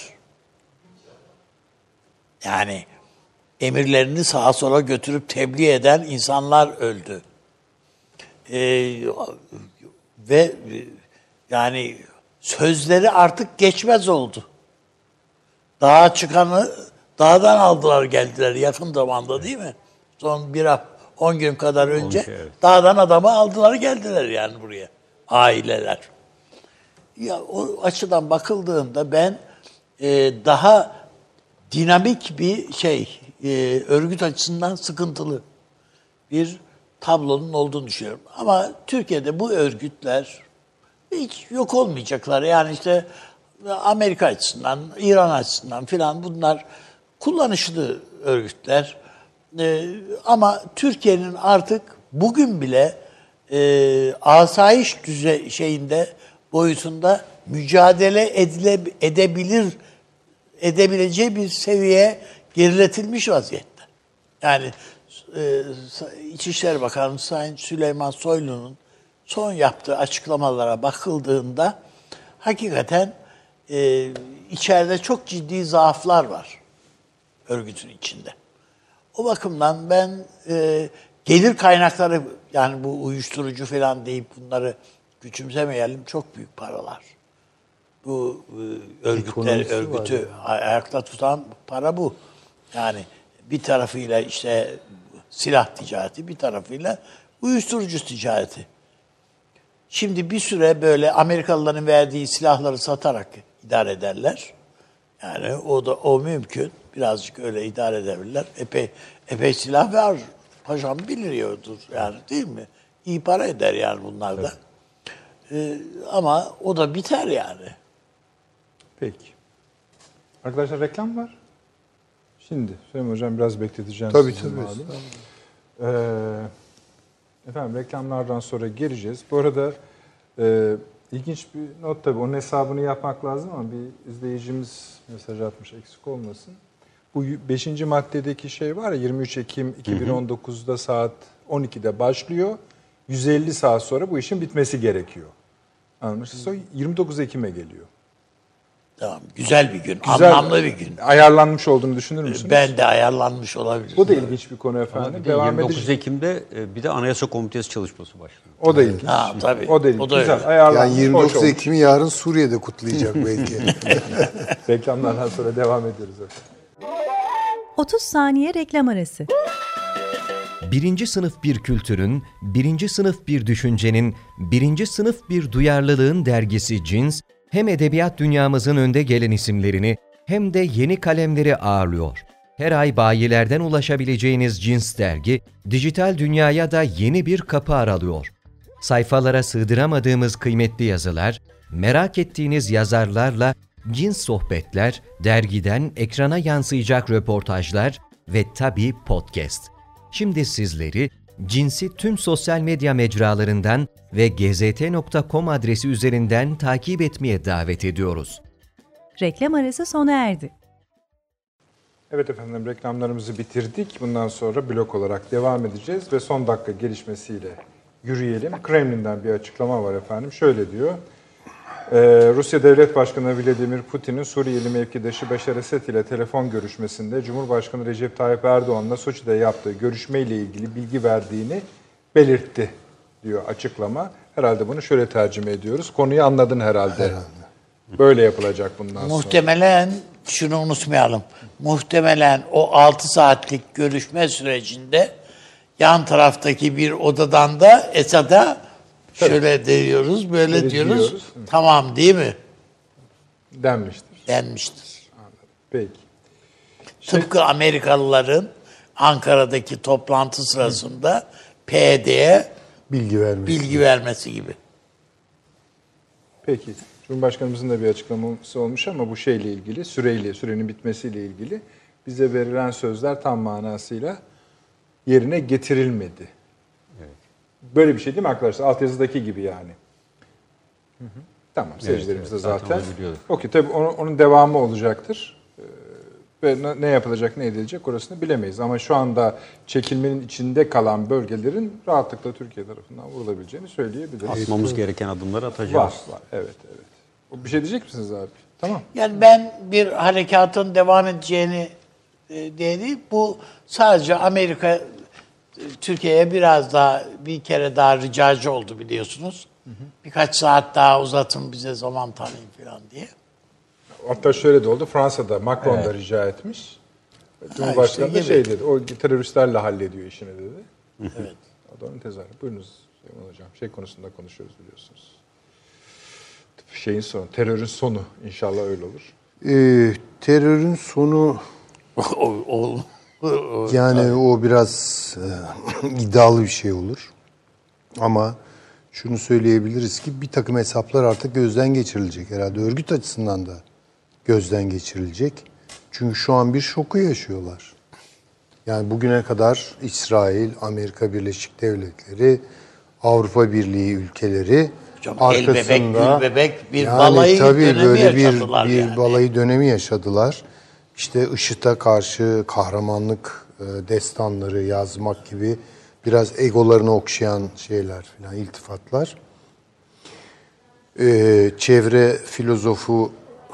Yani emirlerini sağa sola götürüp tebliğ eden insanlar öldü. Ve yani sözleri artık geçmez oldu. Dağa çıkanı dağdan aldılar geldiler yakın zamanda, değil mi? Son 10 gün kadar önce evet. dağdan adamı aldılar geldiler yani buraya. Aileler. Ya o açıdan bakıldığında ben daha dinamik bir örgüt açısından sıkıntılı bir tablonun olduğunu düşünüyorum. Ama Türkiye'de bu örgütler hiç yok olmayacaklar. Yani işte Amerika açısından, İran açısından filan bunlar kullanışlı örgütler. Ama Türkiye'nin artık bugün bile asayiş boyutunda mücadele edebileceği bir seviyeye geriletilmiş vaziyette. Yani İçişleri Bakanı Sayın Süleyman Soylu'nun son yaptığı açıklamalara bakıldığında hakikaten içeride çok ciddi zaaflar var örgütün içinde. O bakımdan ben gelir kaynakları, yani bu uyuşturucu falan deyip bunları küçümsemeyelim, çok büyük paralar. Bu örgütü ayakta tutan para bu. Yani bir tarafıyla işte silah ticareti, bir tarafıyla uyuşturucu ticareti. Şimdi bir süre böyle Amerikalıların verdiği silahları satarak idare ederler. Yani o mümkün. Birazcık öyle idare edebilirler. Epey silah var. Paşam biliyordur yani, değil mi? İyi para eder yani bunlar da. Evet. Ama o da biter yani. Peki. Arkadaşlar reklam var. Şimdi Süleyman Hocam biraz bekleteceğim. Tabii. Efendim reklamlardan sonra geleceğiz. Bu arada ilginç bir not tabii. Onun hesabını yapmak lazım ama bir izleyicimiz mesaj atmış, eksik olmasın. Bu 5. maddedeki şey var ya, 23 Ekim 2019'da saat 12'de başlıyor. 150 saat sonra bu işin bitmesi gerekiyor. Anlaşıldı. Sonra 29 Ekim'e geliyor. Tamam. Güzel bir gün. Anlamlı bir gün. Ayarlanmış olduğunu düşünür müsünüz? Ben de ayarlanmış olabilir. Bu da ilginç bir konu efendim. Bir de 29 Ekim'de bir de Anayasa Komitesi çalışması başlıyor. O da ilginç. Ha, tabii. O da ilginç. O da güzel. öyle. Ayarlanmış. Yani 29 Ekim'i yarın Suriye'de kutlayacak belki. Reklamlardan sonra devam ediyoruz efendim. 30 saniye reklam arası. Birinci sınıf bir kültürün, birinci sınıf bir düşüncenin, birinci sınıf bir duyarlılığın dergisi Cins, hem edebiyat dünyamızın önde gelen isimlerini hem de yeni kalemleri ağırlıyor. Her ay bayilerden ulaşabileceğiniz Cins dergi, dijital dünyaya da yeni bir kapı aralıyor. Sayfalara sığdıramadığımız kıymetli yazılar, merak ettiğiniz yazarlarla cins sohbetler, dergiden ekrana yansıyacak röportajlar ve tabii podcast. Şimdi sizleri Cins'i tüm sosyal medya mecralarından ve gzt.com adresi üzerinden takip etmeye davet ediyoruz. Reklam arası sona erdi. Evet efendim, reklamlarımızı bitirdik. Bundan sonra blok olarak devam edeceğiz ve son dakika gelişmesiyle yürüyelim. Kremlin'den bir açıklama var efendim. Şöyle diyor. Rusya Devlet Başkanı Vladimir Putin'in Suriyeli mevkidaşı Beşar Esed ile telefon görüşmesinde Cumhurbaşkanı Recep Tayyip Erdoğan'la Soçi'de yaptığı görüşmeyle ilgili bilgi verdiğini belirtti diyor açıklama. Herhalde bunu şöyle tercüme ediyoruz. Konuyu anladın herhalde. Böyle yapılacak bundan sonra. Muhtemelen şunu unutmayalım. Muhtemelen o 6 saatlik görüşme sürecinde yan taraftaki bir odadan da Esad'a şöyle diyoruz, böyle diyoruz. Tamam değil mi? Denmiştir. Anladım. Peki. Tıpkı Amerikalıların Ankara'daki toplantı sırasında PYD'ye bilgi vermesi gibi. Peki. Cumhurbaşkanımızın da bir açıklaması olmuş ama bu şeyle ilgili, sürenin bitmesiyle ilgili bize verilen sözler tam manasıyla yerine getirilmedi. Evet. Böyle bir şey değil mi arkadaşlar? Altyazıdaki gibi yani. Tamam, seyircilerimiz de zaten. Okey, tabii onun devamı olacaktır. Ve ne yapılacak, ne edilecek orasını bilemeyiz. Ama şu anda çekilmenin içinde kalan bölgelerin rahatlıkla Türkiye tarafından vurulabileceğini söyleyebiliriz. Atmamız gereken adımları atacağız. Var. Evet. Bir şey diyecek misiniz abi? Tamam. Yani ben bir harekatın devam edeceğini değil, bu sadece Amerika Türkiye'ye bir kere daha ricacı oldu biliyorsunuz. Birkaç saat daha uzatın, bize zaman tanıyın falan diye. Hatta şöyle de oldu. Fransa'da Macron da rica etmiş. Cumhurbaşkanı da şey dedi. O teröristlerle hallediyor işini dedi. Evet. O da onun tezahürü. Buyurunuz Süleyman Hocam. Şey konusunda konuşuyoruz biliyorsunuz. Şeyin sonu, terörün sonu inşallah öyle olur. Terörün sonu yani o biraz iddialı bir şey olur. Ama şunu söyleyebiliriz ki bir takım hesaplar artık gözden geçirilecek. Herhalde örgüt açısından da gözden geçirilecek. Çünkü şu an bir şoku yaşıyorlar. Yani bugüne kadar İsrail, Amerika Birleşik Devletleri, Avrupa Birliği ülkeleri Hocam, arkasında el bebek, gül bebek bir yani balayı tabii dönemi böyle yaşadılar bir yani. balayı dönemi yaşadılar. İşte IŞİD'e karşı kahramanlık destanları yazmak gibi biraz egolarını okşayan şeyler falan, iltifatlar. Çevre filozofu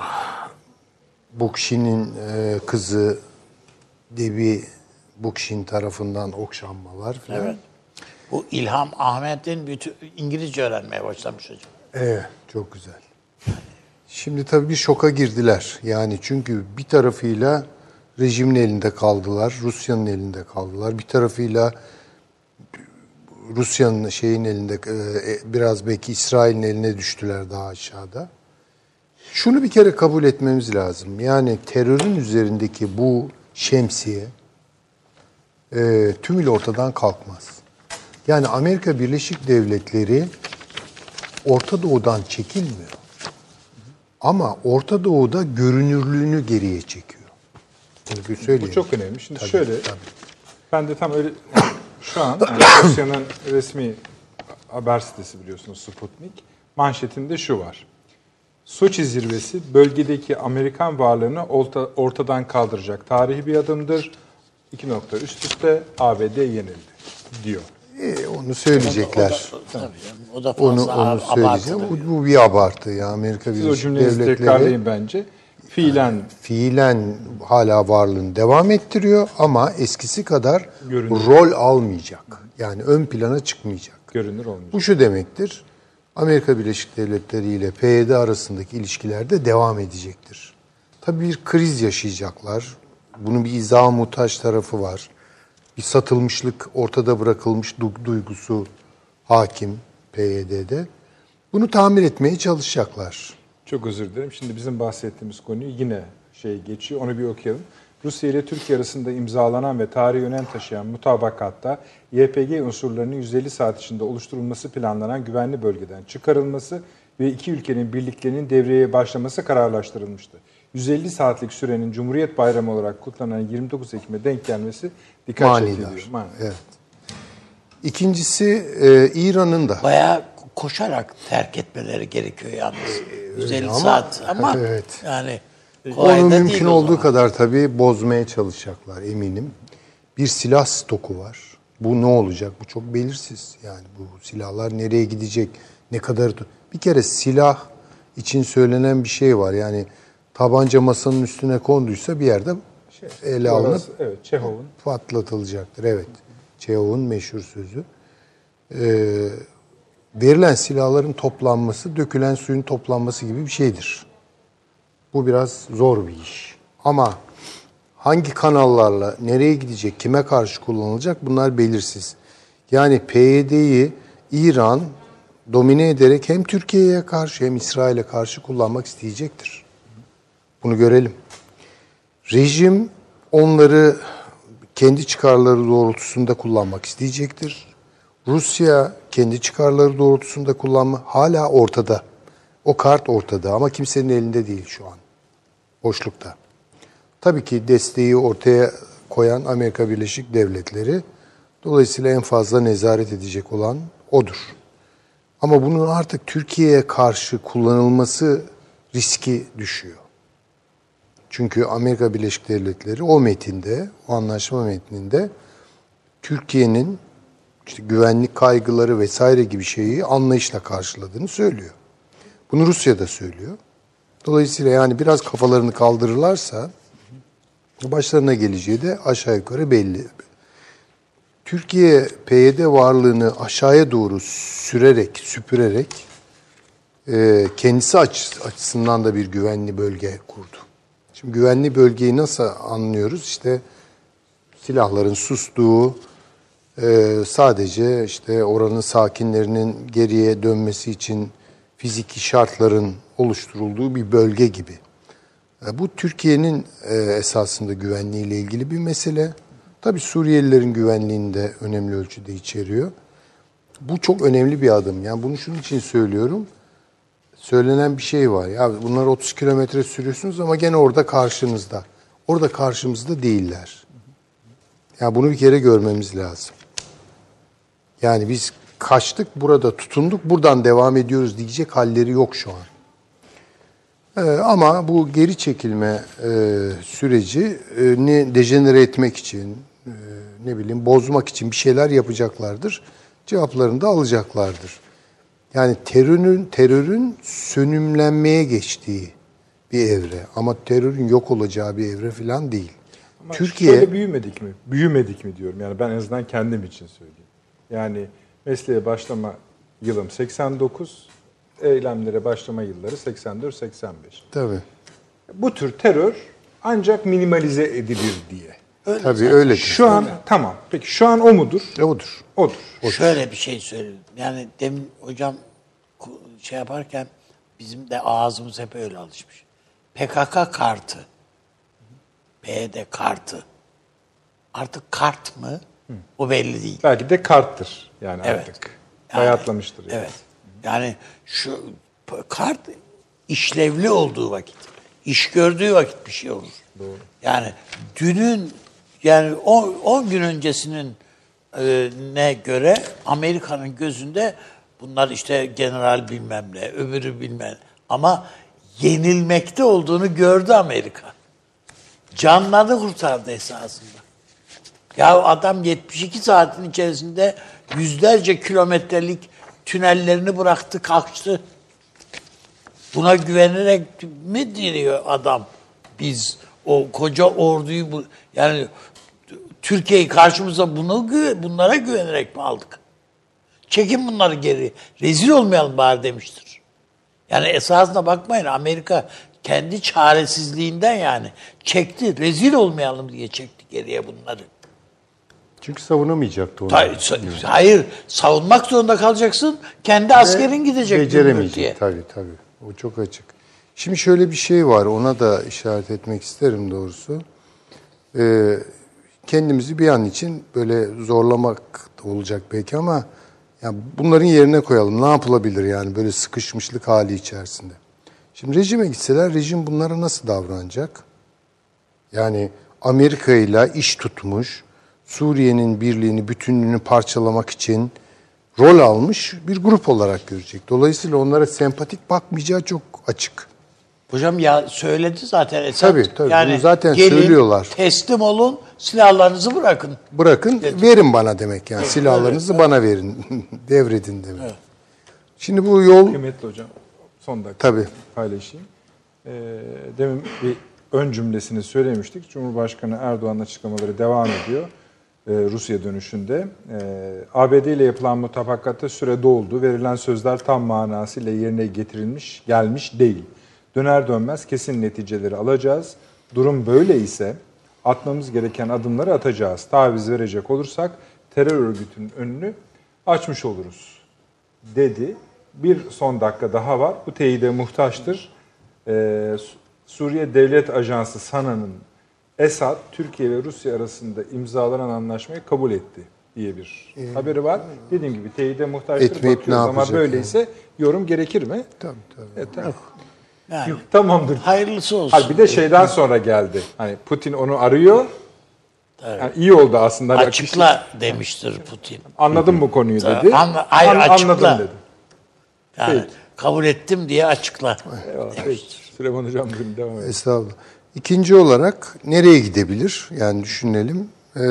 Bookchin'in kızı Debbie Bookchin tarafından okşanmalar falan. Evet. Bu İlham Ahmet'in bütün İngilizce öğrenmeye başlamış hocam. Evet, çok güzel. Şimdi tabii bir şoka girdiler. Yani çünkü bir tarafıyla rejimin elinde kaldılar, Rusya'nın elinde kaldılar. Bir tarafıyla Rusya'nın elinde, biraz belki İsrail'in eline düştüler daha aşağıda. Şunu bir kere kabul etmemiz lazım. Yani terörün üzerindeki bu şemsiye tümüyle ortadan kalkmaz. Yani Amerika Birleşik Devletleri Orta Doğu'dan çekilmiyor. Ama Orta Doğu'da görünürlüğünü geriye çekiyor. Bunu söyleyeyim. Bu çok önemli. Şimdi Tabii, şöyle, tabii. ben de tam öyle şu an Rusya'nın resmi haber sitesi biliyorsunuz Sputnik. Manşetinde şu var. Soçi zirvesi bölgedeki Amerikan varlığını ortadan kaldıracak tarihi bir adımdır. 2 nokta üst üste ABD yenildi diyor. Onu söyleyecekler. Tabii canım, o da Onu fazla söyleyeceğim. abartılı. Bu bir abartı ya. Amerika Siz o Birleşik cümlenizi Devletleri tekrarlayın bence. fiilen hala varlığını devam ettiriyor ama eskisi kadar Görünür. rol almayacak. Yani ön plana çıkmayacak. Görünür olmuş. Bu şu demektir. Amerika Birleşik Devletleri ile PYD arasındaki ilişkiler de devam edecektir. Tabii bir kriz yaşayacaklar. Bunun bir izah muhtaç tarafı var. Bir satılmışlık, ortada bırakılmış duygusu hakim PYD'de. Bunu tamir etmeye çalışacaklar. Çok özür dilerim. Şimdi bizim bahsettiğimiz konuyu yine geçiyor. Onu bir okuyalım. Rusya ile Türkiye arasında imzalanan ve tarihi önem taşıyan mutabakatta YPG unsurlarının 150 saat içinde oluşturulması planlanan güvenli bölgeden çıkarılması ve iki ülkenin birliklerinin devreye başlaması kararlaştırılmıştı. 150 saatlik sürenin Cumhuriyet Bayramı olarak kutlanan 29 Ekim'e denk gelmesi dikkat çekiliyor. Evet. İkincisi İran'ın da. Bayağı koşarak terk etmeleri gerekiyor yalnız. 150 ama- saat ama evet. yani kolay Onu da mümkün değil o olduğu zaman. kadar tabii bozmaya çalışacaklar eminim. Bir silah stoku var. Bu ne olacak? Bu çok belirsiz. Yani bu silahlar nereye gidecek? Ne kadar... Bir kere silah için söylenen bir şey var. Yani tabanca masanın üstüne konduysa bir yerde ele alınıp Evet, Çehov'un. patlatılacaktır. Evet. Çehov'un meşhur sözü. Verilen silahların toplanması, dökülen suyun toplanması gibi bir şeydir. Bu biraz zor bir iş. Ama hangi kanallarla, nereye gidecek, kime karşı kullanılacak bunlar belirsiz. Yani PYD'yi İran domine ederek hem Türkiye'ye karşı hem İsrail'e karşı kullanmak isteyecektir. Bunu görelim. Rejim onları kendi çıkarları doğrultusunda kullanmak isteyecektir. Rusya kendi çıkarları doğrultusunda hala ortada. O kart ortada ama kimsenin elinde değil şu an. Boşlukta. Tabii ki desteği ortaya koyan Amerika Birleşik Devletleri, dolayısıyla en fazla nezaret edecek olan odur. Ama bunun artık Türkiye'ye karşı kullanılması riski düşüyor. Çünkü Amerika Birleşik Devletleri o metinde, o anlaşma metninde Türkiye'nin işte güvenlik kaygıları vesaire gibi şeyi anlayışla karşıladığını söylüyor. Bunu Rusya da söylüyor. Dolayısıyla yani biraz kafalarını kaldırırlarsa başlarına geleceği de aşağı yukarı belli. Türkiye PYD varlığını aşağıya doğru süpürerek kendisi açısından da bir güvenli bölge kurdu. Şimdi güvenli bölgeyi nasıl anlıyoruz? İşte silahların sustuğu, Sadece işte oranın sakinlerinin geriye dönmesi için fiziki şartların oluşturulduğu bir bölge gibi. Bu Türkiye'nin esasında güvenliğiyle ilgili bir mesele. Tabii Suriyelilerin güvenliğini de önemli ölçüde içeriyor. Bu çok önemli bir adım. Yani bunu şunun için söylüyorum. Söylenen bir şey var. Ya bunlar 30 kilometre sürüyorsunuz ama gene orada karşınızda. Orada karşımızda değiller. Yani bunu bir kere görmemiz lazım. Yani biz kaçtık, burada tutunduk, buradan devam ediyoruz diyecek halleri yok şu an. Ama bu geri çekilme sürecini dejenere etmek için, bozmak için bir şeyler yapacaklardır. Cevaplarını da alacaklardır. Yani terörün sönümlenmeye geçtiği bir evre. Ama terörün yok olacağı bir evre falan değil. Ama Türkiye şöyle büyümedik mi? Büyümedik mi diyorum. Yani ben en azından kendim için söyleyeyim. Yani mesleğe başlama yılım 89, eylemlere başlama yılları 84-85. tabii. Bu tür terör ancak minimalize edilir diye. Tabii öyle. Şu an tamam. Peki şu an o mudur? Odur. Odur. Şöyle bir şey söyleyeyim. Yani demin hocam şey yaparken bizim de ağzımız hep öyle alışmış. PKK kartı, PYD kartı. Artık kart mı? O belli değil. Belki de karttır yani Evet. artık. Yani, Hayatlamıştır. Yani. Evet. Yani şu kart işlevli olduğu vakit, iş gördüğü vakit bir şey olur. Doğru. Yani dünün, yani 10 gün öncesinin ne göre Amerika'nın gözünde bunlar işte general bilmem ne, öbürü bilmem, ama yenilmekte olduğunu gördü Amerika. Canlarını kurtardı esasında. Ya adam 72 saatin içerisinde yüzlerce kilometrelik tünellerini bıraktı, kaçtı. Buna güvenerek mi diyor adam? Biz o koca orduyu yani Türkiye'yi karşımıza bunlara güvenerek mi aldık? Çekin bunları geri. Rezil olmayalım bari demiştir. Yani esasına bakmayın, Amerika kendi çaresizliğinden yani çekti. Rezil olmayalım diye çekti geriye bunları. Çünkü savunamayacaktı onu. Hayır, savunmak zorunda kalacaksın. Kendi askerin gidecek. Beceremeyecek tabii. O çok açık. Şimdi şöyle bir şey var, ona da işaret etmek isterim doğrusu. Kendimizi bir an için böyle zorlamak olacak belki ama yani bunların yerine koyalım. Ne yapılabilir yani böyle sıkışmışlık hali içerisinde? Şimdi rejime gitseler rejim bunlara nasıl davranacak? Yani Amerika ile iş tutmuş, Suriye'nin birliğini, bütünlüğünü parçalamak için rol almış bir grup olarak görecek. Dolayısıyla onlara sempatik bakmayacağı çok açık. Hocam ya söyledi zaten Esad. Tabii. Yani Bunu zaten gelin, söylüyorlar. teslim olun, silahlarınızı bırakın. Bırakın, verin bana demek yani. Silahlarınızı bana verin, devredin demek. Evet. Şimdi bu yol... Kıymetli hocam, son dakika Tabii. paylaşayım. Demin bir ön cümlesini söylemiştik. Cumhurbaşkanı Erdoğan'ın açıklamaları devam ediyor. Rusya dönüşünde. ABD ile yapılan mutabakatta süre doldu. Verilen sözler tam manasıyla yerine gelmiş değil. Döner dönmez kesin neticeleri alacağız. Durum böyle ise atmamız gereken adımları atacağız. Taviz verecek olursak terör örgütünün önünü açmış oluruz dedi. Bir son dakika daha var. Bu teyide muhtaçtır. Suriye Devlet Ajansı SANA'nın Esad, Türkiye ve Rusya arasında imzalanan anlaşmayı kabul etti diye bir haberi var. Dediğim gibi teyide muhtaçtır. Etmeyip bakıyoruz ne ama yapacak böyleyse yani? Yorum gerekir mi? Tabii. Tamam. Yani, Yok, tamamdır. hayırlısı olsun. Hayır, bir de şeyden sonra geldi. Hani Putin onu arıyor. Yani iyi oldu aslında. Açıkla demiştir Putin. Anladın mı konuyu dedi. Hayır, açıkla. Anladım dedi. Yani Peki. kabul ettim diye açıkla. Eyvallah. Peki. Süleyman Hocam buyurun devam edelim. Estağfurullah. İkinci olarak nereye gidebilir? Yani düşünelim.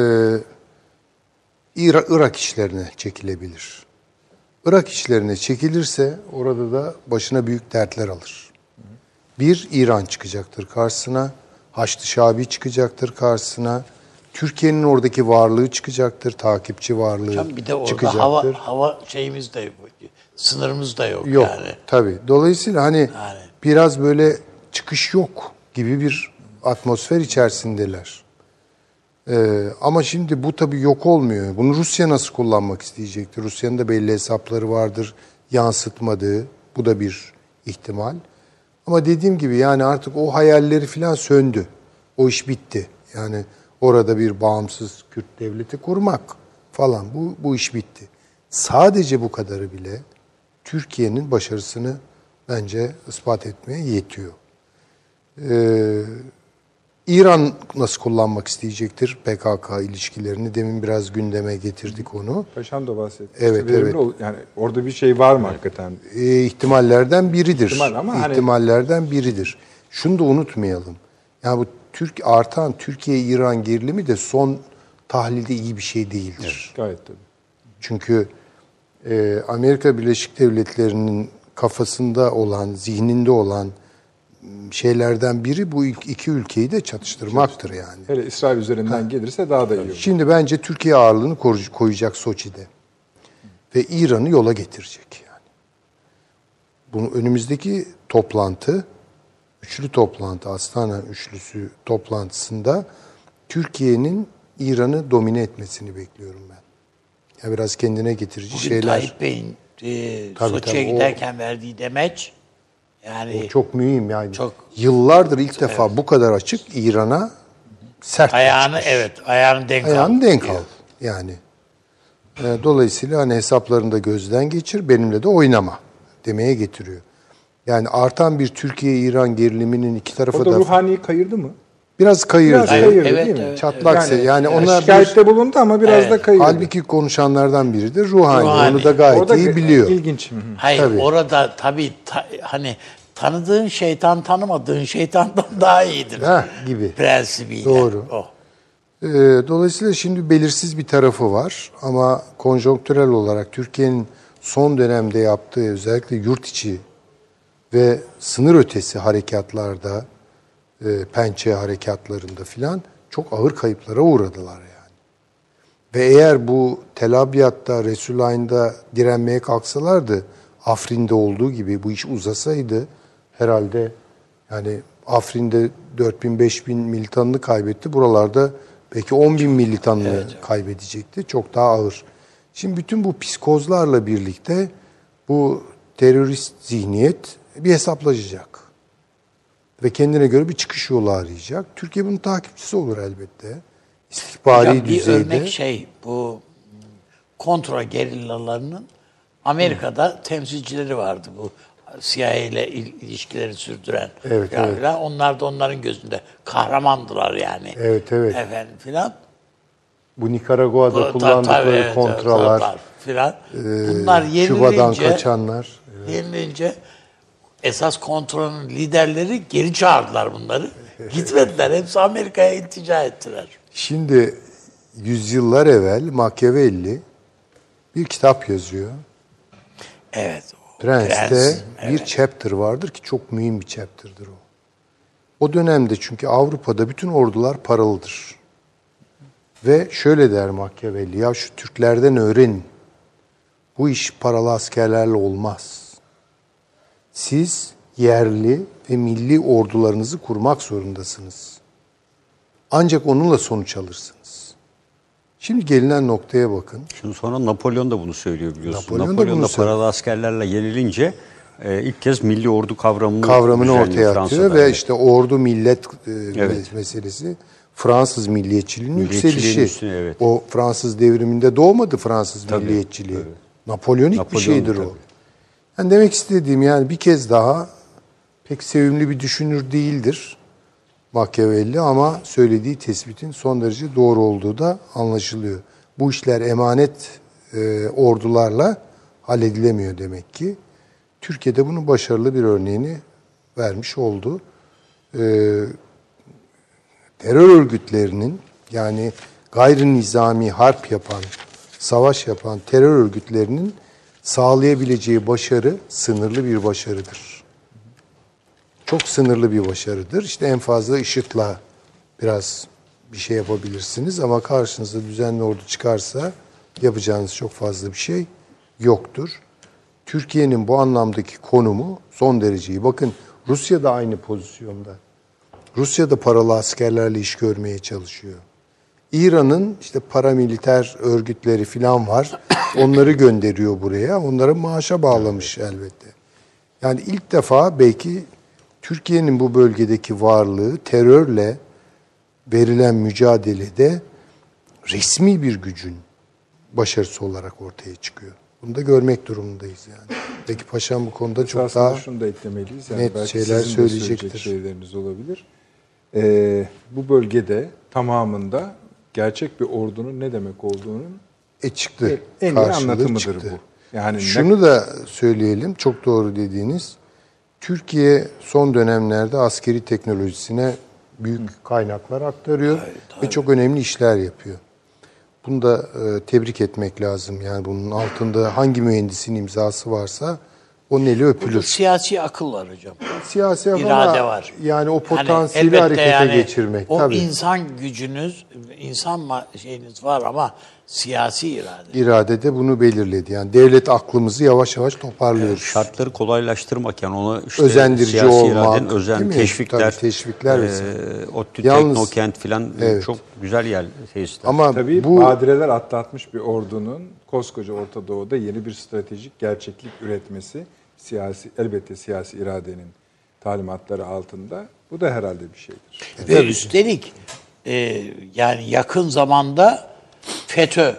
Irak işlerine çekilebilir. Irak işlerine çekilirse orada da başına büyük dertler alır. Bir, İran çıkacaktır karşısına. Haçlı Şabi çıkacaktır karşısına. Türkiye'nin oradaki varlığı çıkacaktır. Takipçi varlığı Bir de orada çıkacaktır. hava şeyimiz de yok. Sınırımız da yok, Yok yani. tabii. Dolayısıyla hani biraz böyle çıkış yok gibi bir atmosfer içerisindeler. Ama şimdi bu tabii yok olmuyor. Bunu Rusya nasıl kullanmak isteyecektir? Rusya'nın da belli hesapları vardır, yansıtmadığı. Bu da bir ihtimal. Ama dediğim gibi yani artık o hayalleri falan söndü. O iş bitti. Yani orada bir bağımsız Kürt devleti kurmak falan bu iş bitti. Sadece bu kadarı bile Türkiye'nin başarısını bence ispat etmeye yetiyor. İran nasıl kullanmak isteyecektir PKK ilişkilerini? Demin biraz gündeme getirdik onu. Paşam da bahsetti. Evet, İşte evet. Yani orada bir şey var mı hakikaten? İhtimallerden biridir. İhtimal ama İhtimallerden biridir. Şunu da unutmayalım. Yani bu artan Türkiye-İran gerilimi de son tahlilde iyi bir şey değildir. Evet, gayet tabii. Çünkü Amerika Birleşik Devletleri'nin kafasında olan, zihninde olan şeylerden biri bu iki ülkeyi de çatıştırmaktır yani. Hele İsrail üzerinden gelirse daha da iyi olur. Şimdi bence Türkiye ağırlığını koyacak Soçi'de. Ve İran'ı yola getirecek yani. Bunun önümüzdeki toplantı, üçlü toplantı, Astana üçlüsü toplantısında Türkiye'nin İran'ı domine etmesini bekliyorum ben. Ya biraz kendine getirici Bugün şeyler. Tayyip Bey'in Soçi'ye giderken verdiği demeç yani O çok mühim yani. Çok. Yıllardır ilk defa bu kadar açık İran'a sert ayağını çıkmış. ayağını denk al. Ayağını denk al. Yani. Dolayısıyla hani hesaplarını da gözden geçir, benimle de oynama demeye getiriyor. Yani artan bir Türkiye-İran geriliminin iki tarafa Orada da ruhaniyi kayırdı mı? biraz kayırdı. Biraz kayırdı Evet, değil mi? evet. Çatlaksa yani onlar şikayette bulundu ama biraz da kayırdı. halbuki konuşanlardan biridir Ruhani. Ruhani. Onu da gayet Orada iyi biliyor. İlginç. Hayır Tabii. orada tabii hani tanıdığın şeytan tanımadığın şeytandan daha iyidir. Gibi. Prensibiyle. Doğru. O. Dolayısıyla şimdi belirsiz bir tarafı var ama konjonktürel olarak Türkiye'nin son dönemde yaptığı özellikle yurt içi ve sınır ötesi harekatlarda, pençe harekatlarında filan çok ağır kayıplara uğradılar yani. Ve eğer bu Tel Abyad'da, Resulayn'da direnmeye kalksalardı, Afrin'de olduğu gibi bu iş uzasaydı herhalde yani Afrin'de 4.000-5.000 militanını kaybetti. Buralarda belki 10.000 militanını kaybedecekti. Çok daha ağır. Şimdi bütün bu psikozlarla birlikte bu terörist zihniyet bir hesaplaşacak. Ve kendine göre bir çıkış yolu arayacak. Türkiye bunun takipçisi olur elbette. İstihbari Hocam, düzeyde. Bir örnek bu kontra gerillalarının Amerika'da temsilcileri vardı bu CIA ile ilişkileri sürdüren. Evet, evet. Falan. Onlar da onların gözünde kahramandılar yani. Evet, evet. Efendim filan. Bu Nikaragua'da kullandıkları kontralar, filan. Bunlar Küba'dan kaçanlar. yenilince esas kontranın liderleri geri çağırdılar bunları. Gitmediler. Hepsi Amerika'ya iltica ettiler. Şimdi yüzyıllar evvel Machiavelli bir kitap yazıyor. Evet. Prens'te bir chapter vardır ki çok mühim bir chapter'dır o. O dönemde çünkü Avrupa'da bütün ordular paralıdır. Ve şöyle der Machiavelli, ya şu Türklerden öğrenin. Bu iş paralı askerlerle olmaz. Siz yerli ve milli ordularınızı kurmak zorundasınız. Ancak onunla sonuç alırsınız. Şimdi gelinen noktaya bakın. Şimdi sonra Napolyon da bunu söylüyor biliyorsun. Napolyon da Napolyon bunu da paralı askerlerle yenilince ilk kez milli ordu kavramını ortaya düzenliyor atıyor ve Fransa'da. işte ordu millet Evet. meselesi Fransız milliyetçiliğinin Milliyetçiliğin yükselişi. üstüne, evet. O Fransız devriminde doğmadı Fransız Tabii, milliyetçiliği. tabii. Napolyonik bir Napolyon, şeydir tabii. o. Yani demek istediğim yani bir kez daha pek sevimli bir düşünür değildir Machiavelli ama söylediği tespitin son derece doğru olduğu da anlaşılıyor. Bu işler emanet ordularla halledilemiyor demek ki. Türkiye'de bunun başarılı bir örneğini vermiş oldu. Terör örgütlerinin yani gayri nizami harp yapan, savaş yapan terör örgütlerinin sağlayabileceği başarı sınırlı bir başarıdır. Çok sınırlı bir başarıdır. İşte en fazla IŞİD'le biraz bir şey yapabilirsiniz ama karşınıza düzenli ordu çıkarsa yapacağınız çok fazla bir şey yoktur. Türkiye'nin bu anlamdaki konumu son derece iyi. Bakın Rusya da aynı pozisyonda. Rusya da paralı askerlerle iş görmeye çalışıyor. İran'ın işte paramiliter örgütleri falan var. Onları gönderiyor buraya. Onları maaşa bağlamış elbette. Yani ilk defa belki Türkiye'nin bu bölgedeki varlığı terörle verilen mücadelede resmi bir gücün başarısı olarak ortaya çıkıyor. Bunu da görmek durumundayız yani. Peki paşam bu konuda çok aslında daha şunu da eklemeliyiz. Yani net belki şeyler sizin de söyleyecektir. söyleyecek şeyleriniz olabilir. Bu bölgede tamamında gerçek bir ordunun ne demek olduğunun çıktı. en iyi Karşılığı anlatımıdır çıktı. bu. Yani şunu da söyleyelim, çok doğru dediğiniz. Türkiye son dönemlerde askeri teknolojisine büyük kaynaklar aktarıyor ve çok önemli işler yapıyor. Bunu da tebrik etmek lazım. Yani bunun altında hangi mühendisin imzası varsa onun eli öpülür. Burada siyasi akıl var hocam. Siyasi İrade ama var. yani o Hani potansiyeli elbette harekete yani geçirmek. o Tabii. insan gücünüz, şeyiniz var ama siyasi irade. İrade de bunu belirledi. Yani devlet aklımızı yavaş yavaş toparlıyoruz. Şartları kolaylaştırmak yani ona işte Özendirici siyasi olmak, iradenin değil mi? teşvikler, Tabii, teşvikler vesaire. ODTÜ, Yalnız- Teknokent filan Evet. çok güzel yer tesisler. Ama tabii bu badireler atlatmış bir ordunun koskoca Orta Doğu'da yeni bir stratejik gerçeklik üretmesi elbette siyasi iradenin talimatları altında. Bu da herhalde bir şeydir. Ve üstelik yani yakın zamanda FETÖ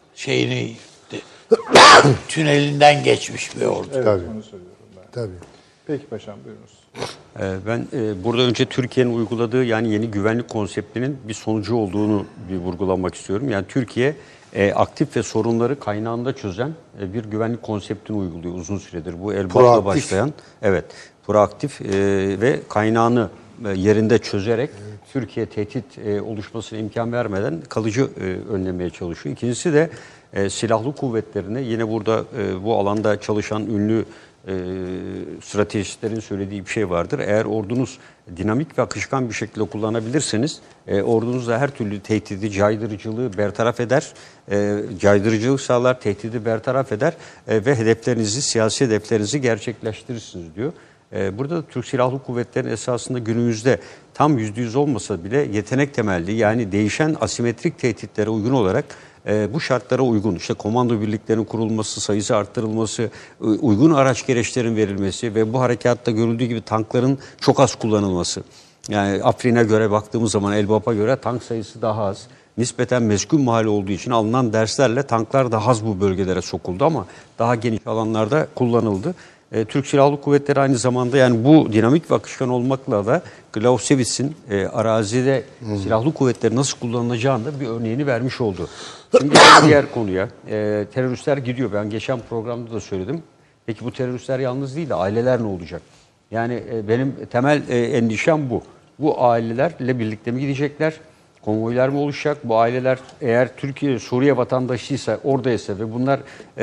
tünelinden geçmiş bir ordu. Evet, Tabii. onu söylüyorum ben. tabii. Peki paşam buyurunuz. Ben burada önce Türkiye'nin uyguladığı yani yeni güvenlik konseptinin bir sonucu olduğunu bir vurgulamak istiyorum. Yani Türkiye aktif ve sorunları kaynağında çözen bir güvenlik konseptini uyguluyor uzun süredir. Bu Elbap'la Proaktif. başlayan, evet, proaktif ve kaynağını yerinde çözerek Türkiye tehdit oluşmasına imkan vermeden kalıcı önlemeye çalışıyor. İkincisi de silahlı kuvvetlerine yine burada bu alanda çalışan ünlü stratejistlerin söylediği bir şey vardır. Eğer ordunuz dinamik ve akışkan bir şekilde kullanabilirseniz ordunuz da her türlü tehdidi, caydırıcılığı bertaraf eder. Caydırıcılık sağlar, tehdidi bertaraf eder ve hedeflerinizi, siyasi hedeflerinizi gerçekleştirirsiniz diyor. Burada da Türk Silahlı Kuvvetleri'nin esasında günümüzde tam %100 olmasa bile yetenek temelli yani değişen asimetrik tehditlere uygun olarak bu şartlara uygun işte komando birliklerinin kurulması, sayısı arttırılması, uygun araç gereçlerin verilmesi ve bu harekatta görüldüğü gibi tankların çok az kullanılması. Yani Afrin'e göre baktığımız zaman Elbap'a göre tank sayısı daha az. Nispeten meskun mahalle olduğu için alınan derslerle tanklar daha az bu bölgelere sokuldu ama daha geniş alanlarda kullanıldı. Türk Silahlı Kuvvetleri aynı zamanda yani bu dinamik ve akışkan olmakla da Clausewitz'in arazide silahlı kuvvetleri nasıl kullanılacağını da bir örneğini vermiş oldu. Şimdi diğer konuya teröristler gidiyor. Ben geçen programda da söyledim. Peki bu teröristler yalnız değil de aileler ne olacak? Yani benim temel endişem bu. Bu ailelerle birlikte mi gidecekler? Konvoylar mı oluşacak? Bu aileler eğer Türkiye, Suriye vatandaşıysa, oradaysa ve bunlar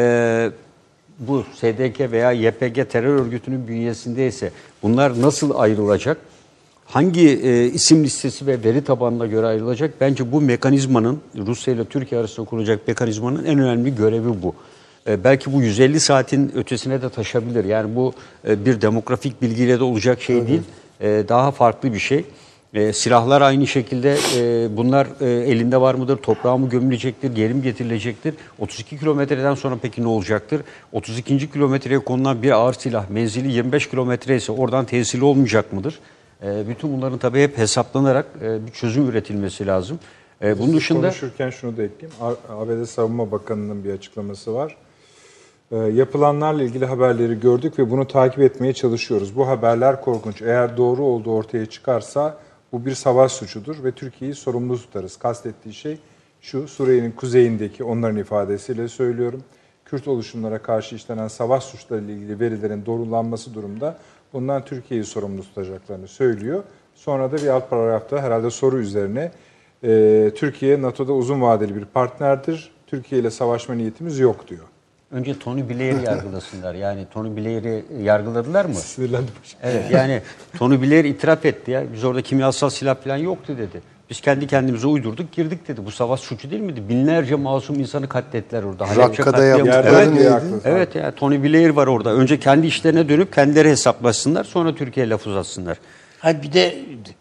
bu SDK veya YPG terör örgütünün bünyesindeyse bunlar nasıl ayrılacak? Hangi isim listesi ve veri tabanına göre ayrılacak? Bence bu mekanizmanın, Rusya ile Türkiye arasında kurulacak mekanizmanın en önemli görevi bu. Belki bu 150 saatin ötesine de taşabilir. Yani bu bir demografik bilgiyle de olacak şey değil. Daha farklı bir şey. Silahlar aynı şekilde bunlar elinde var mıdır? Toprağa mı gömülecektir? Geri mi getirilecektir? 32 kilometreden sonra peki ne olacaktır? 32. kilometreye konulan bir ağır silah menzili 25 kilometre ise oradan tesiri olmayacak mıdır? Bütün bunların tabii hep hesaplanarak bir çözüm üretilmesi lazım. Bunun dışında Konuşurken şunu da ekleyeyim. ABD Savunma Bakanı'nın bir açıklaması var. Yapılanlarla ilgili haberleri gördük ve bunu takip etmeye çalışıyoruz. Bu haberler korkunç. Eğer doğru olduğu ortaya çıkarsa bu bir savaş suçudur ve Türkiye'yi sorumlu tutarız. Kastettiği şey şu, Suriye'nin kuzeyindeki, onların ifadesiyle söylüyorum, Kürt oluşumlara karşı işlenen savaş suçlarıyla ilgili verilerin doğrulanması durumda bundan Türkiye'yi sorumlu tutacaklarını söylüyor. Sonra da bir alt paragrafta herhalde soru üzerine Türkiye NATO'da uzun vadeli bir partnerdir. Türkiye ile savaşma niyetimiz yok diyor. önce Tony Blair'i yargılasınlar. Yani Tony Blair'i yargıladılar mı? Sinirlendim. Evet, yani Tony Blair itiraf etti ya. Biz orada kimyasal silah falan yoktu dedi. Biz kendi kendimize uydurduk, girdik dedi. Bu savaş suçu değil miydi? Binlerce masum insanı katlettiler orada. Rakka'da yaptıkları Evet, neydi? evet ya, Tony Blair var orada. Önce kendi işlerine dönüp kendileri hesaplasınlar, sonra Türkiye'ye laf uzatsınlar. Ha bir de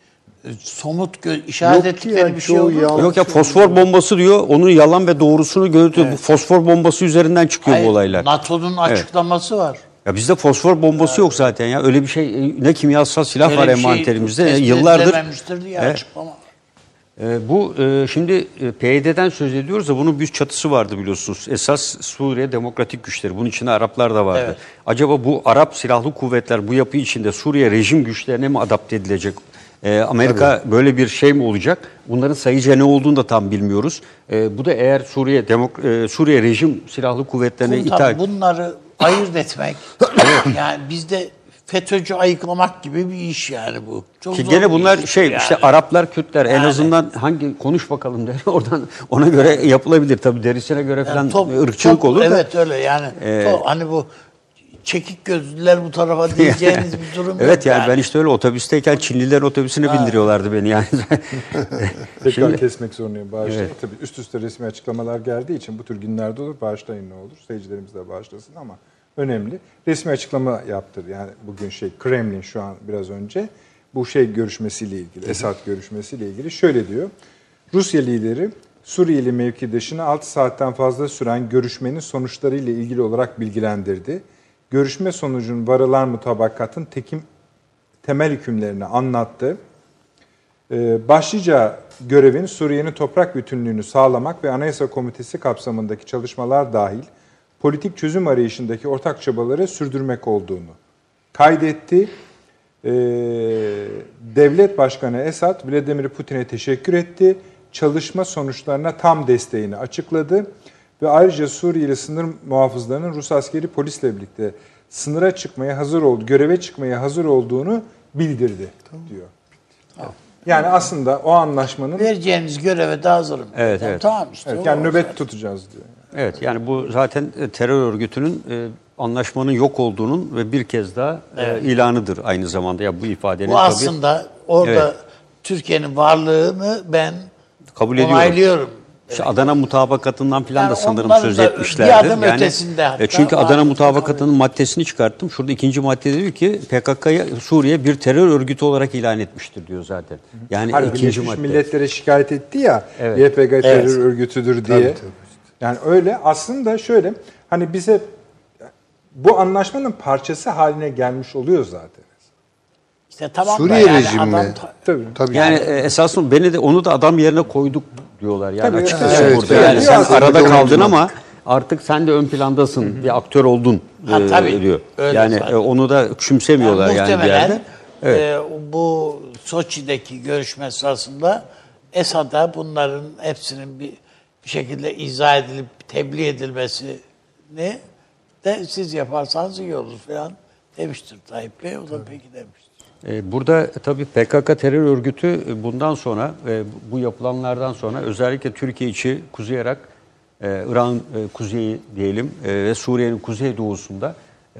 somut işaret Yok ki ettikleri ya, bir şey çoğu olur mu? yalan. Yok ya, fosfor bombası diyor. Onun yalan ve doğrusunu görüntü. Bu fosfor bombası üzerinden çıkıyor bu olaylar. NATO'nun açıklaması var. Ya bizde fosfor bombası yok zaten ya. Öyle bir şey, ne kimyasal silah Öyle var bir şey envanterimizde. tespit Yıllardır. edilememiştir diye açıklama var. Şimdi PYD'den söz ediyoruz da bunun bir çatısı vardı biliyorsunuz. Esas Suriye Demokratik Güçleri. Bunun içinde Araplar da vardı. Evet. Acaba bu Arap silahlı kuvvetler bu yapı içinde Suriye rejim güçlerine mi adapte edilecek? Amerika böyle bir şey mi olacak? Bunların sayıca ne olduğunu da tam bilmiyoruz. Bu da eğer Suriye rejim silahlı kuvvetlerine ithal... Bunları ayırt etmek, yani bizde FETÖ'cü ayıklamak gibi bir iş yani bu. Çok Ki zor gene bir bunlar iş şey yani. işte Araplar, Kürtler en Yani. azından hangi konuş bakalım der. Oradan ona göre yapılabilir tabii, derisine göre falan ırkçılık olur da. Evet öyle yani. Hani bu çekik gözlüler bu tarafa diyeceğiniz bir durum Evet yok yani ben işte öyle otobüsteyken Çinlilerin otobüsüne bindiriyorlardı beni yani. Tekrar kesmek zorundayım. Bağışlayın. Evet. Tabii üst üste resmi açıklamalar geldiği için bu tür günlerde olur. Bağışlayın ne olur. Seyircilerimiz de bağışlasın ama önemli. Resmi açıklama yaptı. Yani bugün Kremlin şu an biraz önce bu görüşmesiyle ilgili, Esad görüşmesiyle ilgili şöyle diyor. Rusya lideri Suriyeli mevkidaşını 6 saatten fazla süren görüşmenin sonuçlarıyla ilgili olarak bilgilendirdi. Görüşme sonucunun varılan mutabakatın temel hükümlerini anlattı. Başlıca görevin Suriye'nin toprak bütünlüğünü sağlamak ve Anayasa Komitesi kapsamındaki çalışmalar dahil politik çözüm arayışındaki ortak çabaları sürdürmek olduğunu kaydetti. Devlet Başkanı Esad, Vladimir Putin'e teşekkür etti. Çalışma sonuçlarına tam desteğini açıkladı. Ve ayrıca Suriyeli sınır muhafızlarının Rus askeri polisle birlikte sınıra çıkmaya hazır göreve çıkmaya hazır olduğunu bildirdi diyor. Yani aslında o anlaşmanın... Vereceğiniz göreve de hazırım. Evet, evet. Tamam işte. Evet, yani nöbet tutacağız diyor. Evet yani bu zaten terör örgütünün anlaşmanın yok olduğunun ve bir kez daha ilanıdır aynı zamanda. Ya bu ifadenin bu aslında orada Türkiye'nin varlığını ben kabul ediyorum. onaylıyorum. İşte Adana mutabakatından falan Yani da sanırım onların söz da etmişlerdi. bir adım ötesinde hatta çünkü Adana var. mutabakatının maddesini çıkarttım. Şurada ikinci maddede diyor ki PKK'yı Suriye bir terör örgütü olarak ilan etmiştir diyor zaten. Yani ikinci Birleşmiş madde. Milletler'e şikayet etti ya, Evet. YPG terör örgütüdür diye. Tabii. Yani öyle aslında şöyle hani bize bu anlaşmanın parçası haline gelmiş oluyor zaten. İşte tamam Suriye da yani rejimi adam Tabii. Yani esasında beni de onu da adam yerine koyduk diyorlar. Yani Tabii, açıkçası evet, burada. evet. Yani sen Biraz arada da kaldın oyuncu ama artık sen de ön plandasın. Bir aktör oldun tabii. diyor. Öyle Yani zaten. onu da küçümsemiyorlar yani bir muhtemelen yerde. bu Soçi'deki görüşme sırasında Esad'a bunların hepsinin bir şekilde izah edilip tebliğ edilmesini de siz yaparsanız iyi olur falan demiştir Tayyip Bey. O da peki demiştir. Burada tabii PKK terör örgütü bundan sonra bu yapılanlardan sonra özellikle Türkiye içi Kuzey Irak, İran kuzeyi diyelim ve Suriye'nin kuzeydoğusunda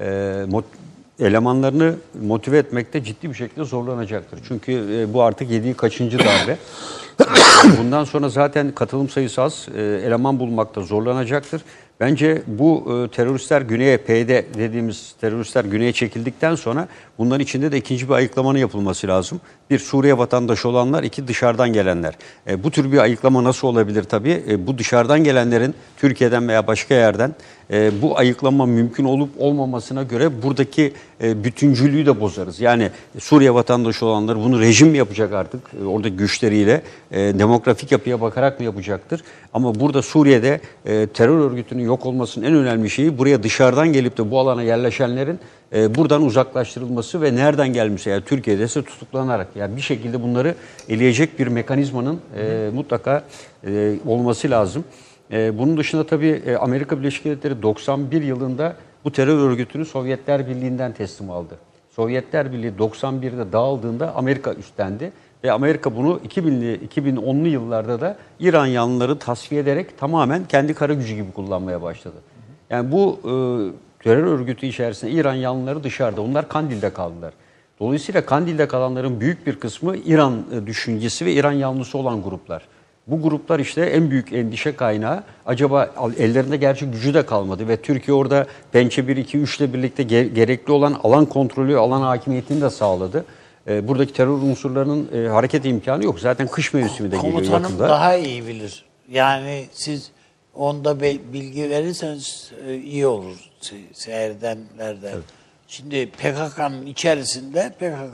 elemanlarını motive etmekte ciddi bir şekilde zorlanacaktır. Çünkü bu artık yediği kaçıncı darbe. Bundan sonra zaten katılım sayısı az, eleman bulmakta zorlanacaktır. Bence bu teröristler güneye, PYD dediğimiz teröristler güneye çekildikten sonra bunların içinde de ikinci bir ayıklamanın yapılması lazım. Bir, Suriye vatandaşı olanlar, iki, dışarıdan gelenler. Bu tür bir ayıklama nasıl olabilir tabii? Bu dışarıdan gelenlerin Türkiye'den veya başka yerden bu ayıklama mümkün olup olmamasına göre buradaki bütüncülüğü de bozarız. Yani Suriye vatandaşı olanlar bunu rejim mi yapacak artık? Orada güçleriyle demografik yapıya bakarak mı yapacaktır? Ama burada Suriye'de terör örgütünün yok olmasının en önemli şeyi buraya dışarıdan gelip de bu alana yerleşenlerin buradan uzaklaştırılması ve nereden gelmişse, yani Türkiye'de ise tutuklanarak, yani bir şekilde bunları eleyecek bir mekanizmanın mutlaka olması lazım. Bunun dışında tabii Amerika Birleşik Devletleri 91 yılında bu terör örgütünü Sovyetler Birliği'nden teslim aldı. Sovyetler Birliği 91'de dağıldığında Amerika üstlendi ve Amerika bunu 2010'lu yıllarda da İran yanlıları tasfiye ederek tamamen kendi kara gücü gibi kullanmaya başladı. Yani bu terör örgütü içerisinde İran yanlıları dışarıda, onlar Kandil'de kaldılar. Dolayısıyla Kandil'de kalanların büyük bir kısmı İran düşüncesi ve İran yanlısı olan gruplar. Bu gruplar işte en büyük endişe kaynağı. Acaba ellerinde gerçi gücü de kalmadı ve Türkiye orada Pençe 1, 2, 3 ile birlikte gerekli olan alan kontrolü, alan hakimiyetini de sağladı. buradaki terör unsurlarının hareket imkanı yok. Zaten kış mevsimi de geliyor Komutanım yakında. daha iyi bilir. Yani siz onda bilgi verirseniz iyi olur seyredenlerden. Evet. Şimdi PKK'nın içinde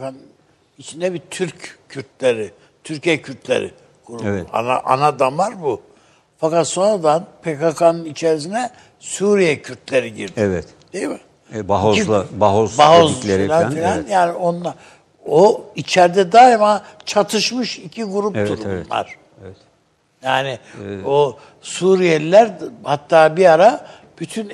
bir Türkiye Kürtleri grubu. Evet. Ana damar bu. Fakat sonradan PKK'nın içerisine Suriye Kürtleri girdi. Evet. Değil mi? Bahoz dedikleri falan. Evet. Yani onlar o içeride daima çatışmış iki gruptur bunlar. Evet. Yani o Suriyeliler hatta bir ara bütün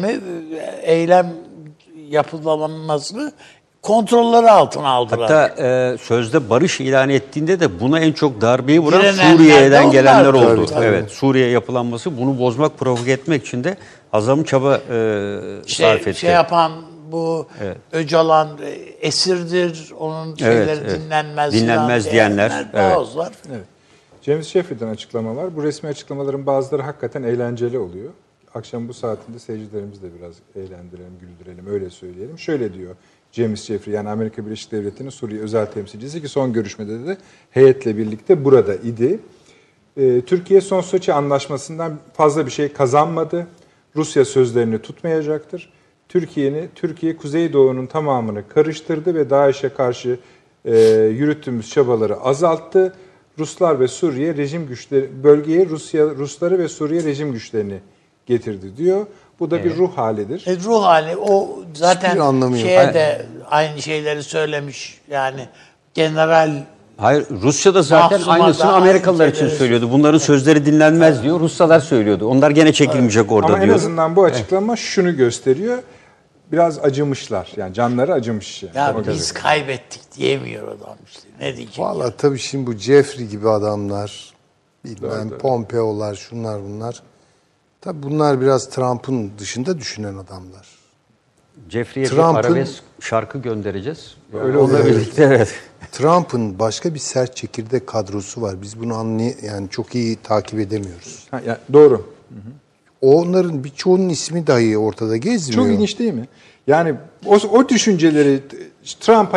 eylem yapılanmasını kontrolleri altına aldılar. Hatta sözde barış ilan ettiğinde de buna en çok darbeyi vuran Direnenler Suriye'den gelenler oldu. Tabii. Evet, Suriye yapılanması bunu bozmak, provoke etmek için de azam çaba sarf etti. Yapan bu Öcalan esirdir, onun şeyleri dinlenmez diyenler. Bazılar. Evet. James Jeffrey'den açıklamalar. Bu resmi açıklamaların bazıları hakikaten eğlenceli oluyor. Akşam bu saatinde seyircilerimizi de biraz eğlendirelim, güldürelim, öyle söyleyelim. Şöyle diyor James Jeffrey, yani Amerika Birleşik Devletleri'nin Suriye özel temsilcisi ki son görüşmede de heyetle birlikte burada idi. Türkiye son Soçi anlaşmasından fazla bir şey kazanmadı. Rusya sözlerini tutmayacaktır. Türkiye Kuzeydoğu'nun tamamını karıştırdı ve DAEŞ'e karşı yürüttüğümüz çabaları azalttı. Ruslar ve Suriye rejim güçleri, bölgeye Rusları ve Suriye rejim güçlerini getirdi diyor. Bu da bir ruh halidir. Ruh hali o zaten de aynı şeyleri söylemiş. Yani general. Hayır, Rusya da zaten aynısını Amerikalılar için söylüyordu. Bunların sözleri dinlenmez diyor. Ruslar söylüyordu. Onlar gene çekilmeyecek orada diyor. Ama en azından bu açıklama şunu gösteriyor. Biraz acımışlar. Yani canları acımış. Yani. Ya biz kaybettik diyemiyor adam işte. Ne diyecek? Vallahi tabii şimdi bu Jeffrey gibi adamlar, Pompeo'lar, şunlar bunlar. Tabii bunlar biraz Trump'ın dışında düşünen adamlar. Jeffrey'e bir arabesk şarkı göndereceğiz. Öyle olabilir. Evet. Trump'ın başka bir sert çekirdek kadrosu var. Biz bunu yani çok iyi takip edemiyoruz. Doğru. Hı-hı. Onların birçoğunun ismi dahi ortada gezmiyor. Çok ilginç değil mi? Yani o düşünceleri Trump'a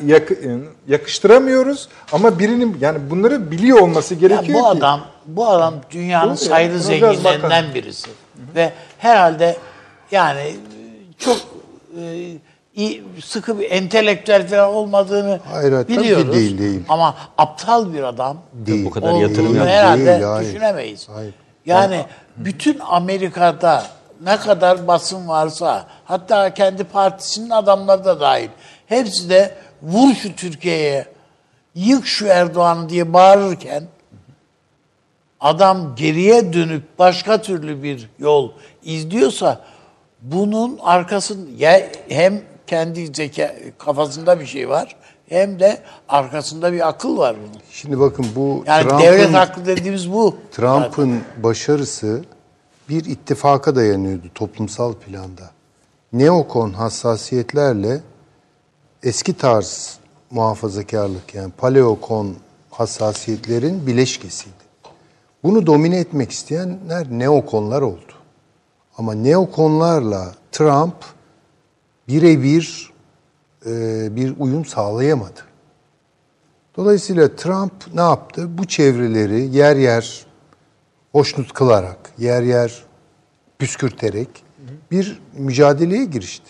yakıştıramıyoruz ama birinin yani bunları biliyor olması gerekiyor ki. Bu adam dünyanın sayılı zenginlerinden birisi. Hı-hı. Ve herhalde yani çok sıkı bir entelektüel falan olmadığını biliyoruz. Tabii değil. Ama aptal bir adam değil. Bu kadar yatırım herhalde düşünemeyiz. Hayır. Yani bütün Amerika'da ne kadar basın varsa, hatta kendi partisinin adamları da dahil, hepsi de vur şu Türkiye'ye, yık şu Erdoğan'ı diye bağırırken adam geriye dönüp başka türlü bir yol izliyorsa bunun arkasında hem kendi kafasında bir şey var hem de arkasında bir akıl var bunun. Şimdi bakın bu yani devlet aklı dediğimiz bu. Trump'ın başarısı bir ittifaka dayanıyordu toplumsal planda. Neokon hassasiyetlerle eski tarz muhafazakarlık yani paleokon hassasiyetlerin bileşkesiydi. Bunu domine etmek isteyenler neokonlar oldu. Ama neokonlarla Trump birebir bir uyum sağlayamadı. Dolayısıyla Trump ne yaptı? Bu çevreleri yer yer hoşnut kılarak, yer yer püskürterek bir mücadeleye girişti.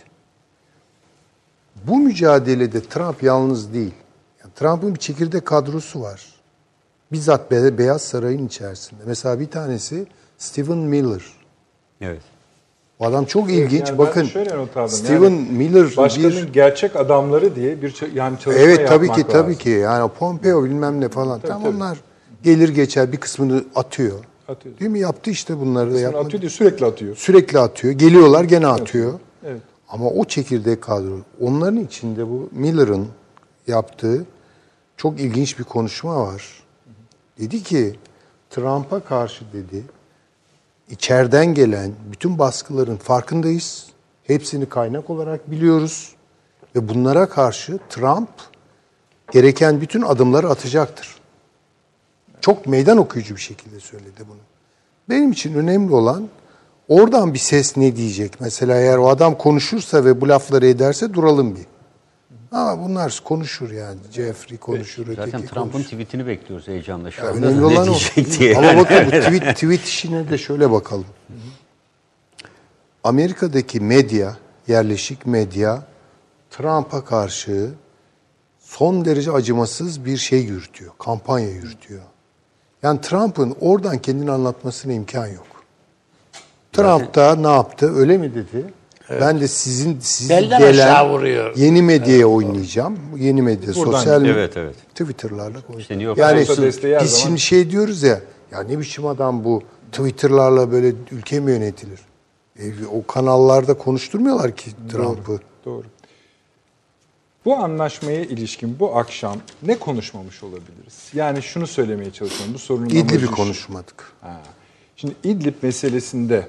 Bu mücadelede Trump yalnız değil. Yani Trump'ın bir çekirdek kadrosu var. Bizzat Beyaz Saray'ın içerisinde. Mesela bir tanesi Stephen Miller. Evet. Bu adam çok ilginç. Yani bakın Stephen Miller başkanın gerçek adamları diye bir yani çalışma evet tabii ki yani Pompeo bilmem ne falan. Tabii. Onlar gelir geçer bir kısmını atıyor. Değil mi? Yaptı işte bunları da yapmadı. Atıyor diye sürekli atıyor. Sürekli atıyor. Geliyorlar gene atıyor. Evet. Ama o çekirdek kadro. Onların içinde bu Miller'ın yaptığı çok ilginç bir konuşma var. Dedi ki Trump'a karşı dedi içeriden gelen bütün baskıların farkındayız. Hepsini kaynak olarak biliyoruz. Ve bunlara karşı Trump gereken bütün adımları atacaktır. Çok meydan okuyucu bir şekilde söyledi bunu. Benim için önemli olan oradan bir ses ne diyecek? Mesela eğer o adam konuşursa ve bu lafları ederse duralım bir. Ama bunlar konuşur yani. Jeffrey konuşur, öteki Zaten Trump'ın konuşur. tweetini bekliyoruz heyecanla şu Ya anda. önemli Ne olan o. diyecek diye. Ama bakın bu tweet işine de şöyle bakalım. Amerika'daki medya, yerleşik medya Trump'a karşı son derece acımasız bir şey yürütüyor. Kampanya yürütüyor. Yani Trump'ın oradan kendini anlatmasına imkan yok. Trump da ne yaptı? Öyle mi dedi? Evet. Ben de sizin Belden gelen aşağı vuruyor. yeni medyaya oynayacağım. Yeni medya, Buradan, sosyal medya, evet. Twitter'larla konuşuyor. İşte New York Yani Times'ta biz şimdi şey diyoruz ya ne biçim adam bu, Twitter'larla böyle ülke mi yönetilir? O kanallarda konuşturmuyorlar ki Trump'ı. Doğru. Bu anlaşmaya ilişkin bu akşam ne konuşmamış olabiliriz? Yani şunu söylemeye çalışıyorum. Bu sorunun İdlib'i amacı şu. konuşmadık. Şimdi İdlib meselesinde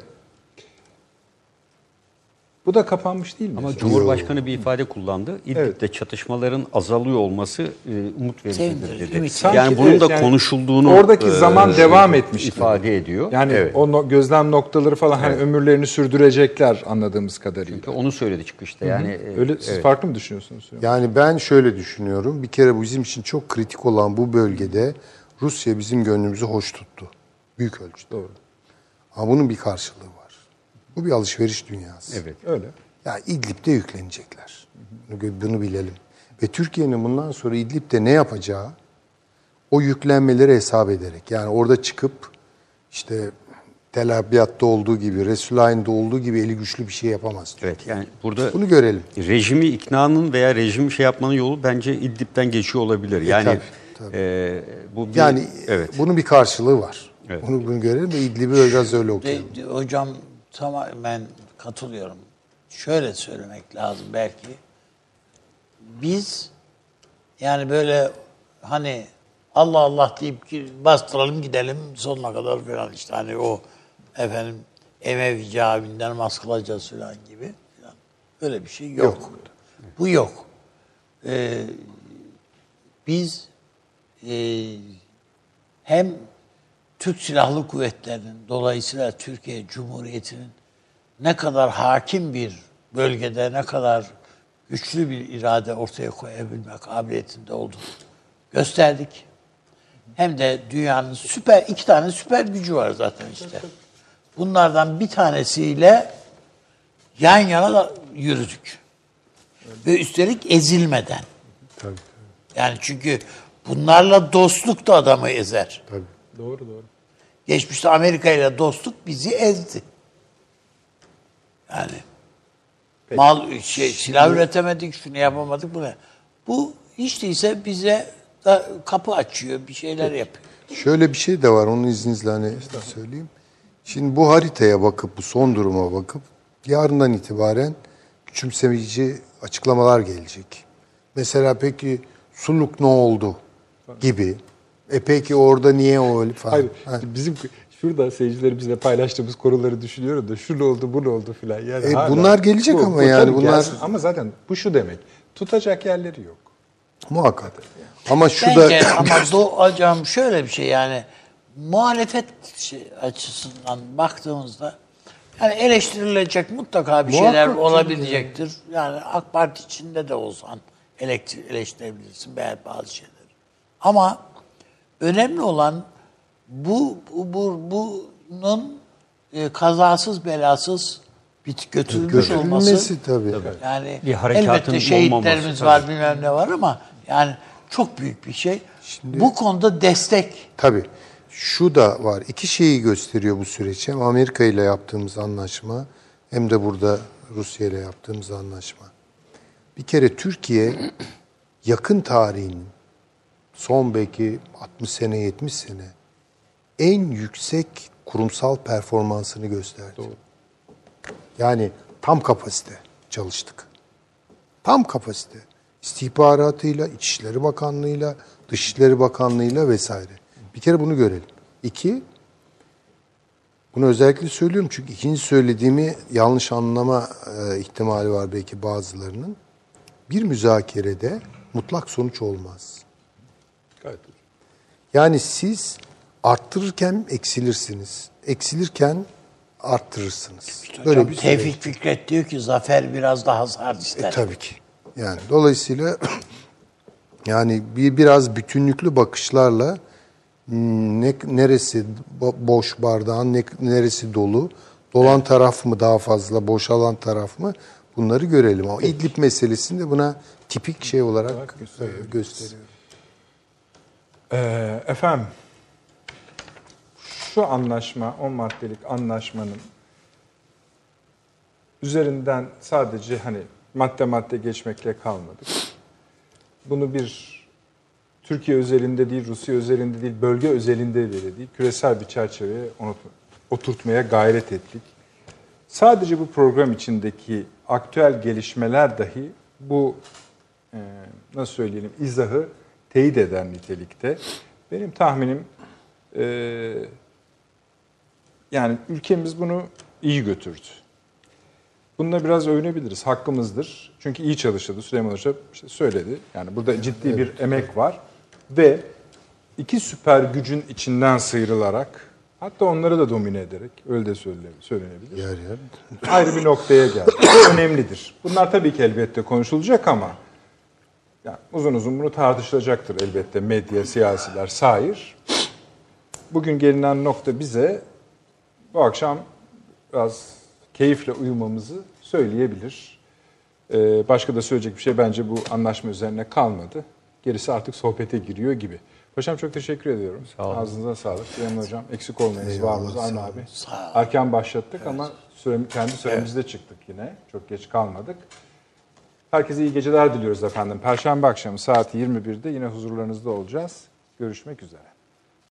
bu da kapanmış değil mi? Ama mesela? Cumhurbaşkanı bir ifade kullandı. İdlib'de çatışmaların azalıyor olması umut vericidir dedi. Sanki Yani bunun da yani konuşulduğunu oradaki zaman devam etmiş ifade gibi. ediyor. Yani evet. o gözlem noktaları falan hani ömürlerini sürdürecekler anladığımız kadarıyla. Çünkü onu söyledi çıkışta. Yani Öyle siz farklı mı düşünüyorsunuz? Yani ben şöyle düşünüyorum. Bir kere bizim için çok kritik olan bu bölgede Rusya bizim gönlümüzü hoş tuttu. Büyük ölçüde. Doğru. Ama bunun bir karşılığı var. Bu bir alışveriş dünyası. Evet. Öyle. Ya İdlib'de yüklenecekler. Bunu bilelim. Ve Türkiye'nin bundan sonra İdlib'de ne yapacağı o yüklenmeleri hesap ederek. Yani orada çıkıp işte Tel Abyad'da olduğu gibi, Resulayn'da olduğu gibi eli güçlü bir şey yapamaz. Evet, yani burada bunu görelim. Rejimi iknanın veya rejimi şey yapmanın yolu bence İdlib'den geçiyor olabilir. Yani tabii. Bu bir, yani evet. bunun bir karşılığı var. Evet. Bunu görelim ve İdlib'i biraz öyle okuyalım. Hocam tamamen katılıyorum. Şöyle söylemek lazım belki. Biz yani böyle hani Allah Allah deyip bastıralım gidelim sonuna kadar falan işte hani o efendim Emevi Camii'nden namaz kılacağız falan gibi falan. Öyle bir şey yok. Bu yok. Biz hem Türk Silahlı Kuvvetleri'nin dolayısıyla Türkiye Cumhuriyeti'nin ne kadar hakim bir bölgede ne kadar güçlü bir irade ortaya koyabilme kabiliyetinde olduğunu gösterdik. Hem de dünyanın iki tane süper gücü var zaten işte. Bunlardan bir tanesiyle yan yana da yürüdük. Ve üstelik ezilmeden. Tabii. Yani çünkü bunlarla dostluk da adamı ezer. Tabii. Doğru. Geçmişte Amerika ile dostluk bizi ezdi. Yani silah üretemedik, şunu yapamadık, bunu. Bu hiç değilse bize da kapı açıyor, bir şeyler yapıyor. Şöyle bir şey de var, onun izninizle hani söyleyeyim. Şimdi bu haritaya bakıp, bu son duruma bakıp yarından itibaren küçümseyici açıklamalar gelecek. Mesela peki Suluk ne oldu gibi. Peki orada niye o öyle falan. Hayır, bizim şurada seyircilerimizle paylaştığımız konuları düşünüyorum da şunu oldu, bunu oldu filan. Yani bunlar gelecek ama yani bunlar. bunlar... Ama zaten bu şu demek, tutacak yerleri yok. Muhakkak. Ama şu Bence da... ama hocam şöyle bir şey yani muhalefet açısından baktığımızda yani eleştirilecek mutlaka bir şeyler olabilecektir. Yani AK Parti içinde de olsan eleştirebilirsin bazı şeyleri. Ama önemli olan bunun kazasız belasız götürülmüş olması. Tabii. Yani bir harekatın elbette şehitlerimiz olmaması, var bilmem ne var ama yani çok büyük bir şey. Şimdi, bu konuda destek. Tabii. Şu da var. İki şeyi gösteriyor bu süreç. Hem Amerika ile yaptığımız anlaşma hem de burada Rusya ile yaptığımız anlaşma. Bir kere Türkiye yakın tarihinin son belki 60 sene 70 sene en yüksek kurumsal performansını gösterdi. Doğru. Yani tam kapasite çalıştık. Tam kapasite. İstihbaratıyla, İçişleri Bakanlığı'yla, Dışişleri Bakanlığı'yla vesaire. Bir kere bunu görelim. İki, bunu özellikle söylüyorum çünkü ikinci söylediğimi yanlış anlama ihtimali var belki bazılarının. Bir müzakerede mutlak sonuç olmaz. Gayet. Yani siz arttırırken eksilirsiniz. Eksilirken arttırırsınız. Böyle bir Tevfik Fikret diyor ki zafer biraz daha hasar ister. Tabii ki. Yani dolayısıyla yani biraz bütünlüklü bakışlarla neresi boş bardağın, neresi dolu, dolan taraf mı daha fazla, boşalan taraf mı, bunları görelim. Ama İdlib meselesini de buna tipik şey olarak gösteriyor. Efendim, şu anlaşma, 10 maddelik anlaşmanın üzerinden sadece hani madde geçmekle kalmadık. Bunu bir Türkiye özelinde değil, Rusya özelinde değil, bölge özelinde bile değil, küresel bir çerçeveye oturtmaya gayret ettik. Sadece bu program içindeki aktüel gelişmeler dahi bu nasıl söyleyelim izahı teyit eder nitelikte. Benim tahminim yani ülkemiz bunu iyi götürdü. Bununla biraz övünebiliriz, hakkımızdır. Çünkü iyi çalışıldı, Süleyman Hoca işte söyledi. Yani burada ciddi bir emek var. Ve iki süper gücün içinden sıyrılarak, hatta onları da domine ederek, öyle de söylenebilir. Yer. Ayrı bir noktaya geldi. Bu önemlidir. Bunlar tabii ki elbette konuşulacak ama yani uzun bunu tartışılacaktır elbette medya, siyasiler, sair. Bugün gelinen nokta bize bu akşam biraz keyifle uyumamızı söyleyebilir. Başka da söyleyecek bir şey bence bu anlaşma üzerine kalmadı. Gerisi artık sohbete giriyor gibi. Paşam çok teşekkür ediyorum. Sağ olun. Ağzınıza sağlık. Süleyman Hocam eksik olmayınız, var olunuz. Arne abi. Erken başlattık ama kendi süremizde çıktık yine. Çok geç kalmadık. Herkese iyi geceler diliyoruz efendim. Perşembe akşamı saat 21'de yine huzurlarınızda olacağız. Görüşmek üzere.